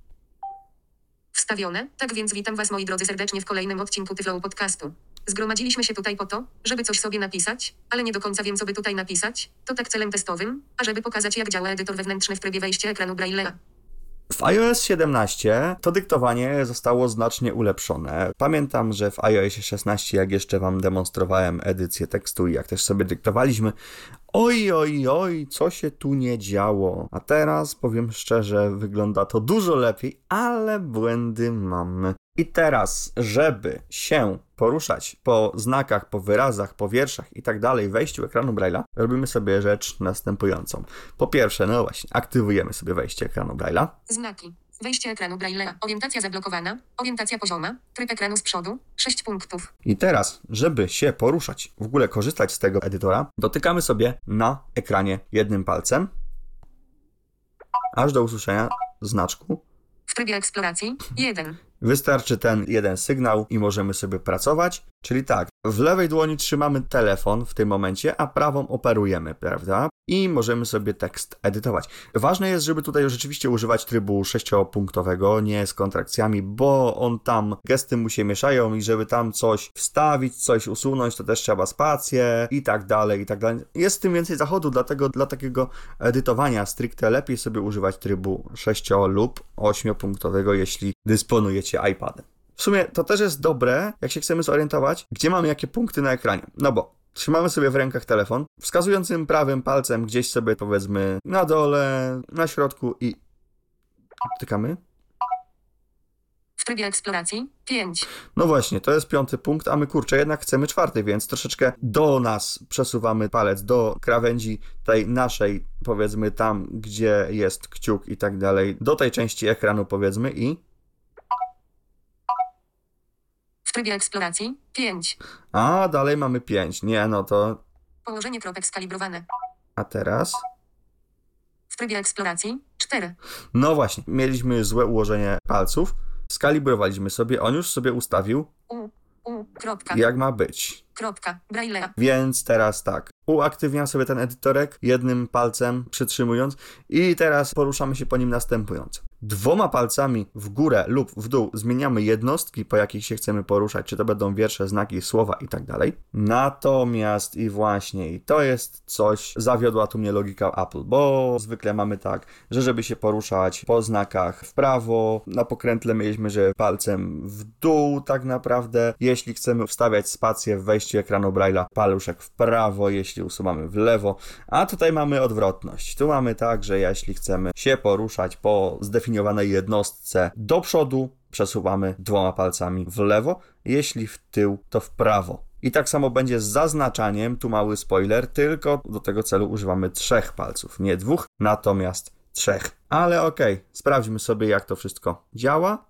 Wstawione. Tak więc witam was, moi drodzy, serdecznie w kolejnym odcinku Tyflo Podcastu. Zgromadziliśmy się tutaj po to, żeby coś sobie napisać, ale nie do końca wiem, co by tutaj napisać. To tak celem testowym, ażeby pokazać, jak działa edytor wewnętrzny w trybie wejścia ekranu Braille'a. W iOS siedemnaście to dyktowanie zostało znacznie ulepszone. Pamiętam, że w iOS szesnaście, jak jeszcze wam demonstrowałem edycję tekstu i jak też sobie dyktowaliśmy, oj, oj, oj, co się tu nie działo. A teraz, powiem szczerze, wygląda to dużo lepiej, ale błędy mamy. I teraz, żeby się poruszać po znakach, po wyrazach, po wierszach i tak dalej, wejściu ekranu Braille'a, robimy sobie rzecz następującą. Po pierwsze, no właśnie, aktywujemy sobie wejście ekranu Braille'a. Znaki. Wejście ekranu Braille'a. Orientacja zablokowana. Orientacja pozioma. Tryb ekranu z przodu. sześć punktów. I teraz, żeby się poruszać, w ogóle korzystać z tego edytora, dotykamy sobie na ekranie jednym palcem, aż do usłyszenia znaczku. W trybie eksploracji. jeden. Wystarczy ten jeden sygnał i możemy sobie pracować. Czyli tak, w lewej dłoni trzymamy telefon w tym momencie, a prawą operujemy, prawda? I możemy sobie tekst edytować. Ważne jest, żeby tutaj rzeczywiście używać trybu sześciopunktowego, nie z kontrakcjami, bo on tam, gesty mu się mieszają i żeby tam coś wstawić, coś usunąć, to też trzeba spację i tak dalej, i tak dalej. Jest w tym więcej zachodu, dlatego dla takiego edytowania stricte lepiej sobie używać trybu sześcio- lub ośmiopunktowego, jeśli dysponujecie iPadem. W sumie to też jest dobre, jak się chcemy zorientować, gdzie mamy jakie punkty na ekranie. No bo trzymamy sobie w rękach telefon, wskazującym prawym palcem gdzieś sobie, powiedzmy, na dole, na środku i tykamy. W trybie eksploracji. pięć. No właśnie, to jest piąty punkt, a my kurczę, jednak chcemy czwarty, więc troszeczkę do nas przesuwamy palec, do krawędzi tej naszej, powiedzmy tam, gdzie jest kciuk i tak dalej, do tej części ekranu, powiedzmy, i W trybie eksploracji. pięć. a dalej mamy pięć. Nie, no to... Położenie kropek skalibrowane. A teraz? W trybie eksploracji. cztery. No właśnie, mieliśmy złe ułożenie palców, skalibrowaliśmy sobie, on już sobie ustawił, U. U. Kropka. jak ma być. Kropka. Braille'a. Więc teraz tak, uaktywniam sobie ten edytorek jednym palcem przytrzymując i teraz poruszamy się po nim następująco. Dwoma palcami w górę lub w dół zmieniamy jednostki, po jakich się chcemy poruszać, czy to będą wiersze, znaki, słowa i tak dalej. Natomiast i właśnie, i to jest coś, zawiodła tu mnie logika Apple, bo zwykle mamy tak, że żeby się poruszać po znakach w prawo, na pokrętle mieliśmy, że palcem w dół tak naprawdę. Jeśli chcemy wstawiać spację w wejściu ekranu Braille'a, paluszek w prawo, jeśli usuwamy w lewo, a tutaj mamy odwrotność. Tu mamy tak, że jeśli chcemy się poruszać po zdefiniowanej jednostce do przodu, przesuwamy dwoma palcami w lewo, jeśli w tył, to w prawo. I tak samo będzie z zaznaczaniem, tu mały spoiler, tylko do tego celu używamy trzech palców, nie dwóch, natomiast trzech. Ale okej, okay, sprawdźmy sobie, jak to wszystko działa.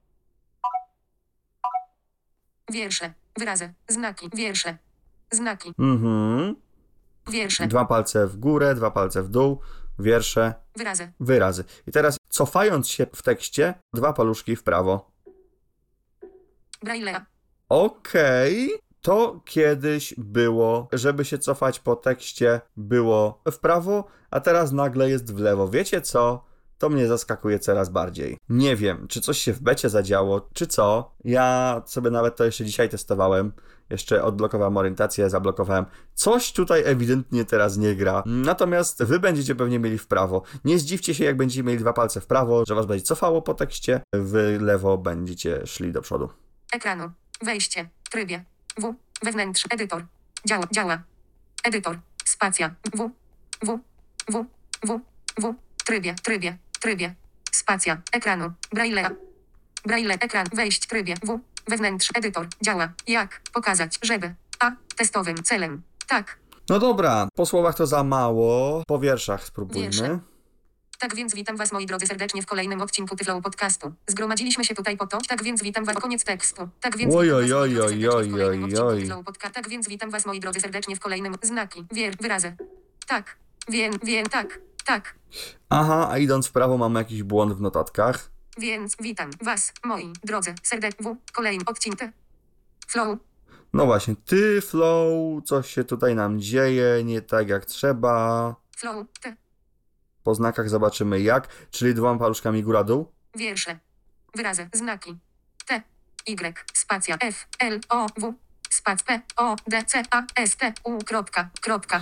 Wiersze. Wyrazy. Znaki. Wiersze. Znaki. Mhm. Wiersze. Dwa palce w górę, dwa palce w dół, wiersze, Wyrazy. wyrazy. I teraz cofając się w tekście, dwa paluszki w prawo. Braille'a. Okej, okay. To kiedyś było, żeby się cofać po tekście, było w prawo, a teraz nagle jest w lewo. Wiecie co? To mnie zaskakuje coraz bardziej. Nie wiem, czy coś się w becie zadziało, czy co. Ja sobie nawet to jeszcze dzisiaj testowałem. Jeszcze odblokowałem orientację, zablokowałem. Coś tutaj ewidentnie teraz nie gra. Natomiast wy będziecie pewnie mieli w prawo. Nie zdziwcie się, jak będziecie mieli dwa palce w prawo, że was będzie cofało po tekście. W lewo będziecie szli do przodu. Ekranu. Wejście. Trybie. W. Wewnętrzny. Edytor. Działa. Działa. Edytor. Spacja. W. W. W. W. W. Trybie. Trybie. Trybie. Spacja. Ekranu. Braille. Braille. Ekran. Wejść. Trybie. W. Wewnętrzny. Edytor. Działa. Jak pokazać, żeby. A. Testowym celem. Tak. No dobra, po słowach to za mało. Po wierszach spróbujmy. Wiersze. Tak więc witam was, moi drodzy, serdecznie w kolejnym odcinku Tyflow Podcastu. Zgromadziliśmy się tutaj po to, tak więc witam was, koniec tekstu. Tak więc Oj, witam oj, was, oj, moi drodzy, oj, serdecznie w kolejnym oj, odcinku oj. Tyflow Podcastu. Tak więc witam was, moi drodzy, serdecznie w kolejnym znaki, wier, wyrazy. Tak, wiem, wiem, tak, tak. Aha, a idąc w prawo mamy jakiś błąd w notatkach. Więc witam was, moi drodzy, serdecznie w kolejnym odcinku Flow. No właśnie, ty, flow, coś się tutaj nam dzieje, nie tak jak trzeba. Flow, ty, Po znakach zobaczymy jak, czyli dwoma paluszkami góra-dół. wiersze, wyrazy, znaki. T, Y, spacja, F, L, O, W, spac, P, O, D, C, A, S, T, U, kropka, kropka.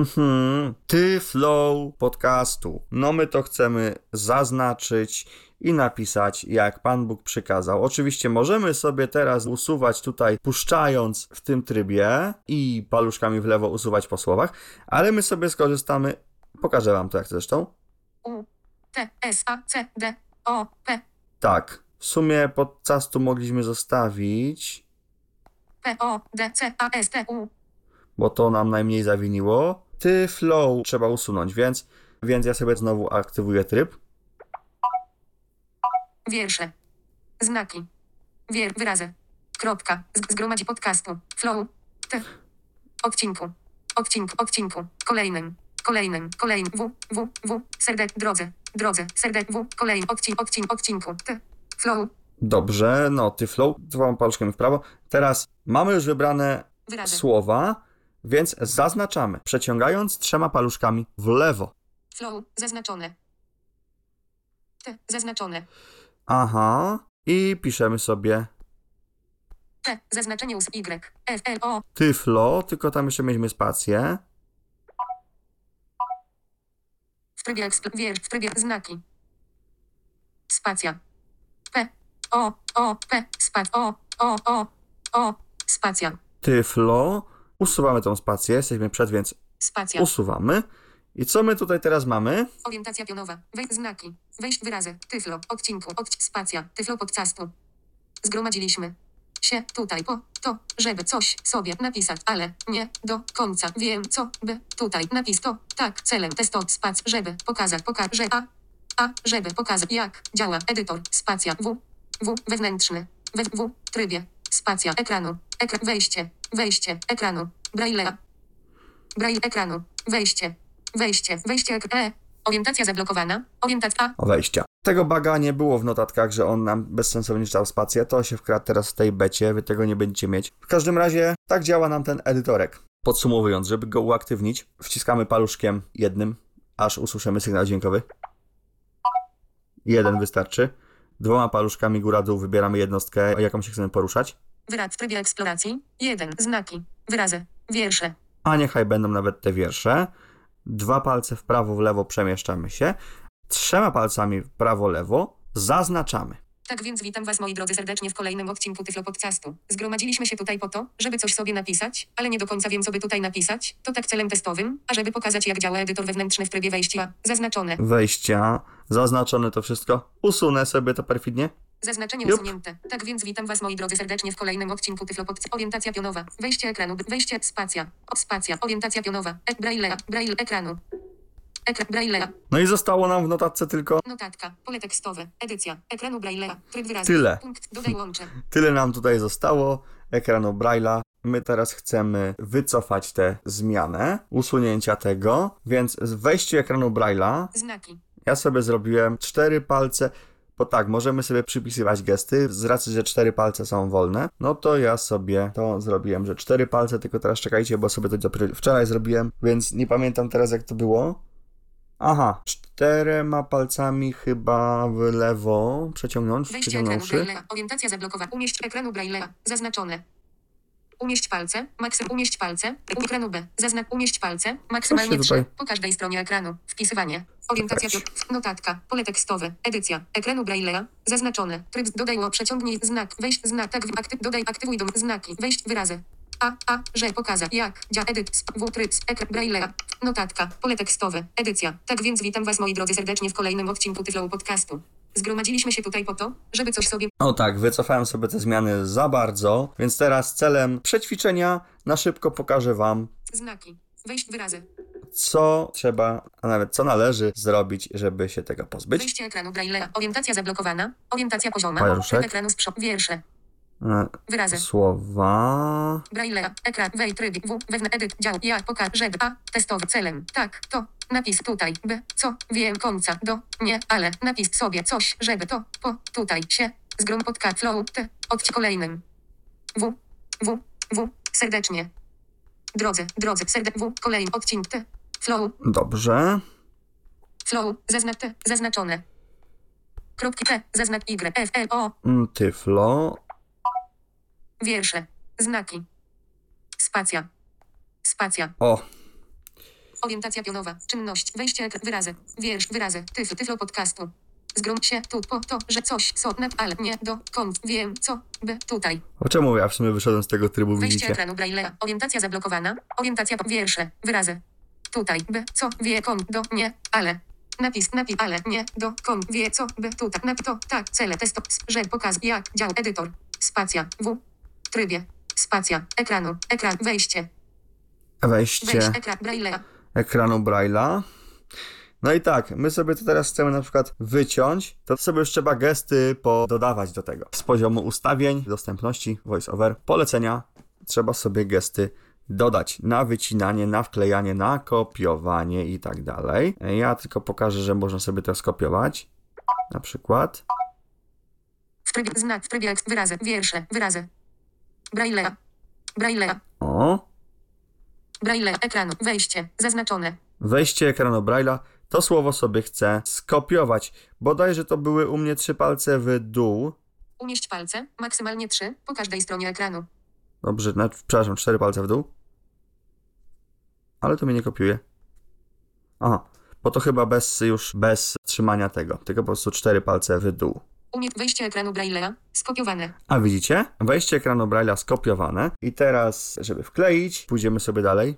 Mhm. Ty, flow podcastu. No my to chcemy zaznaczyć i napisać, jak Pan Bóg przykazał. Oczywiście możemy sobie teraz usuwać tutaj, puszczając w tym trybie i paluszkami w lewo usuwać po słowach, ale my sobie skorzystamy, pokażę Wam to jak zresztą. U, T, S, A, C, D, O, P, Tak, w sumie podczas tu mogliśmy zostawić, P, O, D, C, A, S, T, U. bo to nam najmniej zawiniło. Ty, flow trzeba usunąć, więc, więc ja sobie znowu aktywuję tryb. Wiersze. Znaki. Wier, wyrazy. Kropka. Z- zgromadzi podcastu. Flow. T. Odcinku. Odcinku. Odcinku. Kolejnym. Kolejnym. Kolejnym. W. W. W. Serdek. Drodze. Drodze. Serdek. W. Kolejny. Odcin. Odcin. Odcinku. T. Flow. Dobrze, no ty flow, dwoma paluszkami w prawo. Teraz mamy już wybrane Wyrazy. słowa, więc zaznaczamy, przeciągając trzema paluszkami w lewo. Flow. Zaznaczone. T. Zaznaczone. Aha, i piszemy sobie T. Zaznaczenie us Y. F. L. O. ty flow, tylko tam jeszcze mieliśmy spację. W trybie ekspl... Wier. W trybie znaki. Spacja. P. O. O. P. Spac. O. O. O. O. Spacja. Ty flow, usuwamy tą spację, jesteśmy przed, więc Spacja. usuwamy. I co my tutaj teraz mamy? Orientacja pionowa. Wejść znaki. Wejść wyrazy. Tyflo. Odcinku. Odc. Spacja. Tyflo podcastu. Zgromadziliśmy się tutaj po to, żeby coś sobie napisać, ale nie do końca wiem, co by tutaj napis to. Tak, celem testo spac, żeby pokazać, pokazać, że a, a, żeby pokazać, jak działa edytor, spacja, w, w, wewnętrzny, we, w, trybie, spacja, ekranu, ekran, wejście, wejście, ekranu, braille, braille, ekranu, wejście, wejście, wejście, ek- e, orientacja zablokowana, orientacja, a, Wejścia. Tego baga nie było w notatkach, że on nam bezsensownie czytał spację. To się wkradł teraz w tej becie, wy tego nie będziecie mieć. W każdym razie tak działa nam ten edytorek. Podsumowując, żeby go uaktywnić, wciskamy paluszkiem jednym, aż usłyszymy sygnał dźwiękowy. Jeden wystarczy. Dwoma paluszkami góra-dół wybieramy jednostkę, jaką się chcemy poruszać. wyraz w trybie eksploracji, jeden, znaki, wyrazy, wiersze, A niechaj będą nawet te wiersze. Dwa palce w prawo, w lewo przemieszczamy się. Trzema palcami w prawo, lewo zaznaczamy. Tak więc witam was, moi drodzy, serdecznie w kolejnym odcinku Tyflo Podcastu. Zgromadziliśmy się tutaj po to, żeby coś sobie napisać, ale nie do końca wiem, co by tutaj napisać. To tak celem testowym, a żeby pokazać, jak działa edytor wewnętrzny w trybie wejścia. Zaznaczone. Wejścia, zaznaczone to wszystko. Usunę sobie to perfidnie. Zaznaczenie Jup. usunięte. Tak więc witam was, moi drodzy, serdecznie w kolejnym odcinku Tyflo Podcastu. Orientacja pionowa. Wejście ekranu. Wejście spacja. O, spacja. Orientacja pionowa. E, braille. Braille ekranu. Ekran braille. No i zostało nam w notatce tylko Notatka. Pole tekstowe. Edycja. Ekranu braille. Tryb wyrazu. Tyle. Punkt. Dodaj łącze. tyle nam tutaj zostało ekranu Braille'a. My teraz chcemy wycofać tę zmianę, usunięcia tego, więc w wejściu ekranu Braille'a Znaki. ja sobie zrobiłem cztery palce Bo tak, możemy sobie przypisywać gesty. Z racji, że cztery palce są wolne, no to ja sobie to zrobiłem, że cztery palce, tylko teraz czekajcie, bo sobie to dopiero wczoraj zrobiłem, więc nie pamiętam teraz, jak to było. Aha, czterema palcami chyba w lewo przeciągnąć, Wejście ekranu przeciągnąwszy. Braille'a. Orientacja zablokowana. Umieść ekranu Braille'a. Zaznaczone. Umieść palce. Maksym. Umieść palce. U ekranu B. Zaznak. Umieść palce. Maksymalnie Co się trzy. tutaj- Po każdej stronie ekranu. Wpisywanie. Orientacja. Weź. pio- Notatka. Pole tekstowe. Edycja. Ekranu Braille'a. Zaznaczone. Tryb. Dodaj o przeciągnij znak. Wejść znak. Tak. Aktyw. Dodaj. Aktywuj dom. Znaki. Wejść wyrazy. A, A, że pokaza, jak, dzia, edyt, sp, w, tryb, sp, ekran, Braille'a, notatka, pole tekstowe, edycja. Tak więc witam was moi drodzy serdecznie w kolejnym odcinku Tyflow Podcastu. Zgromadziliśmy się tutaj po to, żeby coś sobie O tak, wycofałem sobie te zmiany za bardzo, więc teraz celem przećwiczenia na szybko pokażę wam, znaki, wejść wyrazy, co trzeba, a nawet co należy zrobić, żeby się tego pozbyć. wejście ekranu Braille'a, orientacja zablokowana, orientacja pozioma, Paluszek. tryb ekranu z przodu, wiersze, E, wyrazy, Słowa. Braille'a, ekran, wej, tryb, w, wewnę, edyt, dział, ja, pokaż, żeby, a, testowy, celem, tak, to, napis tutaj, b, co, wiem, końca, do, nie, ale, napis sobie, coś, żeby, to, po, tutaj, się, zgrom podcast, flow, t, odci kolejnym, w, w, w, serdecznie, drodzy, drodzy, serde, w, kolejny, odcinek, t, flow, Dobrze. flow, zaznak, t, zaznaczone, kropki, t, zaznak, y, f, l, o, Mm, Tyflo. wiersze, znaki, spacja, spacja, O, orientacja pionowa, czynność, wejście, ekran, wyrazy, wiersz, wyrazy, tyfl, tyflo podcastu. Zgrom się tu po to, że coś, co, nad, ale, nie, do, kąt, wiem, co, by, tutaj. o czemu ja w sumie wyszedłem z tego trybu, Wejście widzicie? ekranu Braille'a, orientacja zablokowana, orientacja, po- wiersze, wyrazy. Tutaj, by, co, wie, kąt, do, nie, ale. Napis, napis, ale, nie, do, kąt, wie, co, by, tutaj, na, to, tak, cele, testo, że, pokaz, jak, dział, edytor, spacja, w, trybie, spacja, ekranu, ekran, wejście, Wejście wejść, ekran Braille'a. ekranu Braille'a. No i tak, my sobie to teraz chcemy na przykład wyciąć, to sobie już trzeba gesty pododawać do tego. Z poziomu ustawień, dostępności, voiceover, polecenia, trzeba sobie gesty dodać na wycinanie, na wklejanie, na kopiowanie i tak dalej. Ja tylko pokażę, że można sobie to skopiować. Na przykład. W trybie znak, w trybie ekst, wyrazy, wiersze, wyrazy. Braille'a. Braille'a. O, Braille, ekranu, wejście, zaznaczone. wejście ekranu Braille'a. To słowo sobie chcę skopiować. Bodajże to były u mnie trzy palce w dół. Umieść palce, maksymalnie trzy, po każdej stronie ekranu. Dobrze, no, przepraszam, cztery palce w dół. Ale to mnie nie kopiuje. Aha, bo to chyba bez, już bez trzymania tego, tylko po prostu cztery palce w dół. Umie wejście ekranu Braille'a, skopiowane. A widzicie? Wejście ekranu Braille'a skopiowane. I teraz, żeby wkleić, pójdziemy sobie dalej.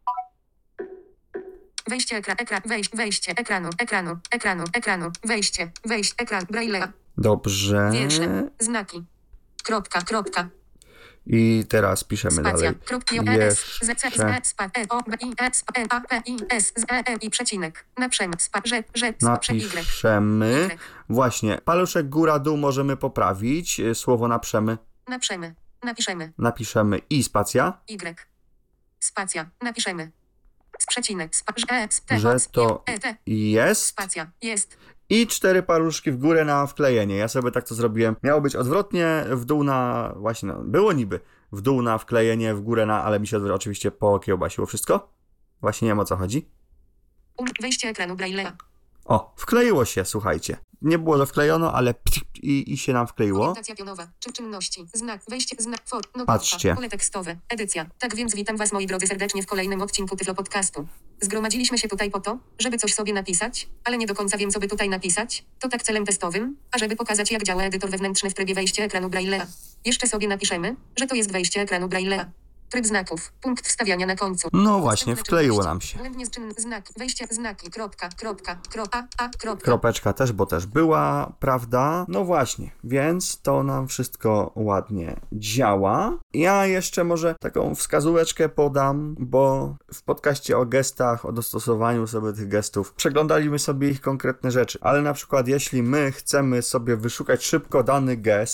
Wejście ekran, ekran, wejść, wejście ekranu, ekranu, ekranu, ekranu, wejście, wejść, ekran Braille'a. Dobrze. Wiersze, znaki. Kropka, kropka. I teraz piszemy Spacja, dalej. kropki, o, e, s, z, c, z, Jeszcze e, spa, e, o, b, i, e, spa, e, a, p, i, s, z, e, e, i przecinek. Naprzem, spa, że, że, spa, prze, y. napiszemy. Y. Właśnie, paluszek góra-dół możemy poprawić. y, Słowo naprzemy. Naprzemy, napiszemy. Napiszemy i spacja. Y. Spacja. Napiszemy. Przecinek. Spa, że, e, sp, te, Że os, to e, te. jest. Spacja. Jest. I cztery paluszki w górę na wklejenie. Ja sobie tak to zrobiłem. Miało być odwrotnie, w dół na... Właśnie, no, było niby. W dół na wklejenie, w górę na... Ale mi się odwrotnie oczywiście pokiełbasiło wszystko. Właśnie nie wiem, o co chodzi. Um, wejście ekranu Braille'a. O, wkleiło się, słuchajcie. Nie było, że wklejono, ale ptik i, i się nam wkleiło. Orientacja pionowa. Czy czynności. Znak. Wejście. Znak. For. Notatka. Patrzcie. Pole tekstowe. Edycja. Tak więc witam was moi drodzy serdecznie w kolejnym odcinku Tyflo Podcastu. Zgromadziliśmy się tutaj po to, żeby coś sobie napisać, ale nie do końca wiem co by tutaj napisać. To tak celem testowym, a żeby pokazać jak działa edytor wewnętrzny w trybie wejście ekranu Braille'a. Jeszcze sobie napiszemy, że to jest wejście ekranu Braille'a. Tryb znaków. Punkt wstawiania na końcu. No właśnie, Podstępne wkleiło czynności. nam się. Błędnie z czyn znaki. Wejście. Znaki. Kropka. Kropka. Kropka. A. Kropka. Kropeczka też, bo też była, prawda? No właśnie, więc to nam wszystko ładnie działa. Ja jeszcze może taką wskazóweczkę podam, bo w podcaście o gestach, o dostosowaniu sobie tych gestów, przeglądaliśmy sobie ich konkretne rzeczy, ale na przykład jeśli my chcemy sobie wyszukać szybko dany gest,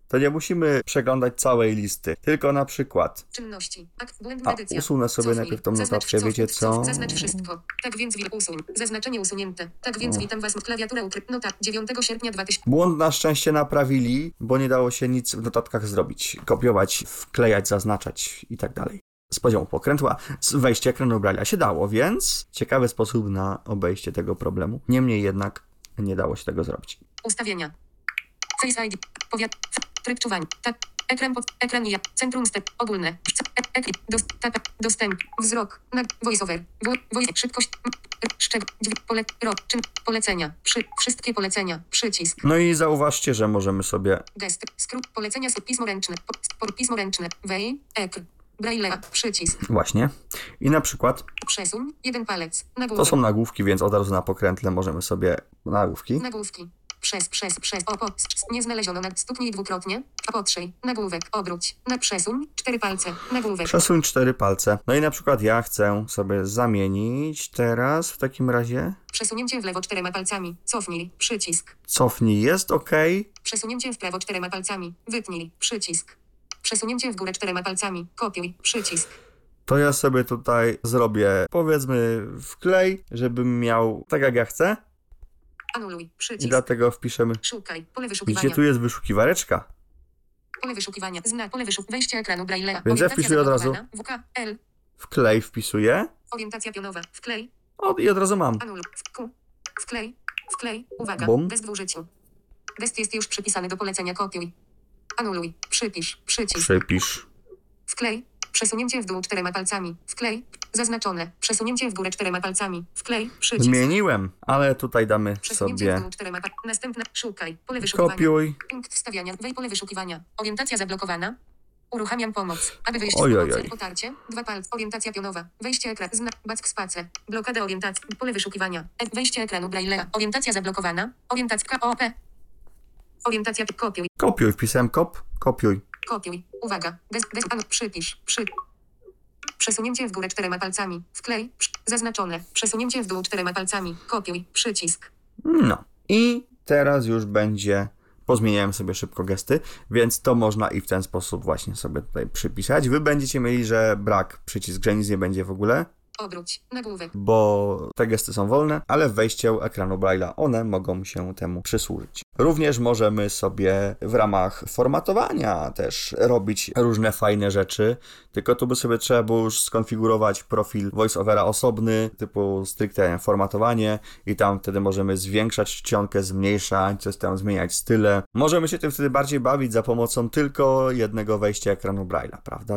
to nie musimy przeglądać całej listy, tylko na przykład... Czynności. Akt, błędna A, edycja. usunę sobie Cofnij. najpierw tą Zaznacz, notatkę, cofnij, wiecie co? cof, Zaznacz wszystko. Tak więc wi- usuń. Zaznaczenie usunięte. Tak więc O. witam was. Klawiatura ukry... Nota. dziewiątego sierpnia dwa tysiące. Błąd na szczęście naprawili, bo nie dało się nic w notatkach zrobić. Kopiować, wklejać, zaznaczać i tak dalej. Z poziomu pokrętła z wejście ekranu Braille'a się dało, więc ciekawy sposób na obejście tego problemu. Niemniej jednak nie dało się tego zrobić. Ustawienia. Face I D. Powiat. Tryb czuwania. Tak. Ekran pod. Ekran ja. Centrum step. Ogólne. Ekran. Dos, tap, dostęp. Wzrok. Nag. Voiceover. Voice. Szybkość. Szczeg. Dźwięk. Pole. Rok. Czyn. Polecenia. Przy. Wszystkie polecenia. Przycisk. No i zauważcie, że możemy sobie... Gest. Skrót. Polecenia. Pismo ręczne. Po, pismo ręczne. Wej. Ekr. Braille. Przycisk. Właśnie. I na przykład Przesuń. Jeden palec. Nagłówek. to są nagłówki, więc od razu na pokrętle możemy sobie nagłówki. Nagłówki. Przez, przez, przez. O, po, nie znaleziono. Na, stuknij dwukrotnie. Potrzyj. Nagłówek. Obróć. Na przesuń. Cztery palce. Nagłówek. Przesuń cztery palce. No i na przykład ja chcę sobie zamienić teraz w takim razie. Przesunięcie w lewo czterema palcami. Cofnij. Przycisk. Cofnij jest ok. Przesunięcie w prawo czterema palcami. Wytnij. Przycisk. Przesunięcie w górę czterema palcami. Kopiuj. Przycisk. To ja sobie tutaj zrobię, powiedzmy, wklej, żebym miał tak jak ja chcę. Anuluj. I Przycisk. dlatego wpiszemy. Szukaj. Pole wyszukiwania. Widzicie, tu jest wyszukiwareczka. Pole wyszukiwania. Znak. Pole wyszukiwania. Wejście ekranu Braille'a. Więc ja wpisuję od razu. W K L. Wklej wpisuję. Orientacja pionowa. Wklej. O, i od razu mam. Anuluj. W Q. Wklej. Wklej. Uwaga. Bum. Gest w użyciu. Gest jest już przypisany do polecenia. Kopiuj. Anuluj. Przypisz. Przycisk. Przypisz. Wklej. Przesunięcie w dół czterema palcami. Wklej. Zaznaczone. Przesunięcie w górę czterema palcami. Wklej. Przycisk. Zmieniłem, ale tutaj damy Przesunięcie w sobie dół czterema palcami. Następna. Szukaj. Pole wyszukiwania. kopiuj. Punkt wstawiania. Wej pole wyszukiwania. Orientacja zablokowana. Uruchamiam pomoc. Aby wyjść Oj, z oj, pomocy. oj. Potarcie. Dwa palce. Orientacja pionowa. Wejście ekran. Znak. Back spacer. Blokada orientacji. Pole wyszukiwania. E- wejście ekranu Braille'a. Orientacja zablokowana. Orientacja K O P. Orientacja. Kopiuj. Kopiuj. Wpisałem kop. Kopiuj. Kopiuj. Uwaga. Gest. Gest. Anu. Przypisz. Przy. Przesunięcie w górę czterema palcami. Wklej. Przy. Zaznaczone. Przesunięcie w dół czterema palcami. Kopiuj. Przycisk. No. I teraz już będzie... Pozmieniałem sobie szybko gesty, więc to można i w ten sposób właśnie sobie tutaj przypisać. Wy będziecie mieli, że brak przycisk, że nic nie będzie w ogóle, Obróć. Nagłówek. bo te gesty są wolne, ale w wejściu ekranu Braille'a one mogą się temu przysłużyć. Również możemy sobie w ramach formatowania też robić różne fajne rzeczy, tylko tu by sobie trzeba było już skonfigurować profil VoiceOvera osobny, typu stricte formatowanie i tam wtedy możemy zwiększać czcionkę, zmniejszać, coś tam zmieniać style. Możemy się tym wtedy bardziej bawić za pomocą tylko jednego wejścia ekranu Braille'a, prawda?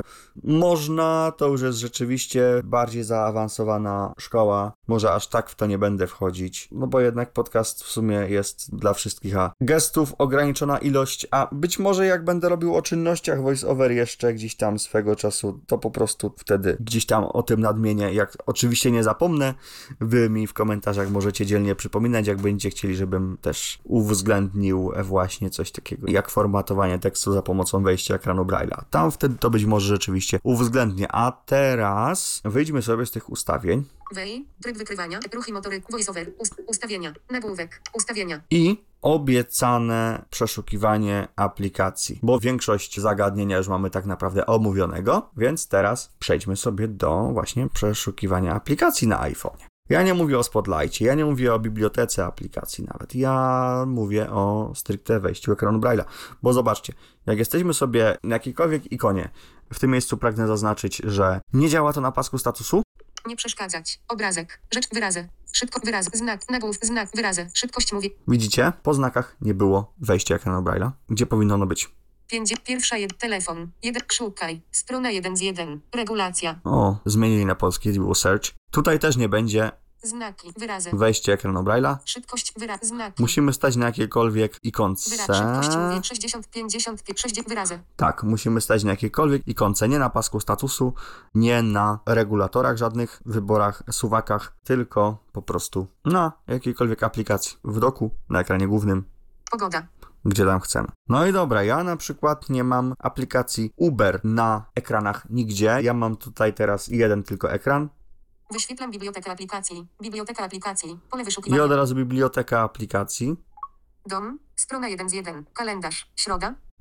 Można, to już jest rzeczywiście bardziej zaawansowana szkoła, może aż tak w to nie będę wchodzić, no bo jednak podcast w sumie jest dla wszystkich, a gestów ograniczona ilość, a być może jak będę robił o czynnościach VoiceOver jeszcze gdzieś tam swego czasu, to po prostu wtedy gdzieś tam o tym nadmienię, jak oczywiście nie zapomnę, wy mi w komentarzach możecie dzielnie przypominać, jak będziecie chcieli, żebym też uwzględnił właśnie coś takiego, jak formatowanie tekstu za pomocą wejścia ekranu Braille'a. Tam wtedy to być może rzeczywiście uwzględnię, a teraz wyjdźmy sobie z tych ustawień. Wej. Tryb wykrywania. Ruchy motory. VoiceOver. Ust- ustawienia. Nagłówek. Ustawienia. I obiecane przeszukiwanie aplikacji, bo większość zagadnienia już mamy tak naprawdę omówionego, więc teraz przejdźmy sobie do właśnie przeszukiwania aplikacji na iPhone'ie. Ja nie mówię o Spotlightie, ja nie mówię o bibliotece aplikacji nawet, ja mówię o stricte wejściu ekranu Braille'a, bo zobaczcie, jak jesteśmy sobie na jakiejkolwiek ikonie, w tym miejscu pragnę zaznaczyć, że nie działa to na pasku statusu. Nie przeszkadzać. Obrazek. Rzecz. Wyrazy. Szybko. Wyrazy. Znak. Nagłów. Znak. Wyrazy. Szybkość mówi. Widzicie? Po znakach nie było wejścia ekranu Braille'a. Gdzie powinno ono być? Pięć. Pierwsza jed. Telefon. Jeden. Szukaj. Strona jeden z jeden. Regulacja. O, zmienili na polski, było search. Tutaj też nie będzie Znaki. Wyrazy. wejście ekranu Braille'a. Szybkość. Wyrazy. Znaki. Musimy stać na jakiejkolwiek ikonce. Wyrazy. Szybkość mówi. sześćdziesiąt, pięćdziesiąt, sześćdziesiąt. Wyrazy. Tak, musimy stać na jakiejkolwiek ikonce, nie na pasku statusu, nie na regulatorach żadnych, wyborach, suwakach, tylko po prostu na jakiejkolwiek aplikacji w doku, na ekranie głównym, Pogoda. gdzie tam chcemy. No i dobra, ja na przykład nie mam aplikacji Uber na ekranach nigdzie. Ja mam tutaj teraz jeden tylko ekran. Wyświetlam bibliotekę aplikacji. Biblioteka aplikacji. Pole I wyszukiwania. od razu biblioteka aplikacji. Dom. Strona jeden z jeden. Kalendarz. Środa.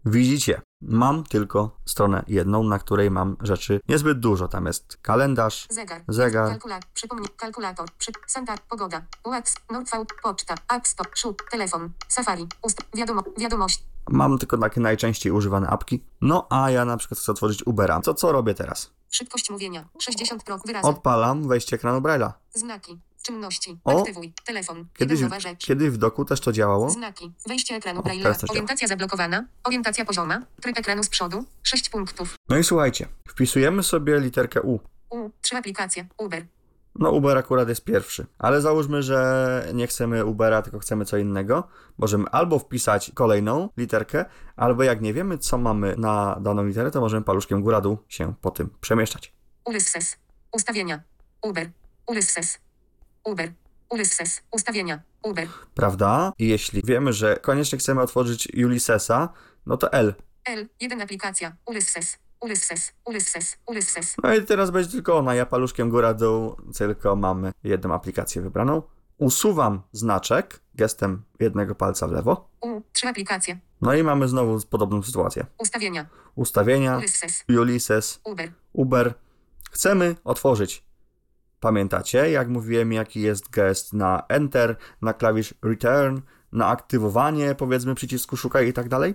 Widzicie, mam tylko stronę jedną, na której mam rzeczy niezbyt dużo. Tam jest kalendarz, Zegar. zegar. Kalkulator. Przypomnij. Kalkulator. Przy... Santa. Pogoda. Wax. Nordv. Poczta. App Store. Szuk. Telefon. Safari. Ust. Wiadomo. Wiadomość. Mam tylko takie najczęściej używane apki. No a ja na przykład chcę otworzyć Ubera. Co, co robię teraz? Szybkość mówienia. sześćdziesiąt procent wyrazu. Odpalam wejście ekranu Braille'a. Znaki. Czynności. O! Aktywuj. Telefon. Kiedyś, Jeden nowa rzecz. kiedyś w doku też to działało. Znaki. Wejście ekranu O, Braille'a. teraz to działa. Orientacja zablokowana. Orientacja pozioma. Tryb ekranu z przodu. sześć punktów. No i słuchajcie, wpisujemy sobie literkę U. U. Trzy aplikacje. Uber. No Uber akurat jest pierwszy, ale załóżmy, że nie chcemy Ubera, tylko chcemy co innego. Możemy albo wpisać kolejną literkę, albo jak nie wiemy, co mamy na daną literę, to możemy paluszkiem góra-dół się po tym przemieszczać. Ulysses. Ustawienia. Uber. Ulysses. Uber. Ulysses. Ustawienia. Uber. Prawda? I jeśli wiemy, że koniecznie chcemy otworzyć Ulyssesa, no to L. L. Jeden aplikacja. Ulysses. Ulysses. Ulysses. Ulysses. No i teraz będzie tylko ona. Ja paluszkiem góra-dół, tylko mamy jedną aplikację wybraną. Usuwam znaczek gestem jednego palca w lewo. U. Trzy aplikacje. No i mamy znowu podobną sytuację. Ustawienia. Ustawienia, Ulysses. Ulysses, Uber. Uber. Chcemy otworzyć. Pamiętacie, jak mówiłem, jaki jest gest na Enter, na klawisz Return, na aktywowanie, powiedzmy, przycisku szukaj i tak dalej?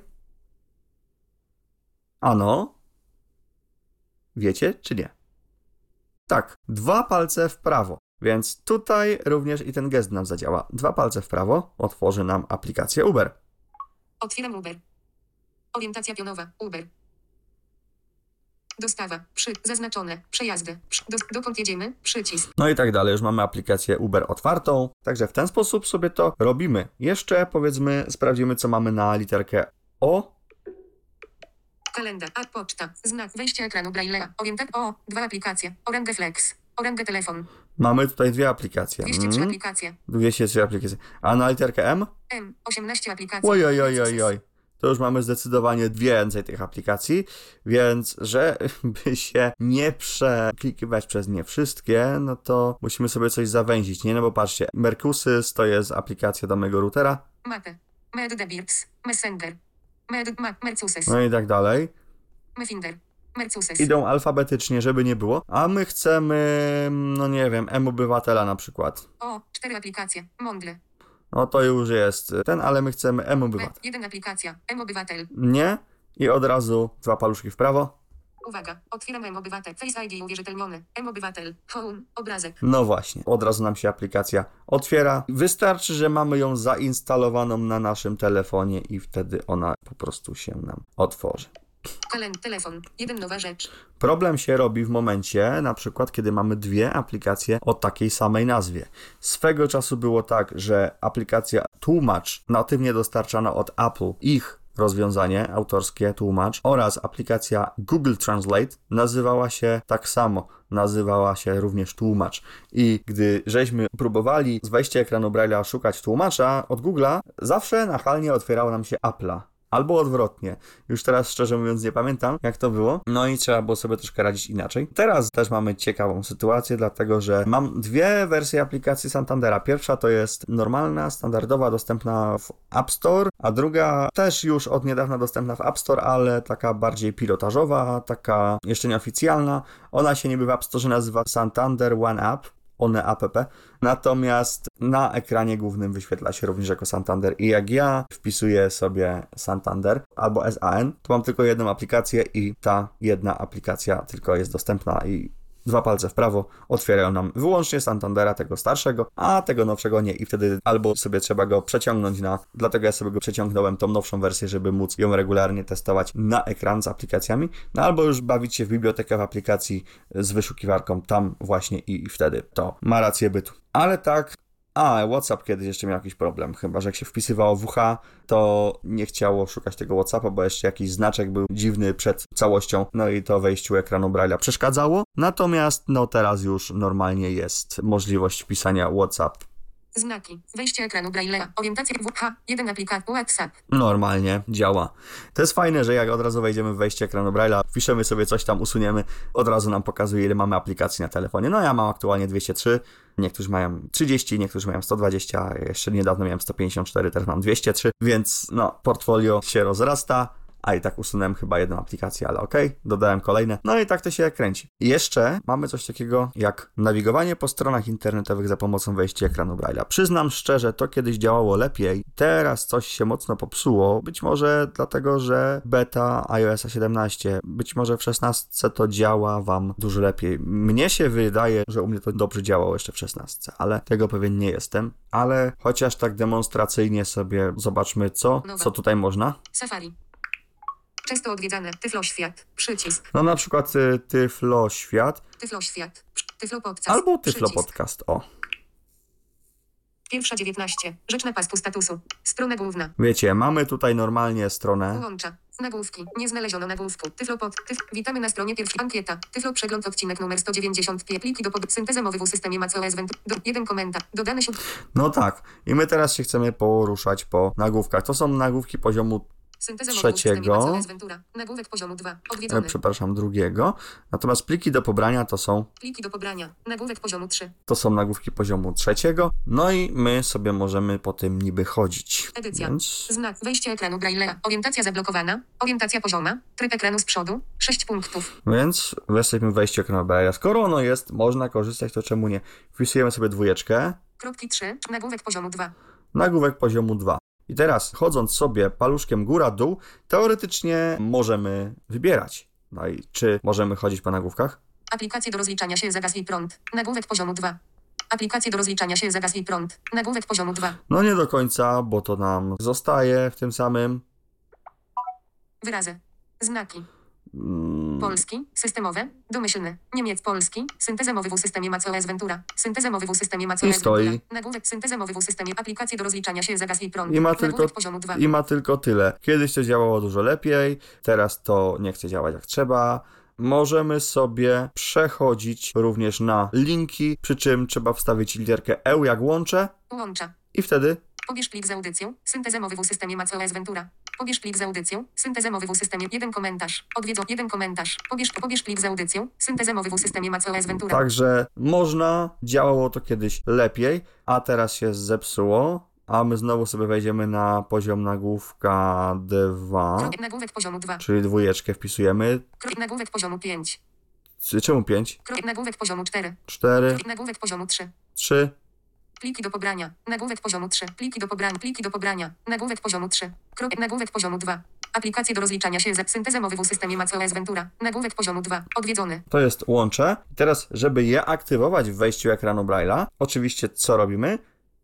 Ano? Wiecie, czy nie? Tak, dwa palce w prawo, więc tutaj również i ten gest nam zadziała. Dwa palce w prawo otworzy nam aplikację Uber. Otwieram Uber. Orientacja pionowa. Uber. Dostawa. Przy. Zaznaczone. Przejazdy. Przy, do, dokąd jedziemy? Przycisk. No i tak dalej. Już mamy aplikację Uber otwartą. Także w ten sposób sobie to robimy. Jeszcze powiedzmy sprawdzimy, co mamy na literkę O. Kalendarz. A poczta. Znak. Wejście ekranu Braille'a. Orientacja. O. Dwa aplikacje. Orange Flex. Orange Telefon. Mamy tutaj dwie aplikacje. dwieście trzy Mm. aplikacje. dwieście trzy aplikacje. A na literkę M? M. osiemnaście aplikacji. Oj, oj, oj, oj, oj. To już mamy zdecydowanie więcej tych aplikacji, więc żeby się nie przeklikiwać przez nie wszystkie, no to musimy sobie coś zawęzić, nie? No bo patrzcie, Mercusys to jest aplikacja do mojego routera, Mapy. Meddebirs. Messenger. Med. Ma. Mercuses. no i tak dalej. Mefinder. Mercuses. Idą alfabetycznie, żeby nie było, a my chcemy, no nie wiem, M-Obywatela na przykład. O. Cztery aplikacje. Mondle. No to już jest ten, ale my chcemy M-Obywatel. Jeden aplikacja. M-Obywatel. Nie? I od razu dwa paluszki w prawo. Uwaga. Otwieram M-Obywatel. Face I D uwierzytelniony. M-Obywatel. Home. Obrazek. No właśnie, od razu nam się aplikacja otwiera. Wystarczy, że mamy ją zainstalowaną na naszym telefonie i wtedy ona po prostu się nam otworzy. Kalend. Telefon. Jeden nowa rzecz. Problem się robi w momencie, na przykład, kiedy mamy dwie aplikacje o takiej samej nazwie. Swego czasu było tak, że aplikacja Tłumacz, natywnie dostarczana od Apple, ich rozwiązanie autorskie Tłumacz oraz aplikacja Google Translate nazywała się tak samo, nazywała się również Tłumacz. I gdy żeśmy próbowali z wejścia ekranu Braille'a szukać tłumacza od Google'a, zawsze nachalnie otwierało nam się Apple'a. Albo odwrotnie. Już teraz szczerze mówiąc nie pamiętam, jak to było. No i trzeba było sobie troszkę radzić inaczej. Teraz też mamy ciekawą sytuację, dlatego że mam dwie wersje aplikacji Santandera. Pierwsza to jest normalna, standardowa, dostępna w App Store, a druga też już od niedawna dostępna w App Store, ale taka bardziej pilotażowa, taka jeszcze nieoficjalna. Ona się niby w App Store nazywa Santander One App. One app, natomiast na ekranie głównym wyświetla się również jako Santander i jak ja wpisuję sobie Santander albo S A N, to mam tylko jedną aplikację i ta jedna aplikacja tylko jest dostępna i dwa palce w prawo otwierają nam wyłącznie Santandera, tego starszego, a tego nowszego nie i wtedy albo sobie trzeba go przeciągnąć na, dlatego ja sobie go przeciągnąłem tą nowszą wersję, żeby móc ją regularnie testować na ekran z aplikacjami, no albo już bawić się w bibliotekę w aplikacji z wyszukiwarką tam właśnie i wtedy to ma rację bytu. Ale tak, a WhatsApp kiedyś jeszcze miał jakiś problem, chyba że jak się wpisywało W H, to nie chciało szukać tego WhatsAppa, bo jeszcze jakiś znaczek był dziwny przed całością, no i to wejściu ekranu Braille'a przeszkadzało. Natomiast no teraz już normalnie jest możliwość wpisania WhatsApp. Znaki. Wejście ekranu Braille'a. Orientacja W H. Jeden aplikacja. WhatsApp. Normalnie działa. To jest fajne, że jak od razu wejdziemy w wejście ekranu Braille'a, wpiszemy sobie coś tam, usuniemy, od razu nam pokazuje, ile mamy aplikacji na telefonie. No ja mam aktualnie dwieście trzy, niektórzy mają trzydzieści, niektórzy mają sto dwadzieścia, jeszcze niedawno miałem sto pięćdziesiąt cztery, teraz mam dwieście trzy, więc no portfolio się rozrasta, a i tak usunąłem chyba jedną aplikację, ale okej, okay, dodałem kolejne. No i tak to się kręci. I jeszcze mamy coś takiego jak nawigowanie po stronach internetowych za pomocą wejścia ekranu Braille'a. Przyznam szczerze, to kiedyś działało lepiej, teraz coś się mocno popsuło, być może dlatego, że beta iOS siedemnaście, być może w szesnastce to działa wam dużo lepiej. Mnie się wydaje, że u mnie to dobrze działało jeszcze w szesnastce, ale tego pewien nie jestem. Ale chociaż tak demonstracyjnie sobie zobaczmy, co, co tutaj można. Safari. Często odwiedzane. Tyfloświat. Przycisk. No na przykład y, Tyfloświat. Tyfloświat. Tyflo podcast. Albo Tyflo Przycisk. Podcast, o. Pierwsza dziewiętnaście. Rzecz na pasku statusu. Strona główna. Wiecie, mamy tutaj normalnie stronę. Łącza. Nagłówki. Nie znaleziono nagłówku. Tyflo pod. Tyf. Witamy na stronie pierwszej. Ankieta. Tyflo przegląd odcinek numer sto dziewięćdziesiąt pięć. Pliki do pod. Synteza mowy w systemie macOS Ventura. Do, jeden komentarz. Dodane się. No tak. I my teraz się chcemy poruszać po nagłówkach. To są nagłówki poziomu Synteza mowy w systemie trzeciego. macOS Ventura. Nagłówek poziomu dwa. E, Odwiedzony. przepraszam, drugiego. Natomiast pliki do pobrania to są Pliki do pobrania. Nagłówek poziomu trzy. to są nagłówki poziomu trzeciego. No i my sobie możemy po tym niby chodzić. Edycja. Więc Znak. Wejście ekranu Braille'a. Orientacja zablokowana. Orientacja pozioma. Tryb ekranu z przodu. sześć punktów. Więc jesteśmy w wejściu ekranu Braille'a. Skoro ono jest, można korzystać, to czemu nie? Wpisujemy sobie dwójeczkę. Kropki trzy. Nagłówek poziomu dwa. Nagłówek poziomu dwa. I teraz, chodząc sobie paluszkiem góra-dół, teoretycznie możemy wybierać. No i czy możemy chodzić po nagłówkach? Aplikacje do rozliczania się zagasł jej prąd. Nagłówek poziomu dwa. Aplikacje do rozliczania się zagasł jej prąd. Nagłówek poziomu dwa. No nie do końca, bo to nam zostaje w tym samym. Wyrazy. Znaki. Mm, Polski. Systemowe. Domyślny. Niemiec polski. Synteza mowy w systemie macOS Ventura. Synteza mowy w systemie macOS I stoi. Ventura. Nagłówek. Synteza mowy w systemie. Aplikacje do rozliczania się zagasł jej prąd. I ma Nagłówek tylko, poziomu dwa. I ma tylko tyle. Kiedyś to działało dużo lepiej, teraz to nie chce działać jak trzeba. Możemy sobie przechodzić również na linki, przy czym trzeba wstawić literkę E jak łącze Łącza. i wtedy Pobierz plik z audycją. Synteza mowy w systemie macOS Ventura. Pobierz plik z audycją. Synteza mowy w systemie. Jeden komentarz. Odwiedzą. Jeden komentarz. Pobierz, pobierz plik z audycją. Synteza mowy w systemie macOS Ventura. Także można, działało to kiedyś lepiej, a teraz się zepsuło, a my znowu sobie wejdziemy na poziom nagłówka dwa, Krok, nagłówek poziomu dwa. czyli dwójeczkę wpisujemy. Krok, nagłówek poziomu pięć. Czemu pięć? Krok, nagłówek poziomu cztery. cztery, Krok, nagłówek poziomu trzy. trzy. Pliki do pobrania. Nagłówek poziomu trzy. Pliki do pobrania. Pliki do pobrania. Nagłówek poziomu trzy. Krok, nagłówek poziomu dwa. Aplikacje do rozliczania się za syntezę mowy w systemie macOS Ventura. Nagłówek poziomu dwa. Odwiedzony. To jest łącze. I teraz, żeby je aktywować w wejściu ekranu Braille'a, oczywiście co robimy?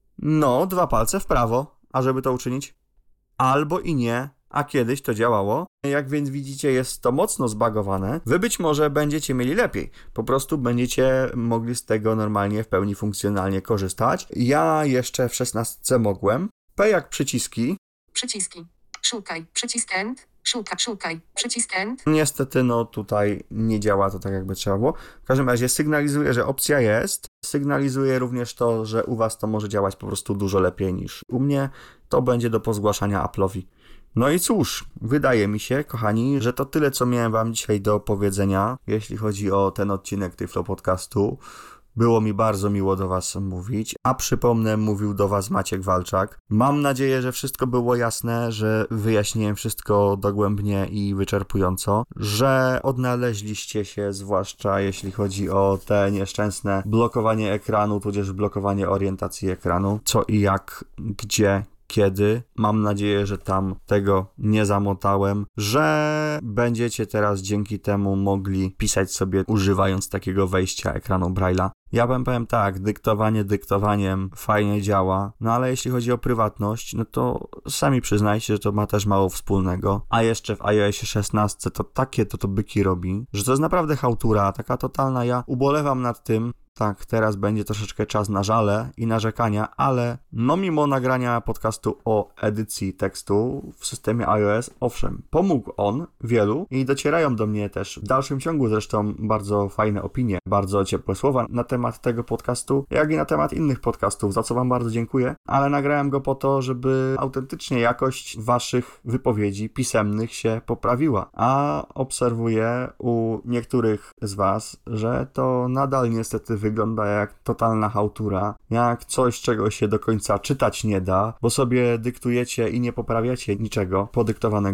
No, dwa palce w prawo. A żeby to uczynić? Albo i nie, a kiedyś to działało. Jak więc widzicie, jest to mocno zbagowane. Wy być może będziecie mieli lepiej. Po prostu będziecie mogli z tego normalnie, w pełni funkcjonalnie korzystać. Ja jeszcze w szesnastce mogłem. P jak przyciski. Przyciski. Szukaj. Przycisk End. Szukaj. Szukaj. Przycisk End. Niestety, no tutaj nie działa to tak, jakby trzeba było. W każdym razie sygnalizuje, że opcja jest. Sygnalizuje również to, że u was to może działać po prostu dużo lepiej niż u mnie. To będzie do pozgłaszania Apple'owi. No i cóż, wydaje mi się, kochani, że to tyle, co miałem wam dzisiaj do powiedzenia, jeśli chodzi o ten odcinek Tyflo Podcastu. Było mi bardzo miło do was mówić, a przypomnę, mówił do was Maciek Walczak. Mam nadzieję, że wszystko było jasne, że wyjaśniłem wszystko dogłębnie i wyczerpująco, że odnaleźliście się, zwłaszcza jeśli chodzi o te nieszczęsne blokowanie ekranu, tudzież blokowanie orientacji ekranu, co i jak, gdzie, kiedy. Mam nadzieję, że tam tego nie zamotałem, że będziecie teraz dzięki temu mogli pisać sobie używając takiego wejścia ekranu Braille'a. Ja bym powiem tak, dyktowanie dyktowaniem fajnie działa, no ale jeśli chodzi o prywatność, no to sami przyznajcie, że to ma też mało wspólnego. A jeszcze w iOSie szesnastce to takie to to byki robi, że to jest naprawdę chałtura, taka totalna. Ja ubolewam nad tym. Tak, teraz będzie troszeczkę czas na żale i narzekania, ale no mimo nagrania podcastu o edycji tekstu w systemie iOS, owszem, pomógł on wielu i docierają do mnie też w dalszym ciągu zresztą bardzo fajne opinie, bardzo ciepłe słowa na temat tego podcastu, jak i na temat innych podcastów, za co wam bardzo dziękuję, ale nagrałem go po to, żeby autentycznie jakość waszych wypowiedzi pisemnych się poprawiła, a obserwuję u niektórych z was, że to nadal niestety wygląda jak totalna chałtura, jak coś, czego się do końca czytać nie da, bo sobie dyktujecie i nie poprawiacie niczego podyktowanego.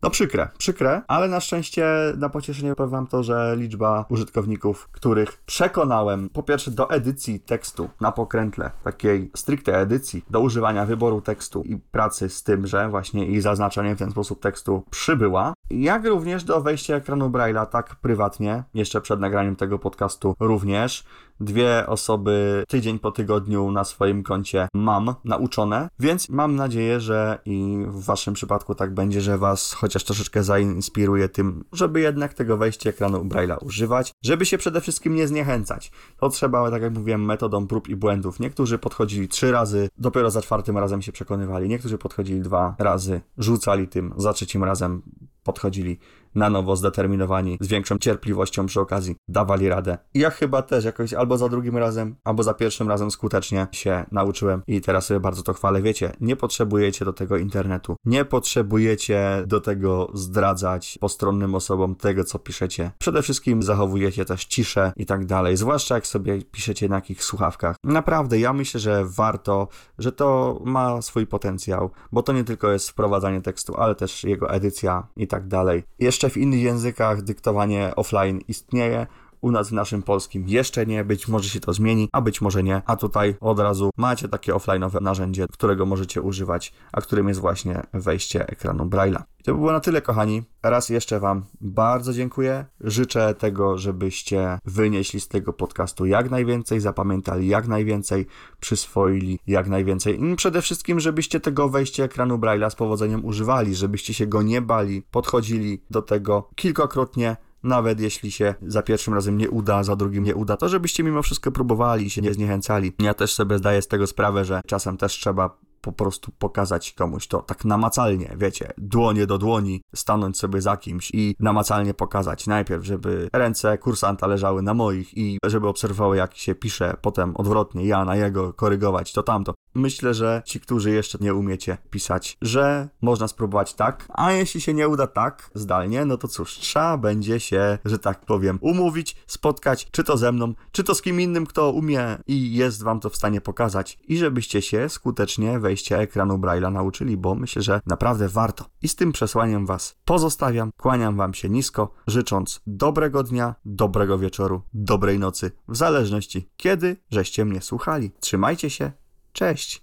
No przykre, przykre, ale na szczęście, na pocieszenie powiem wam to, że liczba użytkowników, których przekonałem po pierwsze do edycji tekstu na pokrętle, takiej stricte edycji, do używania wyboru tekstu i pracy z tymże właśnie i zaznaczania w ten sposób tekstu przybyła, jak również do wejścia ekranu Braille'a tak prywatnie, jeszcze przed nagraniem tego podcastu również. Dwie osoby tydzień po tygodniu na swoim koncie mam nauczone, więc mam nadzieję, że i w waszym przypadku tak będzie, że was chociaż troszeczkę zainspiruje tym, żeby jednak tego wejścia ekranu Braille'a używać, żeby się przede wszystkim nie zniechęcać. To trzeba, tak jak mówiłem, metodą prób i błędów. Niektórzy podchodzili trzy razy, dopiero za czwartym razem się przekonywali, niektórzy podchodzili dwa razy, rzucali tym, za trzecim razem podchodzili na nowo zdeterminowani, z większą cierpliwością przy okazji, dawali radę. I ja chyba też jakoś albo za drugim razem, albo za pierwszym razem skutecznie się nauczyłem i teraz sobie bardzo to chwalę. Wiecie, nie potrzebujecie do tego internetu, nie potrzebujecie do tego zdradzać postronnym osobom tego, co piszecie. Przede wszystkim zachowujecie też ciszę i tak dalej, zwłaszcza jak sobie piszecie na jakich słuchawkach. Naprawdę, ja myślę, że warto, że to ma swój potencjał, bo to nie tylko jest wprowadzanie tekstu, ale też jego edycja i tak dalej. Jeszcze w innych językach dyktowanie offline istnieje, u nas w naszym polskim jeszcze nie, być może się to zmieni, a być może nie, a tutaj od razu macie takie offline'owe narzędzie, którego możecie używać, a którym jest właśnie wejście ekranu Braille'a. I to by było na tyle, kochani. Raz jeszcze wam bardzo dziękuję. Życzę tego, żebyście wynieśli z tego podcastu jak najwięcej, zapamiętali jak najwięcej, przyswoili jak najwięcej. I przede wszystkim, żebyście tego wejścia ekranu Braille'a z powodzeniem używali, żebyście się go nie bali, podchodzili do tego kilkakrotnie. Nawet jeśli się za pierwszym razem nie uda, za drugim nie uda, to żebyście mimo wszystko próbowali i się nie zniechęcali. Ja też sobie zdaję z tego sprawę, że czasem też trzeba po prostu pokazać komuś to tak namacalnie, wiecie, dłonie do dłoni, stanąć sobie za kimś i namacalnie pokazać. Najpierw, żeby ręce kursanta leżały na moich i żeby obserwowały, jak się pisze, potem odwrotnie, ja na jego, korygować to tamto. Myślę, że ci, którzy jeszcze nie umiecie pisać, że można spróbować tak, a jeśli się nie uda tak, zdalnie, no to cóż, trzeba będzie się, że tak powiem, umówić, spotkać, czy to ze mną, czy to z kim innym, kto umie i jest wam to w stanie pokazać i żebyście się skutecznie wejścia ekranu Braille'a nauczyli, bo myślę, że naprawdę warto. I z tym przesłaniem was pozostawiam, kłaniam wam się nisko, życząc dobrego dnia, dobrego wieczoru, dobrej nocy, w zależności kiedy żeście mnie słuchali. Trzymajcie się. Cześć!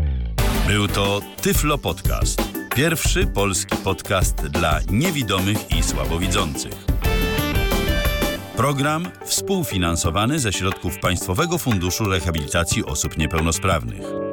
Był to Tyflo Podcast. Pierwszy polski podcast dla niewidomych i słabowidzących. Program współfinansowany ze środków Państwowego Funduszu Rehabilitacji Osób Niepełnosprawnych.